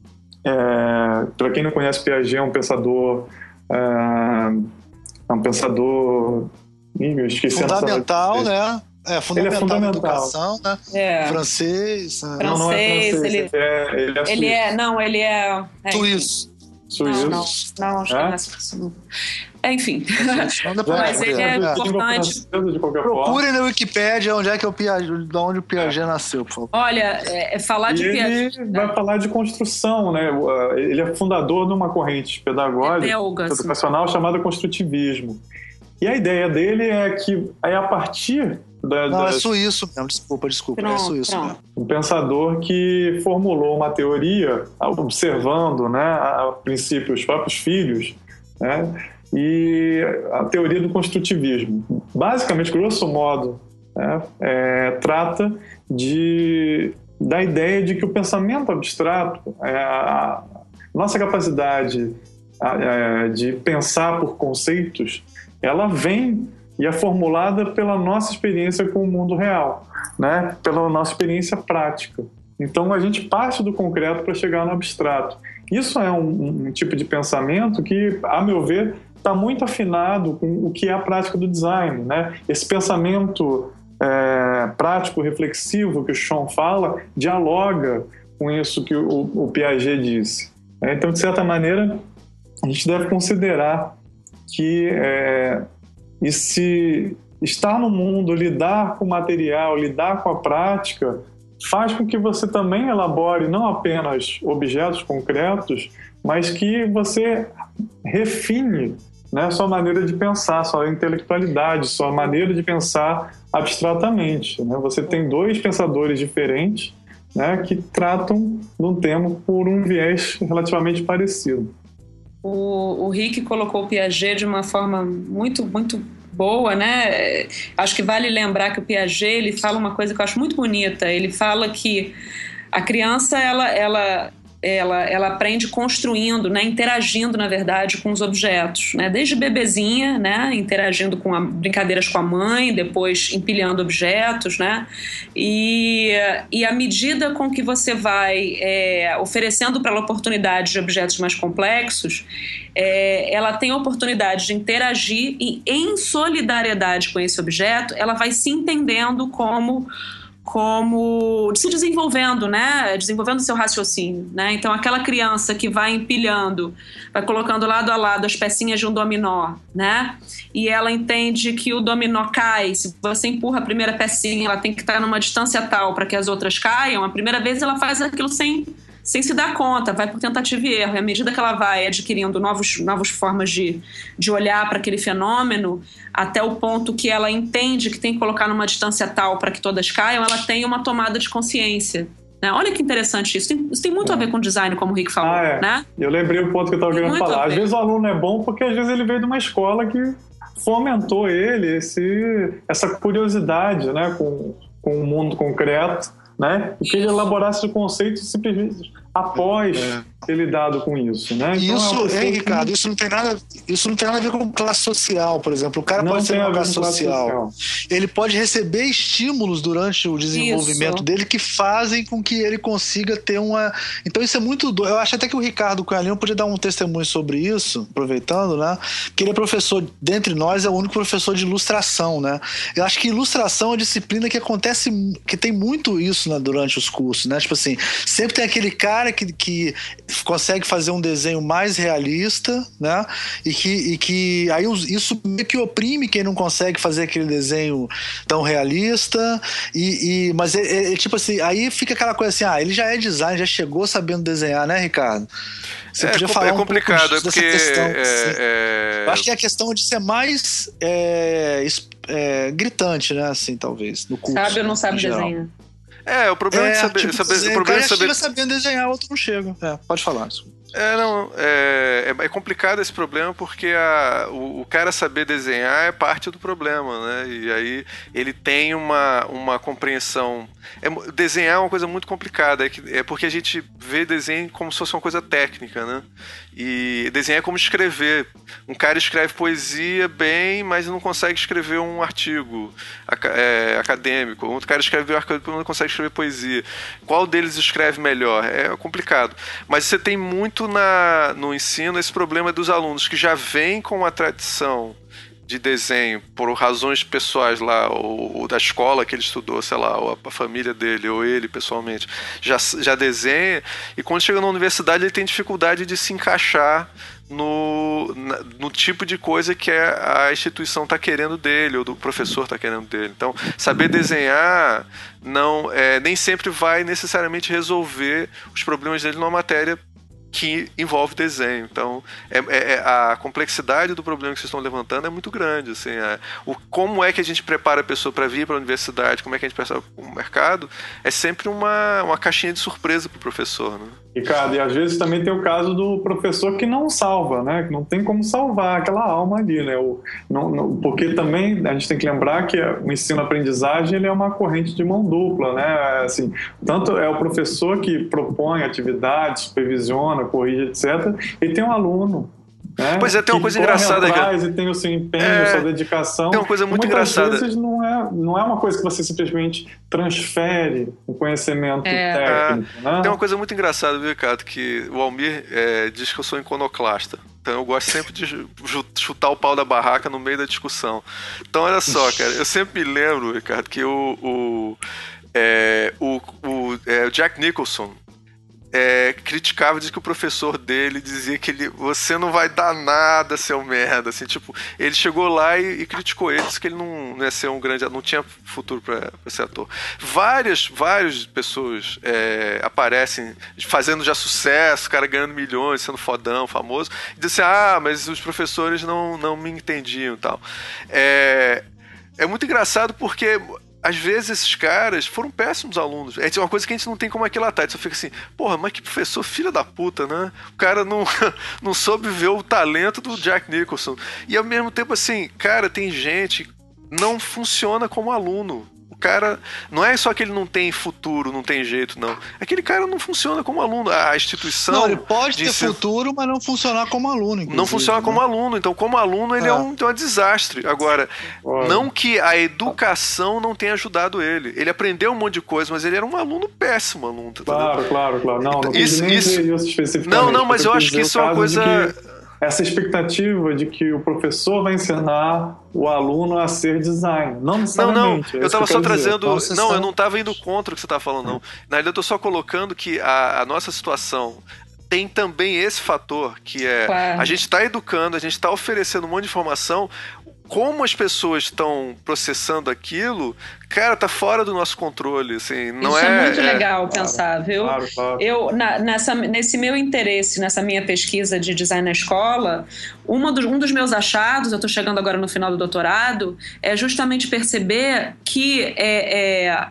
É, para quem não conhece, Piaget é um pensador é, é um pensador eu esqueci fundamental, essa... né? É fundamental, ele é fundamental. Na educação, né? É. Francês, francês, não, não é francês, ele, ele, é, ele, é, ele é, não, ele é, é suíço. Suíço. Não, não, não, acho é? que não é suíço. enfim. Não, Mas ele é importante. Procurem na Wikipédia onde é que é o Piaget, de onde o Piaget nasceu, por favor. Olha, é, é falar e de Piaget. Ele vai falar de construção, né? Ele é fundador de uma corrente pedagógica, Belga, educacional sim. chamada construtivismo. E a ideia dele é que é a partir da, Não, da... é suíço. Não, desculpa, desculpa. Pronto, é suíço. Né? Um pensador que formulou uma teoria observando, né, a, a princípio, os próprios filhos, né, e a teoria do construtivismo. Basicamente, grosso modo, né, é, trata de, da ideia de que o pensamento abstrato, é, a nossa capacidade a, a, de pensar por conceitos, ela vem e é formulada pela nossa experiência com o mundo real, né? Pela nossa experiência prática. Então, a gente parte do concreto para chegar no abstrato. Isso é um, um tipo de pensamento que, a meu ver, está muito afinado com o que é a prática do design, né? Esse pensamento é, prático, reflexivo que o Sean fala, dialoga com isso que o, o Piaget disse. Então, de certa maneira, a gente deve considerar que é, e se estar no mundo, lidar com o material, lidar com a prática, faz com que você também elabore não apenas objetos concretos, mas que você refine, né, sua maneira de pensar, sua intelectualidade, sua maneira de pensar abstratamente. Né? Você tem dois pensadores diferentes, né, que tratam de um tema por um viés relativamente parecido. O, o Rick colocou o Piaget de uma forma muito, muito boa, né? Acho que vale lembrar que o Piaget, ele fala uma coisa que eu acho muito bonita. Ele fala que a criança, ela, ela, ela, ela aprende construindo, né? Interagindo, na verdade, com os objetos, né? Desde bebezinha, né? Interagindo com a, brincadeiras com a mãe, depois empilhando objetos, né? E, e à medida com que você vai é, oferecendo para ela oportunidades de objetos mais complexos, é, ela tem a oportunidade de interagir e, em solidariedade com esse objeto, ela vai se entendendo como... como se desenvolvendo, né? Desenvolvendo seu raciocínio, né? Então, aquela criança que vai empilhando, vai colocando lado a lado as pecinhas de um dominó, né? E ela entende que o dominó cai, se você empurra a primeira pecinha, ela tem que estar numa distância tal para que as outras caiam. A primeira vez ela faz aquilo sem, sem se dar conta, vai por tentativa e erro. E à medida que ela vai adquirindo novos, novas formas de, de olhar para aquele fenômeno, até o ponto que ela entende que tem que colocar numa distância tal para que todas caiam, ela tem uma tomada de consciência. Né? Olha que interessante isso. Tem, isso tem muito é. a ver com design, como o Rick falou. Ah, é. Né? Eu lembrei o ponto que eu estava querendo falar. Às vezes o aluno é bom porque às vezes ele veio de uma escola que fomentou ele esse, essa curiosidade, né, com, com o mundo concreto, né? E que ele elaborasse o conceito simplesmente após é. ter lidado com isso, né? Então, isso, é hein, Ricardo, isso não tem nada, isso não tem nada a ver com classe social, por exemplo. O cara não pode ser uma classe social. social. Ele pode receber estímulos durante o desenvolvimento isso. dele que fazem com que ele consiga ter uma... Então isso é muito doido. Eu acho até que o Ricardo Coelhinho podia dar um testemunho sobre isso, aproveitando, né? Porque ele é professor, dentre nós, é o único professor de ilustração, né? Eu acho que ilustração é uma disciplina que acontece, que tem muito isso, né, durante os cursos, né? Tipo assim, sempre tem aquele cara que, que consegue fazer um desenho mais realista, né? E que, e que aí isso meio que oprime quem não consegue fazer aquele desenho tão realista. E, e, mas é, é, tipo assim, aí fica aquela coisa assim, ah, ele já é design, já chegou sabendo desenhar, né, Ricardo? Você é, podia é falar complicado, um pouco é porque questão, é, assim. é... Eu acho que é a questão de ser mais é, é, gritante, né, assim, talvez, no curso. Sabe ou não sabe desenhar? É, o problema é, de saber... Tipo, saber dizer, o problema o cara é saber... chega sabendo desenhar, outro não chega. É, pode falar isso. É, não, é, é complicado esse problema porque a, o, o cara saber desenhar é parte do problema, né? E aí ele tem uma, uma compreensão... É, desenhar é uma coisa muito complicada, é, que, é porque a gente vê desenho como se fosse uma coisa técnica, né? E desenhar é como escrever. Um cara escreve poesia bem, mas não consegue escrever um artigo é, acadêmico. Outro cara escreve um artigo e não consegue escrever poesia. Qual deles escreve melhor? É complicado. Mas você tem muito na, no ensino esse problema dos alunos que já vêm com uma tradição de desenho, por razões pessoais lá, ou, ou da escola que ele estudou, sei lá, ou a, a família dele, ou ele pessoalmente, já, já desenha, e quando chega na universidade ele tem dificuldade de se encaixar no, na, no tipo de coisa que a instituição está querendo dele, ou do professor está querendo dele. Então, saber desenhar não, é, nem sempre vai necessariamente resolver os problemas dele numa matéria que envolve desenho. Então, é, é, a complexidade do problema que vocês estão levantando é muito grande. Assim, é, o, como é que a gente prepara a pessoa para vir para a universidade, como é que a gente prepara o mercado, é sempre uma, uma caixinha de surpresa para o professor, né? Ricardo, e às vezes também tem o caso do professor que não salva, né? Que não tem como salvar aquela alma ali, né? O, não, não, porque também a gente tem que lembrar que o ensino-aprendizagem ele é uma corrente de mão dupla, né? Assim, tanto é o professor que propõe atividades, supervisiona, corrige, etcétera, e tem um aluno, né? Pois é, tem uma que coisa corre engraçada atrás e tem o seu empenho, é, sua dedicação. Tem uma coisa muito muitas engraçada. Vezes não é, não é uma coisa que você simplesmente transfere o conhecimento é. técnico, é, né? Tem uma coisa muito engraçada, viu, Ricardo, que o Almir é, diz que eu sou iconoclasta. Então eu gosto sempre de chutar o pau da barraca no meio da discussão. Então olha só, cara, eu sempre me lembro, Ricardo, que o, o, é, o, o, é, o Jack Nicholson É, criticava, dizia que o professor dele dizia que ele, você não vai dar nada, seu merda, assim, tipo, ele chegou lá e, e criticou ele, disse que ele não, não ia ser um grande, não tinha futuro pra, pra ser ator. Várias, várias pessoas é, aparecem fazendo já sucesso, cara ganhando milhões, sendo fodão, famoso, e dizem assim, ah, mas os professores não, não me entendiam e tal. É, é muito engraçado porque às vezes esses caras foram péssimos alunos. É uma coisa que a gente não tem como aquilatar. A gente só fica assim, porra, mas que professor filha da puta, né? O cara não, não soube ver o talento do Jack Nicholson. E ao mesmo tempo assim, cara, tem gente que não funciona como aluno. O cara, não é só que ele não tem futuro, não tem jeito, não. Aquele cara não funciona como aluno. A instituição... Não, ele pode ter ser... futuro, mas não funcionar como aluno, inclusive. Não funciona né? como aluno. Então, como aluno, ele é, é um, é um desastre. Agora, Olha. não que a educação não tenha ajudado ele. Ele aprendeu um monte de coisa, mas ele era um aluno péssimo aluno. Tá claro, entendeu? claro, claro. Não, não isso, nem isso... isso especificamente. Não, não, mas eu acho que isso é uma coisa... Essa expectativa de que o professor vai ensinar o aluno a ser design. Não necessariamente. Não, não. Eu estava é só trazendo... Não, está... eu não estava indo contra o que você estava falando, não. Na realidade, eu estou só colocando que a, a nossa situação tem também esse fator, que é... Claro. A gente está educando, a gente está oferecendo um monte de informação. Como as pessoas estão processando aquilo, cara, tá fora do nosso controle, assim, não Isso é... é muito é... legal pensar, claro, viu? Claro, claro. Eu, na, nessa, nesse meu interesse, nessa minha pesquisa de design na escola, uma dos, um dos meus achados, eu tô chegando agora no final do doutorado, é justamente perceber que é... é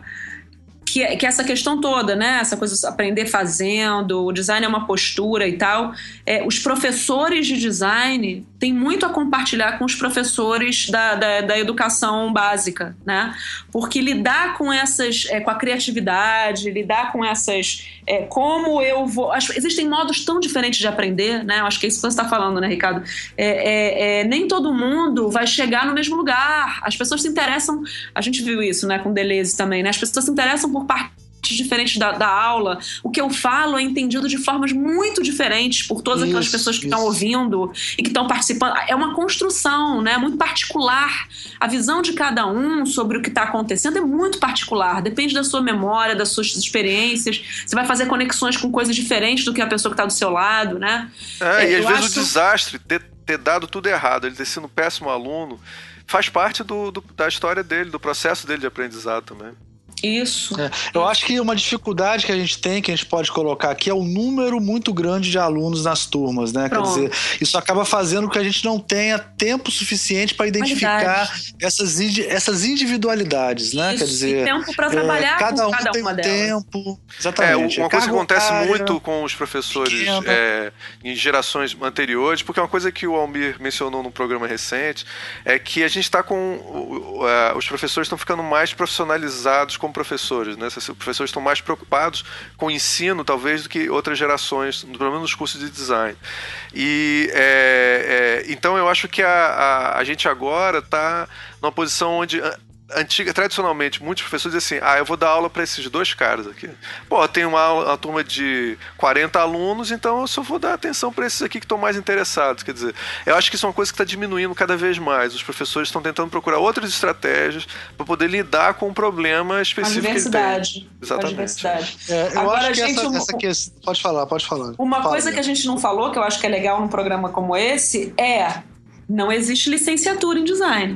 Que, que essa questão toda, né? Essa coisa de aprender fazendo, o design é uma postura e tal. É, os professores de design têm muito a compartilhar com os professores da, da, da educação básica, né? Porque lidar com essas, é, com a criatividade, lidar com essas... É, como eu vou... Acho, existem modos tão diferentes de aprender, né? Acho que é isso que você está falando, né, Ricardo? É, é, é, nem todo mundo vai chegar no mesmo lugar. As pessoas se interessam... A gente viu isso, né, com Deleuze também, né? As pessoas se interessam por partes diferentes da, da aula. O que eu falo é entendido de formas muito diferentes por todas aquelas isso, pessoas que estão ouvindo e que estão participando. É uma construção, né, muito particular. A visão de cada um sobre o que está acontecendo é muito particular. Depende da sua memória, das suas experiências. Você vai fazer conexões com coisas diferentes do que a pessoa que está do seu lado, né? É, é e às vezes acho... o desastre, ter, ter dado tudo errado, ele ter sido um péssimo aluno, faz parte do, do, da história dele, do processo dele de aprendizado também. Isso. É, eu acho que uma dificuldade que a gente tem, que a gente pode colocar aqui, é o número muito grande de alunos nas turmas, né? Pronto. Quer dizer, isso acaba fazendo com que a gente não tenha tempo suficiente para identificar essas, essas individualidades, né? Isso, Quer dizer, e tempo para trabalhar é, cada com um cada tem uma um delas. tempo. Exatamente. É, uma coisa que acontece área, muito com os professores é, em gerações anteriores, porque é uma coisa que o Almir mencionou num programa recente, é que a gente está com... Uh, os professores estão ficando mais profissionalizados como professores, né? Os professores estão mais preocupados com o ensino, talvez, do que outras gerações, pelo menos nos cursos de design. E, é, é, então, eu acho que a, a, a gente agora está numa posição onde... antiga, tradicionalmente, muitos professores dizem assim, ah, eu vou dar aula para esses dois caras aqui. Pô, tem uma, aula, uma turma de quarenta alunos, então eu só vou dar atenção para esses aqui que estão mais interessados. Quer dizer, eu acho que isso é uma coisa que está diminuindo cada vez mais. Os professores estão tentando procurar outras estratégias para poder lidar com um problema específico. A diversidade. Que ele tem. Exatamente. A diversidade. É, eu Agora, acho que gente, essa, um... essa questão... Pode falar, pode falar. Uma Fala, coisa que a gente não falou, que eu acho que é legal num programa como esse, é não existe licenciatura em design.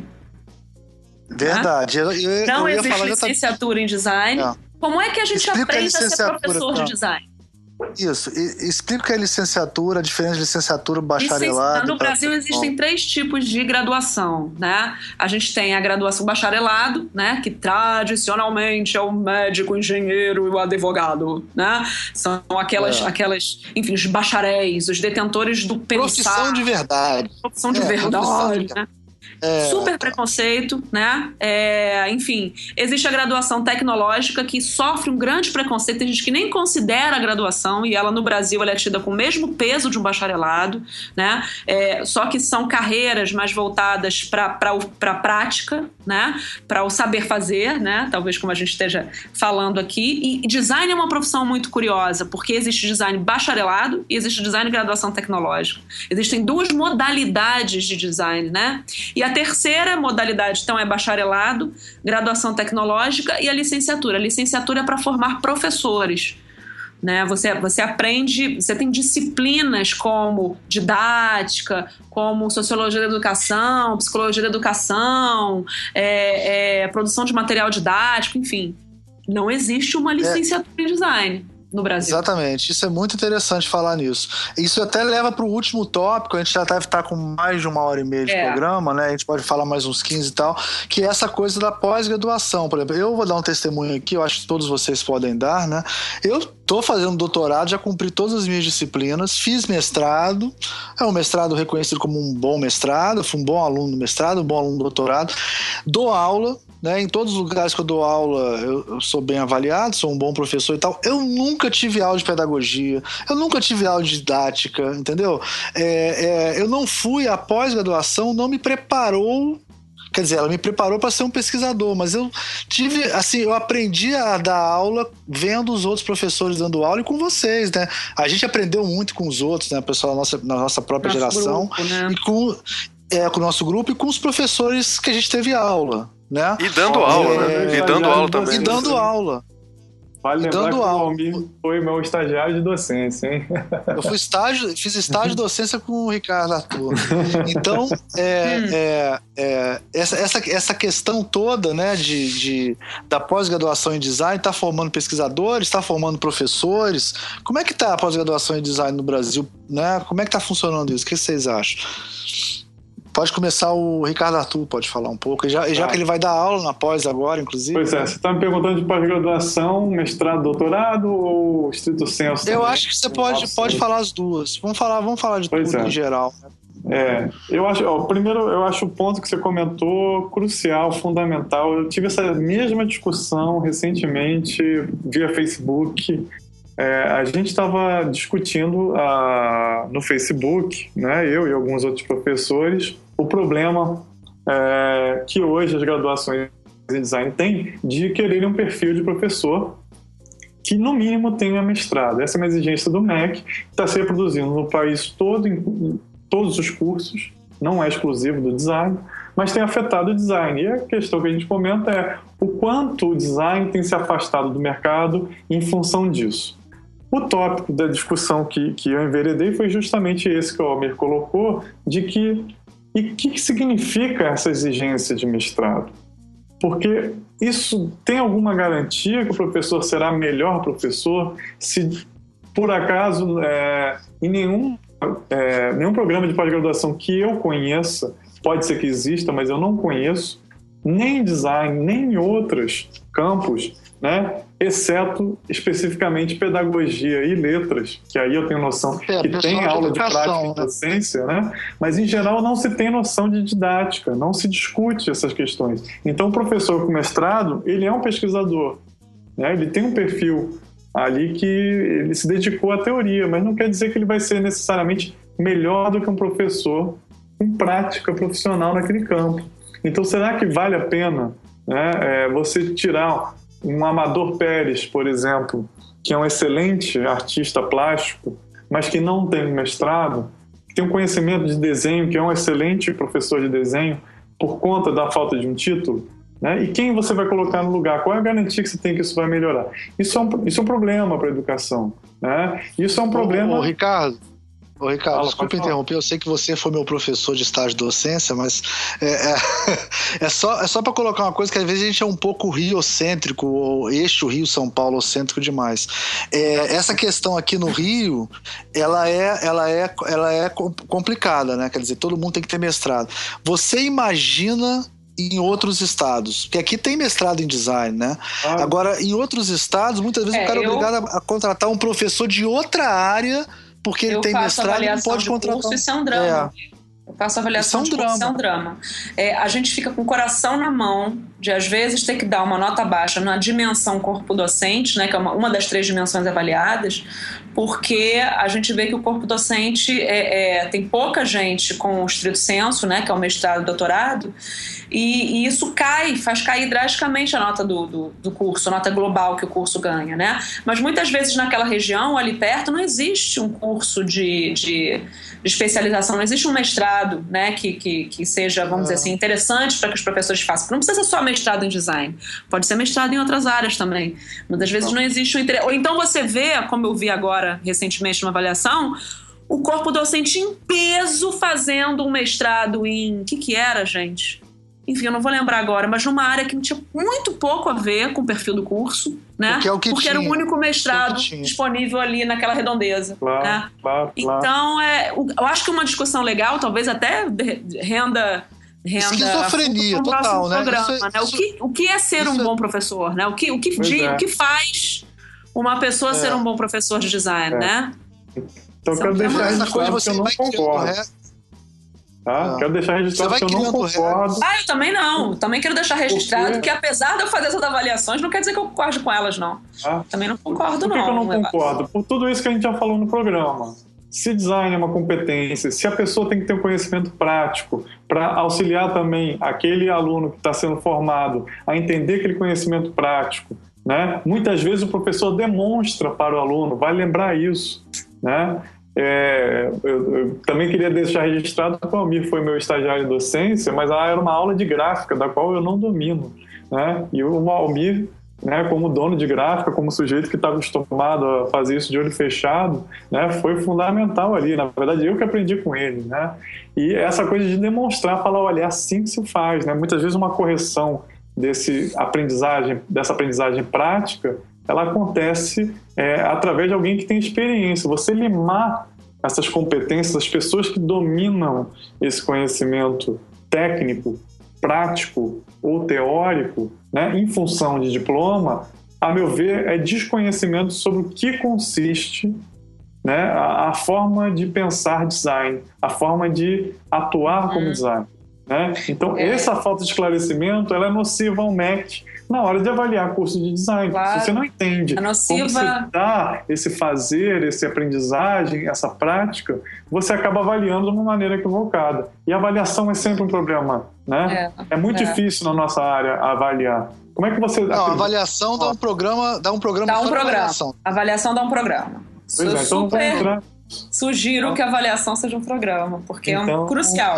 Verdade. Eu, eu, não eu ia existe falar licenciatura em design. Não. Como é que a gente Explica aprende a, a ser professor não. de design? Isso. E, explica o que é licenciatura, a diferença de licenciatura, bacharelado. No Brasil existem três tipos de graduação, né? A gente tem a graduação bacharelado, né? Que tradicionalmente é o médico, o engenheiro e o advogado, né? São aquelas, é. aquelas, enfim, os bacharéis, os detentores do pensar. Profissão de verdade. Profissão de é, verdade, profissão de... né? É, super preconceito, né? É, enfim, existe a graduação tecnológica que sofre um grande preconceito. Tem gente que nem considera a graduação e ela no Brasil ela é tida com o mesmo peso de um bacharelado, né? É, só que são carreiras mais voltadas para a prática, né? Para o saber fazer, né? Talvez como a gente esteja falando aqui. E design é uma profissão muito curiosa, porque existe design bacharelado e existe design graduação tecnológica. Existem duas modalidades de design, né? E a terceira modalidade, então, é bacharelado, graduação tecnológica e a licenciatura. A licenciatura é para formar professores, né? Você, você aprende, você tem disciplinas como didática, como sociologia da educação, psicologia da educação, é, é, produção de material didático, enfim. Não existe uma licenciatura é. em design no Brasil. Exatamente, isso é muito interessante falar nisso. Isso até leva para o último tópico, a gente já deve estar com mais de uma hora e meia de é. programa, né? A gente pode falar mais uns quinze e tal, que é essa coisa da pós-graduação. Por exemplo, eu vou dar um testemunho aqui, eu acho que todos vocês podem dar, né? Eu estou fazendo doutorado, já cumpri todas as minhas disciplinas, fiz mestrado, é um mestrado reconhecido como um bom mestrado, fui um bom aluno do mestrado, um bom aluno do doutorado, dou aula, né, em todos os lugares que eu dou aula eu, eu sou bem avaliado, sou um bom professor e tal. Eu nunca tive aula de pedagogia, eu nunca tive aula de didática, entendeu? É, é, eu não fui, a pós-graduação não me preparou, quer dizer, ela me preparou para ser um pesquisador, mas eu tive, assim, eu aprendi a dar aula vendo os outros professores dando aula e com vocês, né? A gente aprendeu muito com os outros, né, pessoal, na nossa, na nossa própria nosso geração, grupo, né? E com, é, com o nosso grupo e com os professores que a gente teve aula. Né? E dando aula, é, né? E dando aula também. E dando aula. Vale lembrar dando que aula. o Almir foi meu estagiário de docência, hein? Eu fui estágio, fiz estágio de docência com o Ricardo Arthur. Então, é, é, é, essa, essa, essa questão toda, né, de, de, da pós-graduação em design, está formando pesquisadores, está formando professores. Como é que está a pós-graduação em design no Brasil? Né? Como é que está funcionando isso? O que vocês acham? Pode começar o Ricardo Arthur, pode falar um pouco, já, já ah. que ele vai dar aula na pós agora, inclusive. Pois é, você está me perguntando de pós-graduação, mestrado, doutorado ou estrito senso? Eu acho que você pode, pode falar as duas. Vamos falar, vamos falar de pois tudo é. em geral. É, eu acho, ó, primeiro eu acho o ponto que você comentou crucial, fundamental. Eu tive essa mesma discussão recentemente via Facebook. É, a gente estava discutindo uh, no Facebook, né, eu e alguns outros professores, o problema é, que hoje as graduações em design têm de quererem um perfil de professor que no mínimo tenha mestrado. Essa é uma exigência do M E C, que está se reproduzindo no país todo, em todos os cursos, não é exclusivo do design, mas tem afetado o design. E a questão que a gente comenta é o quanto o design tem se afastado do mercado em função disso. O tópico da discussão que, que eu enveredei foi justamente esse que o Almir colocou, de que e o que significa essa exigência de mestrado? Porque isso tem alguma garantia que o professor será melhor professor se, por acaso, é, em nenhum, é, nenhum programa de pós-graduação que eu conheça, pode ser que exista, mas eu não conheço, nem em design, nem em outros campos, né? Exceto especificamente pedagogia e letras, que aí eu tenho noção é, que tem aula de prática e né? docência, né? Mas em geral não se tem noção de didática, não se discute essas questões. Então o professor com mestrado, ele é um pesquisador, né? Ele tem um perfil ali que ele se dedicou à teoria, mas não quer dizer que ele vai ser necessariamente melhor do que um professor com prática profissional naquele campo. Então será que vale a pena né? É, você tirar um Amador Pérez, por exemplo, que é um excelente artista plástico, mas que não tem mestrado, que tem um conhecimento de desenho, que é um excelente professor de desenho, por conta da falta de um título, né? E quem você vai colocar no lugar? Qual é a garantia que você tem que isso vai melhorar? Isso é um, isso é um problema para a educação, né? Isso é um problema... Ô, ô, Ricardo, Ô, Ricardo, Fala, desculpa interromper, eu sei que você foi meu professor de estágio de docência, mas é, é, é só, é só para colocar uma coisa que às vezes a gente é um pouco riocêntrico, ou eixo Rio-São Paulo-cêntrico demais. É, essa questão aqui no Rio, ela é, ela, é, ela é complicada, né? Quer dizer, todo mundo tem que ter mestrado. Você imagina em outros estados, porque aqui tem mestrado em design, né? Ah. Agora, em outros estados, muitas vezes é, o cara é eu... obrigado a contratar um professor de outra área porque ele eu tem mestrado e não pode contratar. Curso, isso é um drama. É. Eu faço avaliação isso é um de curso, drama. Isso é um drama. É, a gente fica com o coração na mão de, às vezes, ter que dar uma nota baixa na dimensão corpo docente, né, que é uma, uma das três dimensões avaliadas, porque a gente vê que o corpo docente é, é, tem pouca gente com o estrito sensu, né, que é o mestrado e doutorado, e, e isso cai, faz cair drasticamente a nota do, do, do curso, a nota global que o curso ganha, né? Mas muitas vezes naquela região, ali perto, não existe um curso de, de, de especialização, não existe um mestrado, né, que, que, que seja, vamos dizer assim, interessante para que os professores façam. Não precisa ser só mestrado em design, pode ser mestrado em outras áreas também. Muitas vezes não existe um interesse. Ou então você vê, como eu vi agora recentemente numa avaliação, o corpo docente em peso fazendo um mestrado em... O que que era, gente? Enfim, eu não vou lembrar agora, mas numa área que tinha muito pouco a ver com o perfil do curso, né? Porque, é o que Porque tinha. era o único mestrado o disponível ali naquela redondeza. Claro, né? claro, então, claro. É, eu acho que uma discussão legal, talvez até renda... Renda, esquizofrenia total, né? Programa, isso é, né? O, que, o que é ser um é... bom professor, né? O que, o que, de, é. o que faz uma pessoa é. ser um bom professor de design, é. né? Então eu quero deixar registrado que eu não concordo. Tá? Ah. Quero deixar registrado que eu não concordo. Ré. Ah, eu também não. Também quero deixar registrado Porque... que apesar de eu fazer essas avaliações, não quer dizer que eu concordo com elas, não. Ah. Também não concordo, Por que não. Por que eu não é concordo? base. Por tudo isso que a gente já falou no programa. Se design é uma competência, se a pessoa tem que ter um conhecimento prático para auxiliar também aquele aluno que está sendo formado a entender aquele conhecimento prático, né? Muitas vezes o professor demonstra para o aluno, vai lembrar isso, né? É, eu, eu também queria deixar registrado que o Almir foi meu estagiário de docência, mas era uma aula de gráfica da qual eu não domino, né? E o Almir, né, como dono de gráfica, como sujeito que está acostumado a fazer isso de olho fechado, né, foi fundamental ali. Na verdade, eu que aprendi com ele, né? E essa coisa de demonstrar, falar, olha, é assim que se faz, né? Muitas vezes uma correção desse aprendizagem, dessa aprendizagem prática, ela acontece é, através de alguém que tem experiência. Você limar essas competências, as pessoas que dominam esse conhecimento técnico, prático ou teórico, né, em função de diploma, a meu ver, é desconhecimento sobre o que consiste, né, a, a forma de pensar design, a forma de atuar como design. Né? Então, é. essa falta de esclarecimento ela é nociva ao M E C na hora de avaliar curso de design. Claro. Se você não entende é nociva... como se dá esse fazer, esse aprendizagem, essa prática, você acaba avaliando de uma maneira equivocada. E a avaliação é sempre um problema. Né? É, é muito é. difícil na nossa área avaliar. Como é que você... Não, a avaliação dá um programa... Dá um programa dá um programa. Avaliação. avaliação dá um programa. Pois é, então super entrar... sugiro então... que a avaliação seja um programa, porque então... é um crucial.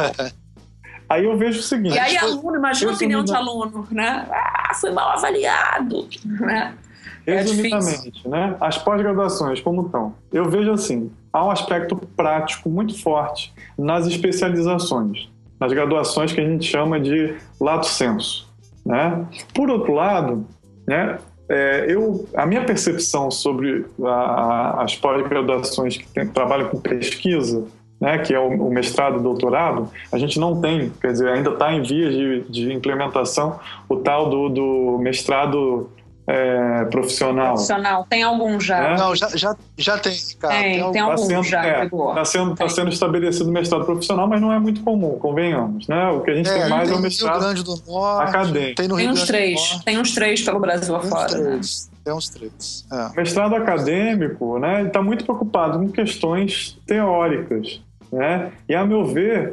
Aí eu vejo o seguinte... E aí aluno, imagina a opinião de aluno, né? Ah, fui mal avaliado, né? Resumidamente, é né? As pós-graduações, como estão? Eu vejo assim, há um aspecto prático muito forte nas especializações, nas graduações que a gente chama de lato sensu, né? Por outro lado, né, é, eu, a minha percepção sobre a, a, as pós-graduações que tem, trabalham com pesquisa, né, que é o, o mestrado e doutorado, a gente não tem, quer dizer, ainda está em vias de, de implementação o tal do, do mestrado é, profissional. Profissional, tem algum já? É? Não, já, já, já tem, cara. Tem, tem, tem algum tá sendo, já. Está é, sendo, tá sendo estabelecido o mestrado profissional, mas não é muito comum, convenhamos, né? O que a gente é, tem mais tem é o mestrado Rio Grande do Norte, acadêmico. Tem, no Rio tem uns Grande três, do Norte. tem uns três pelo Brasil afora. Né? Tem uns três. É. O mestrado acadêmico, né, está muito preocupado com questões teóricas. Né? E, a meu ver,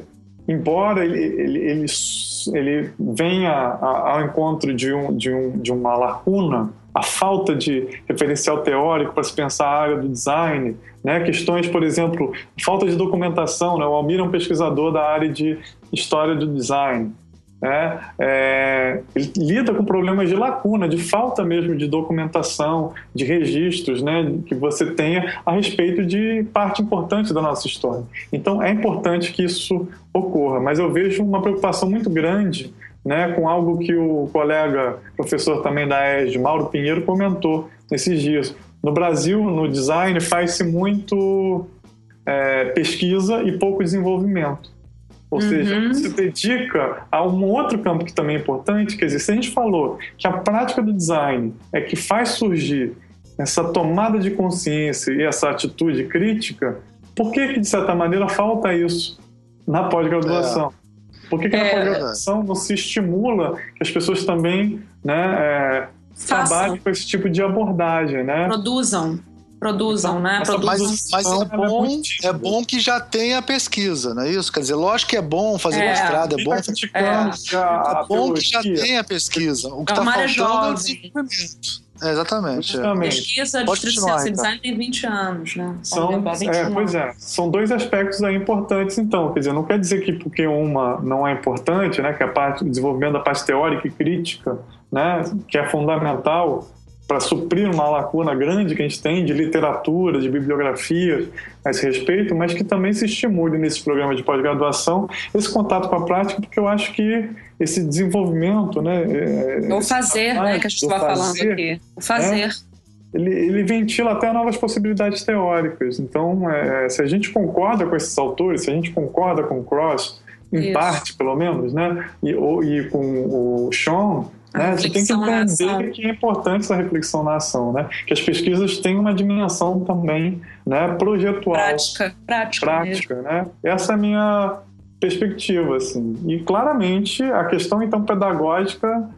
embora ele, ele, ele, ele venha ao encontro de, um, de, um, de uma lacuna, a falta de referencial teórico para se pensar a área do design, né? Questões, por exemplo, falta de documentação, né? O Almir é um pesquisador da área de história do design, né? É, ele lida com problemas de lacuna, de falta mesmo de documentação, de registros, né? Que você tenha a respeito de parte importante da nossa história. Então é importante que isso ocorra, mas eu vejo uma preocupação muito grande, né, com algo que o colega professor também da E S D, Mauro Pinheiro, comentou nesses dias. No Brasil, no design, faz-se muito é, pesquisa e pouco desenvolvimento. Ou uhum. seja, se dedica a um outro campo que também é importante. Quer dizer, se a gente falou que a prática do design é que faz surgir essa tomada de consciência e essa atitude crítica, por que, que de certa maneira, falta isso na pós-graduação? É. Por que, que na pós-graduação não se estimula que as pessoas também, né, é, trabalhem com esse tipo de abordagem, né? Produzam. Produzam, né? Produzam. Mas, mas é, bom, é bom que já tenha pesquisa, não é isso? Quer dizer, lógico que é bom fazer é. mestrado, é bom, é. é bom que já tenha pesquisa. O que está é faltando é o desenvolvimento. É, exatamente. A pesquisa de distribuição de design tem vinte anos, né? São, é, pois é, são dois aspectos aí importantes, então. Quer dizer, não quer dizer que porque uma não é importante, né, que é a parte, o desenvolvimento da parte teórica e crítica, né, que é fundamental para suprir uma lacuna grande que a gente tem de literatura, de bibliografia a esse respeito, mas que também se estimule nesses programas de pós-graduação esse contato com a prática, porque eu acho que esse desenvolvimento, né, o fazer, trabalho, né, que a gente estava falando aqui, o fazer, é, ele, ele ventila até novas possibilidades teóricas. Então, é, se a gente concorda com esses autores, se a gente concorda com o Cross, em Isso. parte pelo menos, né, e, ou, e com o Sean, né, você tem que entender que é importante essa reflexão na ação, né? Que as pesquisas têm uma dimensão também, né, projetual. Prática, prática, prática, né? Essa é a minha perspectiva, assim. E claramente a questão então pedagógica,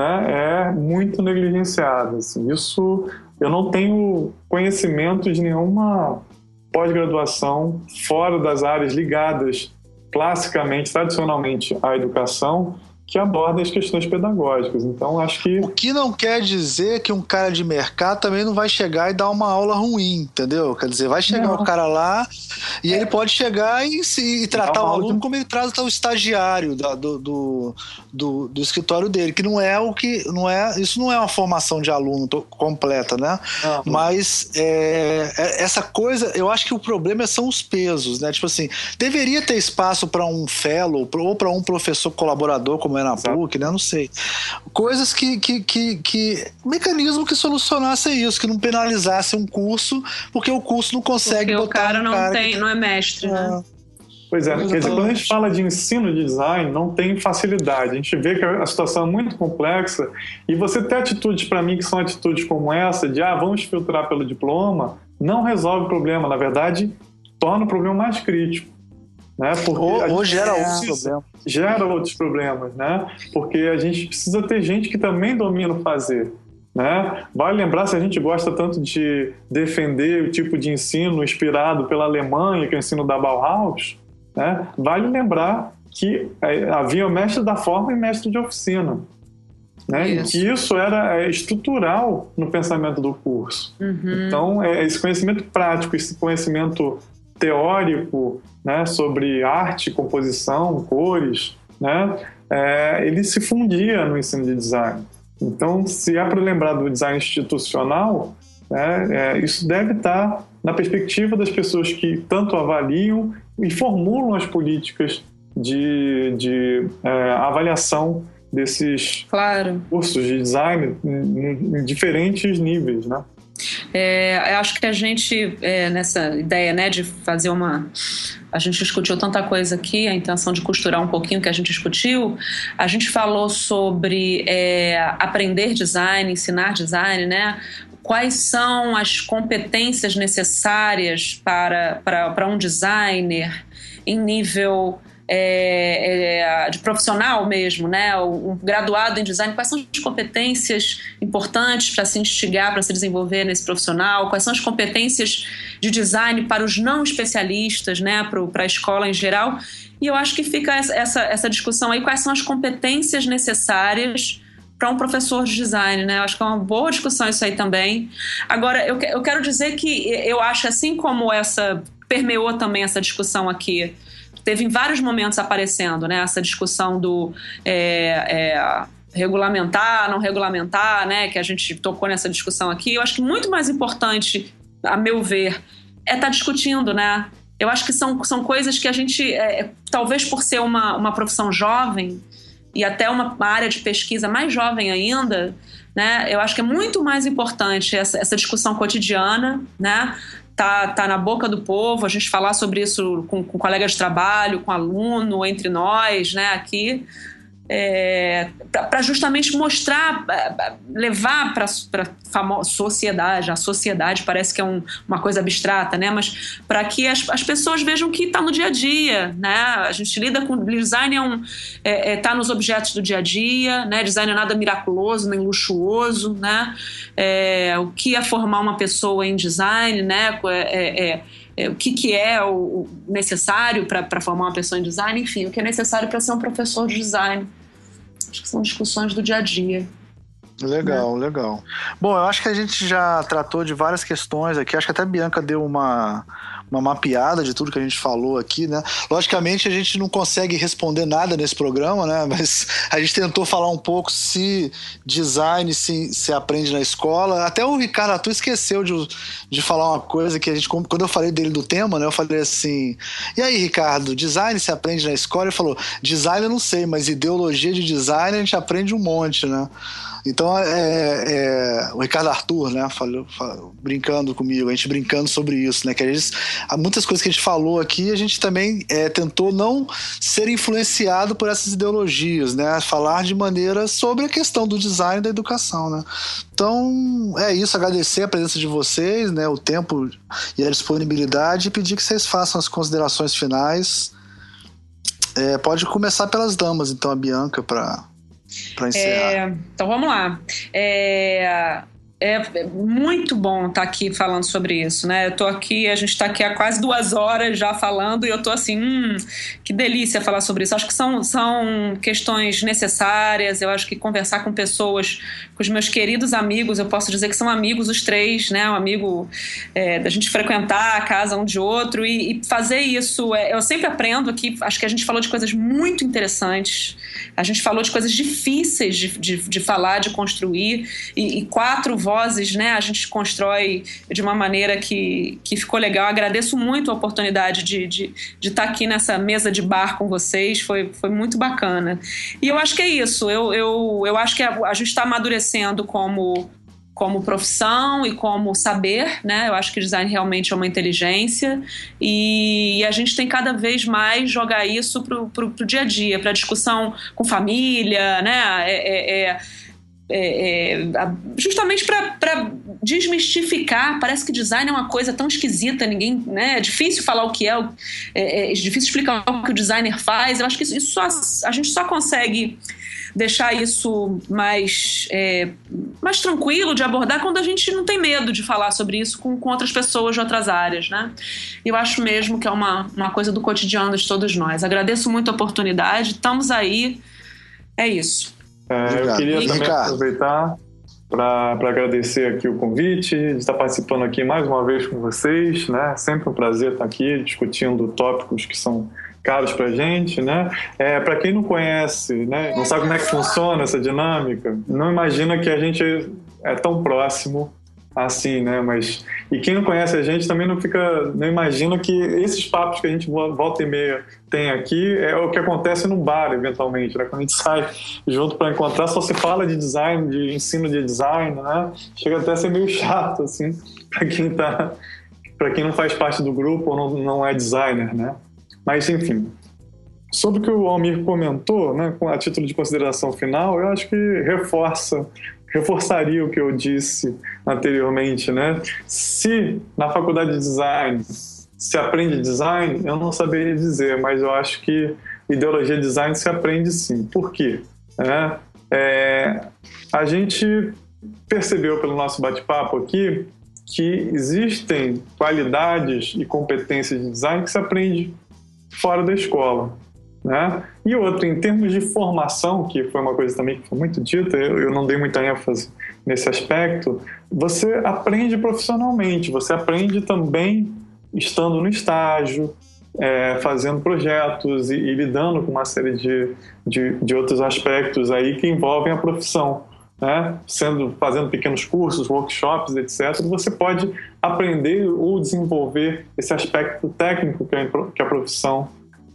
né, é muito negligenciada. Assim. Isso eu não tenho conhecimento de nenhuma pós-graduação fora das áreas ligadas classicamente, tradicionalmente à educação, que aborda as questões pedagógicas. Então, acho que... O que não quer dizer que um cara de mercado também não vai chegar e dar uma aula ruim, entendeu? Quer dizer, vai chegar o um cara lá e é. ele pode chegar e, se, e tratar o aluno de... como ele trata o estagiário da, do, do, do, do escritório dele, que não é o que... Não é, isso não é uma formação de aluno completa, né? Não. Mas é, é, essa coisa, eu acho que o problema são os pesos, né? Tipo assim, deveria ter espaço para um fellow ou para um professor colaborador, como é na P U C, né? Não sei. Coisas que, que, que, que... mecanismo que solucionasse isso, que não penalizasse um curso, porque o curso não consegue porque botar o cara, um não, cara tem, que... não é mestre, né? Pois é, quer dizer, quando a gente fala de ensino de design, não tem facilidade. A gente vê que a situação é muito complexa e você ter atitudes, para mim, que são atitudes como essa, de ah, vamos filtrar pelo diploma, não resolve o problema. Na verdade, torna o problema mais crítico. Né? Porque ou, ou gera precisa, outros problemas. Gera outros problemas, né? Porque a gente precisa ter gente que também domina o fazer. Né? Vale lembrar, se a gente gosta tanto de defender o tipo de ensino inspirado pela Alemanha, que é o ensino da Bauhaus, né? Vale lembrar que havia mestre da forma e mestre de oficina. Né? E que isso era estrutural no pensamento do curso. Uhum. Então, esse conhecimento prático, esse conhecimento teórico, né, sobre arte, composição, cores, né, é, ele se fundia no ensino de design. Então, se é para lembrar do design institucional, né, é, isso deve estar na perspectiva das pessoas que tanto avaliam e formulam as políticas de, de é, avaliação desses claro. cursos de design em, em diferentes níveis, né? É, eu acho que a gente, é, nessa ideia, né, de fazer uma... A gente discutiu tanta coisa aqui, a intenção de costurar um pouquinho o que a gente discutiu. A gente falou sobre é, aprender design, ensinar design, né? Quais são as competências necessárias para, para, para um designer em nível... É, é, de profissional mesmo, né? Um graduado em design, quais são as competências importantes para se instigar, para se desenvolver nesse profissional, quais são as competências de design para os não especialistas, né? Para a escola em geral, E eu acho que fica essa, essa discussão aí, quais são as competências necessárias para um professor de design, né? Eu acho que é uma boa discussão isso aí também. Agora, eu, eu quero dizer que eu acho, assim como essa permeou também essa discussão aqui, teve em vários momentos aparecendo, né? Essa discussão do é, é, regulamentar, não regulamentar, né? Que a gente tocou nessa discussão aqui. Eu acho que muito mais importante, a meu ver, é estar discutindo, né? Eu acho que são, são coisas que a gente, é, talvez por ser uma, uma profissão jovem, e até uma área de pesquisa mais jovem ainda, né, eu acho que é muito mais importante essa, essa discussão cotidiana, né, tá, tá na boca do povo, a gente falar sobre isso com, com colegas de trabalho, com aluno, entre nós, né, aqui, é, para justamente mostrar, levar para a sociedade, a sociedade parece que é um, uma coisa abstrata, né? Mas para que as, as pessoas vejam que está no dia a dia, né? A gente lida com design, é um, é, é, tá nos objetos do dia a dia, né? Design não é nada miraculoso nem luxuoso, né? É, o que é formar uma pessoa em design, né? É, é, é, o que, que é o necessário para formar uma pessoa em design, enfim, o que é necessário para ser um professor de design. Acho que são discussões do dia a dia. Legal, né? Legal. Bom, eu acho que a gente já tratou de várias questões aqui. Acho que até a Bianca deu uma, uma mapeada de tudo que a gente falou aqui, né? Logicamente, a gente não consegue responder nada nesse programa, né? Mas a gente tentou falar um pouco se design se, se aprende na escola. Até o Ricardo Arthur esqueceu de, de falar uma coisa que a gente... Quando eu falei dele do tema, né? Eu falei assim... E aí, Ricardo, design se aprende na escola? Ele falou, design eu não sei, mas ideologia de design a gente aprende um monte, né? Então, é, é, o Ricardo Arthur, né, falou, falou, brincando comigo, a gente brincando sobre isso, né, que a gente, há muitas coisas que a gente falou aqui, a gente também é, tentou não ser influenciado por essas ideologias, né, falar de maneira sobre a questão do design e da educação, né. Então, é isso, agradecer a presença de vocês, né, o tempo e a disponibilidade e pedir que vocês façam as considerações finais. É, pode começar pelas damas, então, a Bianca, para... É, então vamos lá. É, é muito bom estar aqui falando sobre isso, né? Eu tô aqui, a gente está aqui há quase duas horas já falando e eu tô assim, hum, que delícia falar sobre isso. Acho que são, são questões necessárias. Eu acho que conversar com pessoas, com os meus queridos amigos, eu posso dizer que são amigos os três, né? Um amigo é, da gente frequentar a casa um de outro e, e fazer isso. É, eu sempre aprendo aqui, acho que a gente falou de coisas muito interessantes. A gente falou de coisas difíceis de, de, de falar, de construir, e, e quatro vozes, né? A gente constrói de uma maneira que, que ficou legal. Agradeço muito a oportunidade de estar de, de tá aqui nessa mesa de bar com vocês, foi, foi muito bacana. E eu acho que é isso, eu, eu, eu acho que a, a gente está amadurecendo como... como profissão e como saber, né? Eu acho que design realmente é uma inteligência e a gente tem cada vez mais jogar isso pro, pro, pro dia a dia, para discussão com família, né? É, é, é, é, justamente para desmistificar. Parece que design é uma coisa tão esquisita, ninguém, né? É difícil falar o que é, é, é difícil explicar o que o designer faz. Eu acho que isso, isso só, a gente só consegue deixar isso mais, é, mais tranquilo de abordar quando a gente não tem medo de falar sobre isso com, com outras pessoas de outras áreas, né? Eu acho mesmo que é uma, uma coisa do cotidiano de todos nós. Agradeço muito a oportunidade, estamos aí, é isso. É, eu queria e, também Ricardo. aproveitar para agradecer aqui o convite, de estar participando aqui mais uma vez com vocês, né? Sempre um prazer estar aqui discutindo tópicos que são caros pra gente, né? É, para quem não conhece, né, não sabe como é que funciona essa dinâmica, não imagina que a gente é tão próximo assim, né? Mas e quem não conhece a gente também não fica, não imagina que esses papos que a gente volta e meia tem aqui é o que acontece num bar eventualmente, né? Quando a gente sai junto para encontrar, só se fala de design, de ensino de design, né? Chega até a ser meio chato assim para quem tá, para quem não faz parte do grupo ou não, não é designer, né? Mas, enfim, sobre o que o Almir comentou, né, a título de consideração final, eu acho que reforça, reforçaria o que eu disse anteriormente, né? Se na faculdade de design se aprende design, eu não saberia dizer, mas eu acho que ideologia de design se aprende sim. Por quê? É, é, a gente percebeu pelo nosso bate-papo aqui que existem qualidades e competências de design que se aprende fora da escola, né? E outro, em termos de formação, que foi uma coisa também que foi muito dita, eu, eu não dei muita ênfase nesse aspecto, você aprende profissionalmente, você aprende também estando no estágio, é, fazendo projetos e, e lidando com uma série de, de, de outros aspectos aí que envolvem a profissão, né? Sendo, fazendo pequenos cursos, workshops, etcétera, você pode aprender ou desenvolver esse aspecto técnico que a, que a profissão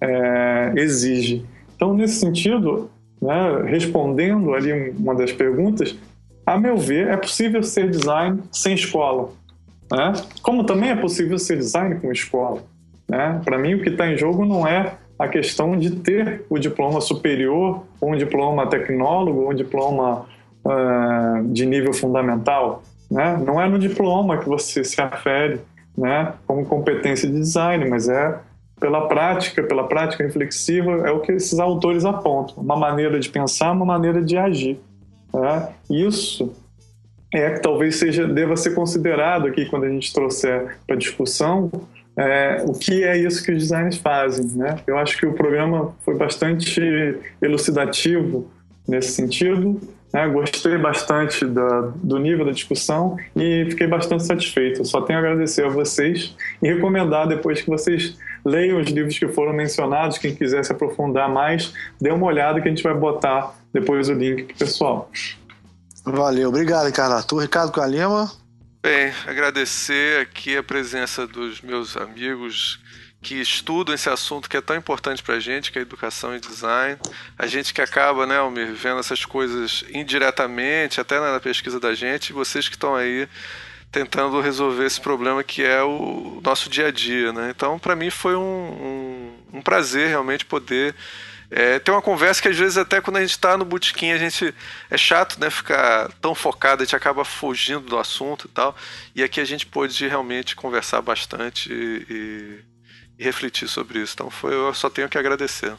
é, exige. Então, nesse sentido, né, respondendo ali uma das perguntas, a meu ver, é possível ser design sem escola, né? Como também é possível ser design com escola, né? Para mim, o que está em jogo não é a questão de ter o diploma superior, ou um diploma tecnólogo, ou um diploma uh, de nível fundamental, né? Não é no diploma que você se afere, né, como competência de design, mas é pela prática, pela prática reflexiva, é o que esses autores apontam, uma maneira de pensar, uma maneira de agir. Né? Isso é que talvez seja, deva ser considerado aqui quando a gente trouxer para discussão é, o que é isso que os designers fazem. Né? Eu acho que o programa foi bastante elucidativo nesse sentido, né? Gostei bastante da, do nível da discussão e fiquei bastante satisfeito. Eu só tenho a agradecer a vocês e recomendar depois que vocês leiam os livros que foram mencionados, quem quiser se aprofundar mais, dê uma olhada que a gente vai botar depois o link pro pessoal. Valeu, obrigado, Ricardo Arthur. Ricardo Calima. Bem, agradecer aqui a presença dos meus amigos que estudam esse assunto que é tão importante pra gente, que é educação e design. A gente que acaba, né, Almir, vendo essas coisas indiretamente, até na pesquisa da gente, e vocês que estão aí tentando resolver esse problema que é o nosso dia a dia, né? Então, para mim foi um, um, um prazer realmente poder é, ter uma conversa que às vezes até quando a gente está no botequim a gente é chato, né, ficar tão focado, a gente acaba fugindo do assunto e tal, e aqui a gente pôde realmente conversar bastante e, e, e refletir sobre isso. Então foi, eu só tenho que agradecer.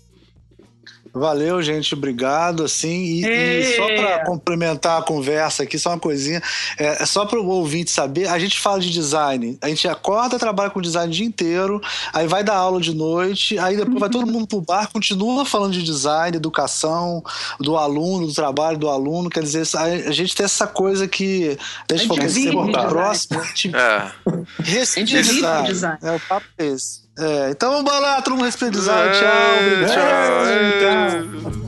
Valeu, gente, obrigado, assim, e, e só para complementar a conversa aqui, só uma coisinha, é, é só para o ouvinte saber, a gente fala de design, a gente acorda, trabalha com design o dia inteiro, aí vai dar aula de noite, aí depois vai todo mundo pro bar, continua falando de design, educação, do aluno, do trabalho do aluno, quer dizer, a gente tem essa coisa que a gente falou que ser próximo, a gente é. respeita design, design. É, o papo é esse. É, então vamos lá, todo mundo respeita design. Tchau, obrigado. Tchau. Tchau.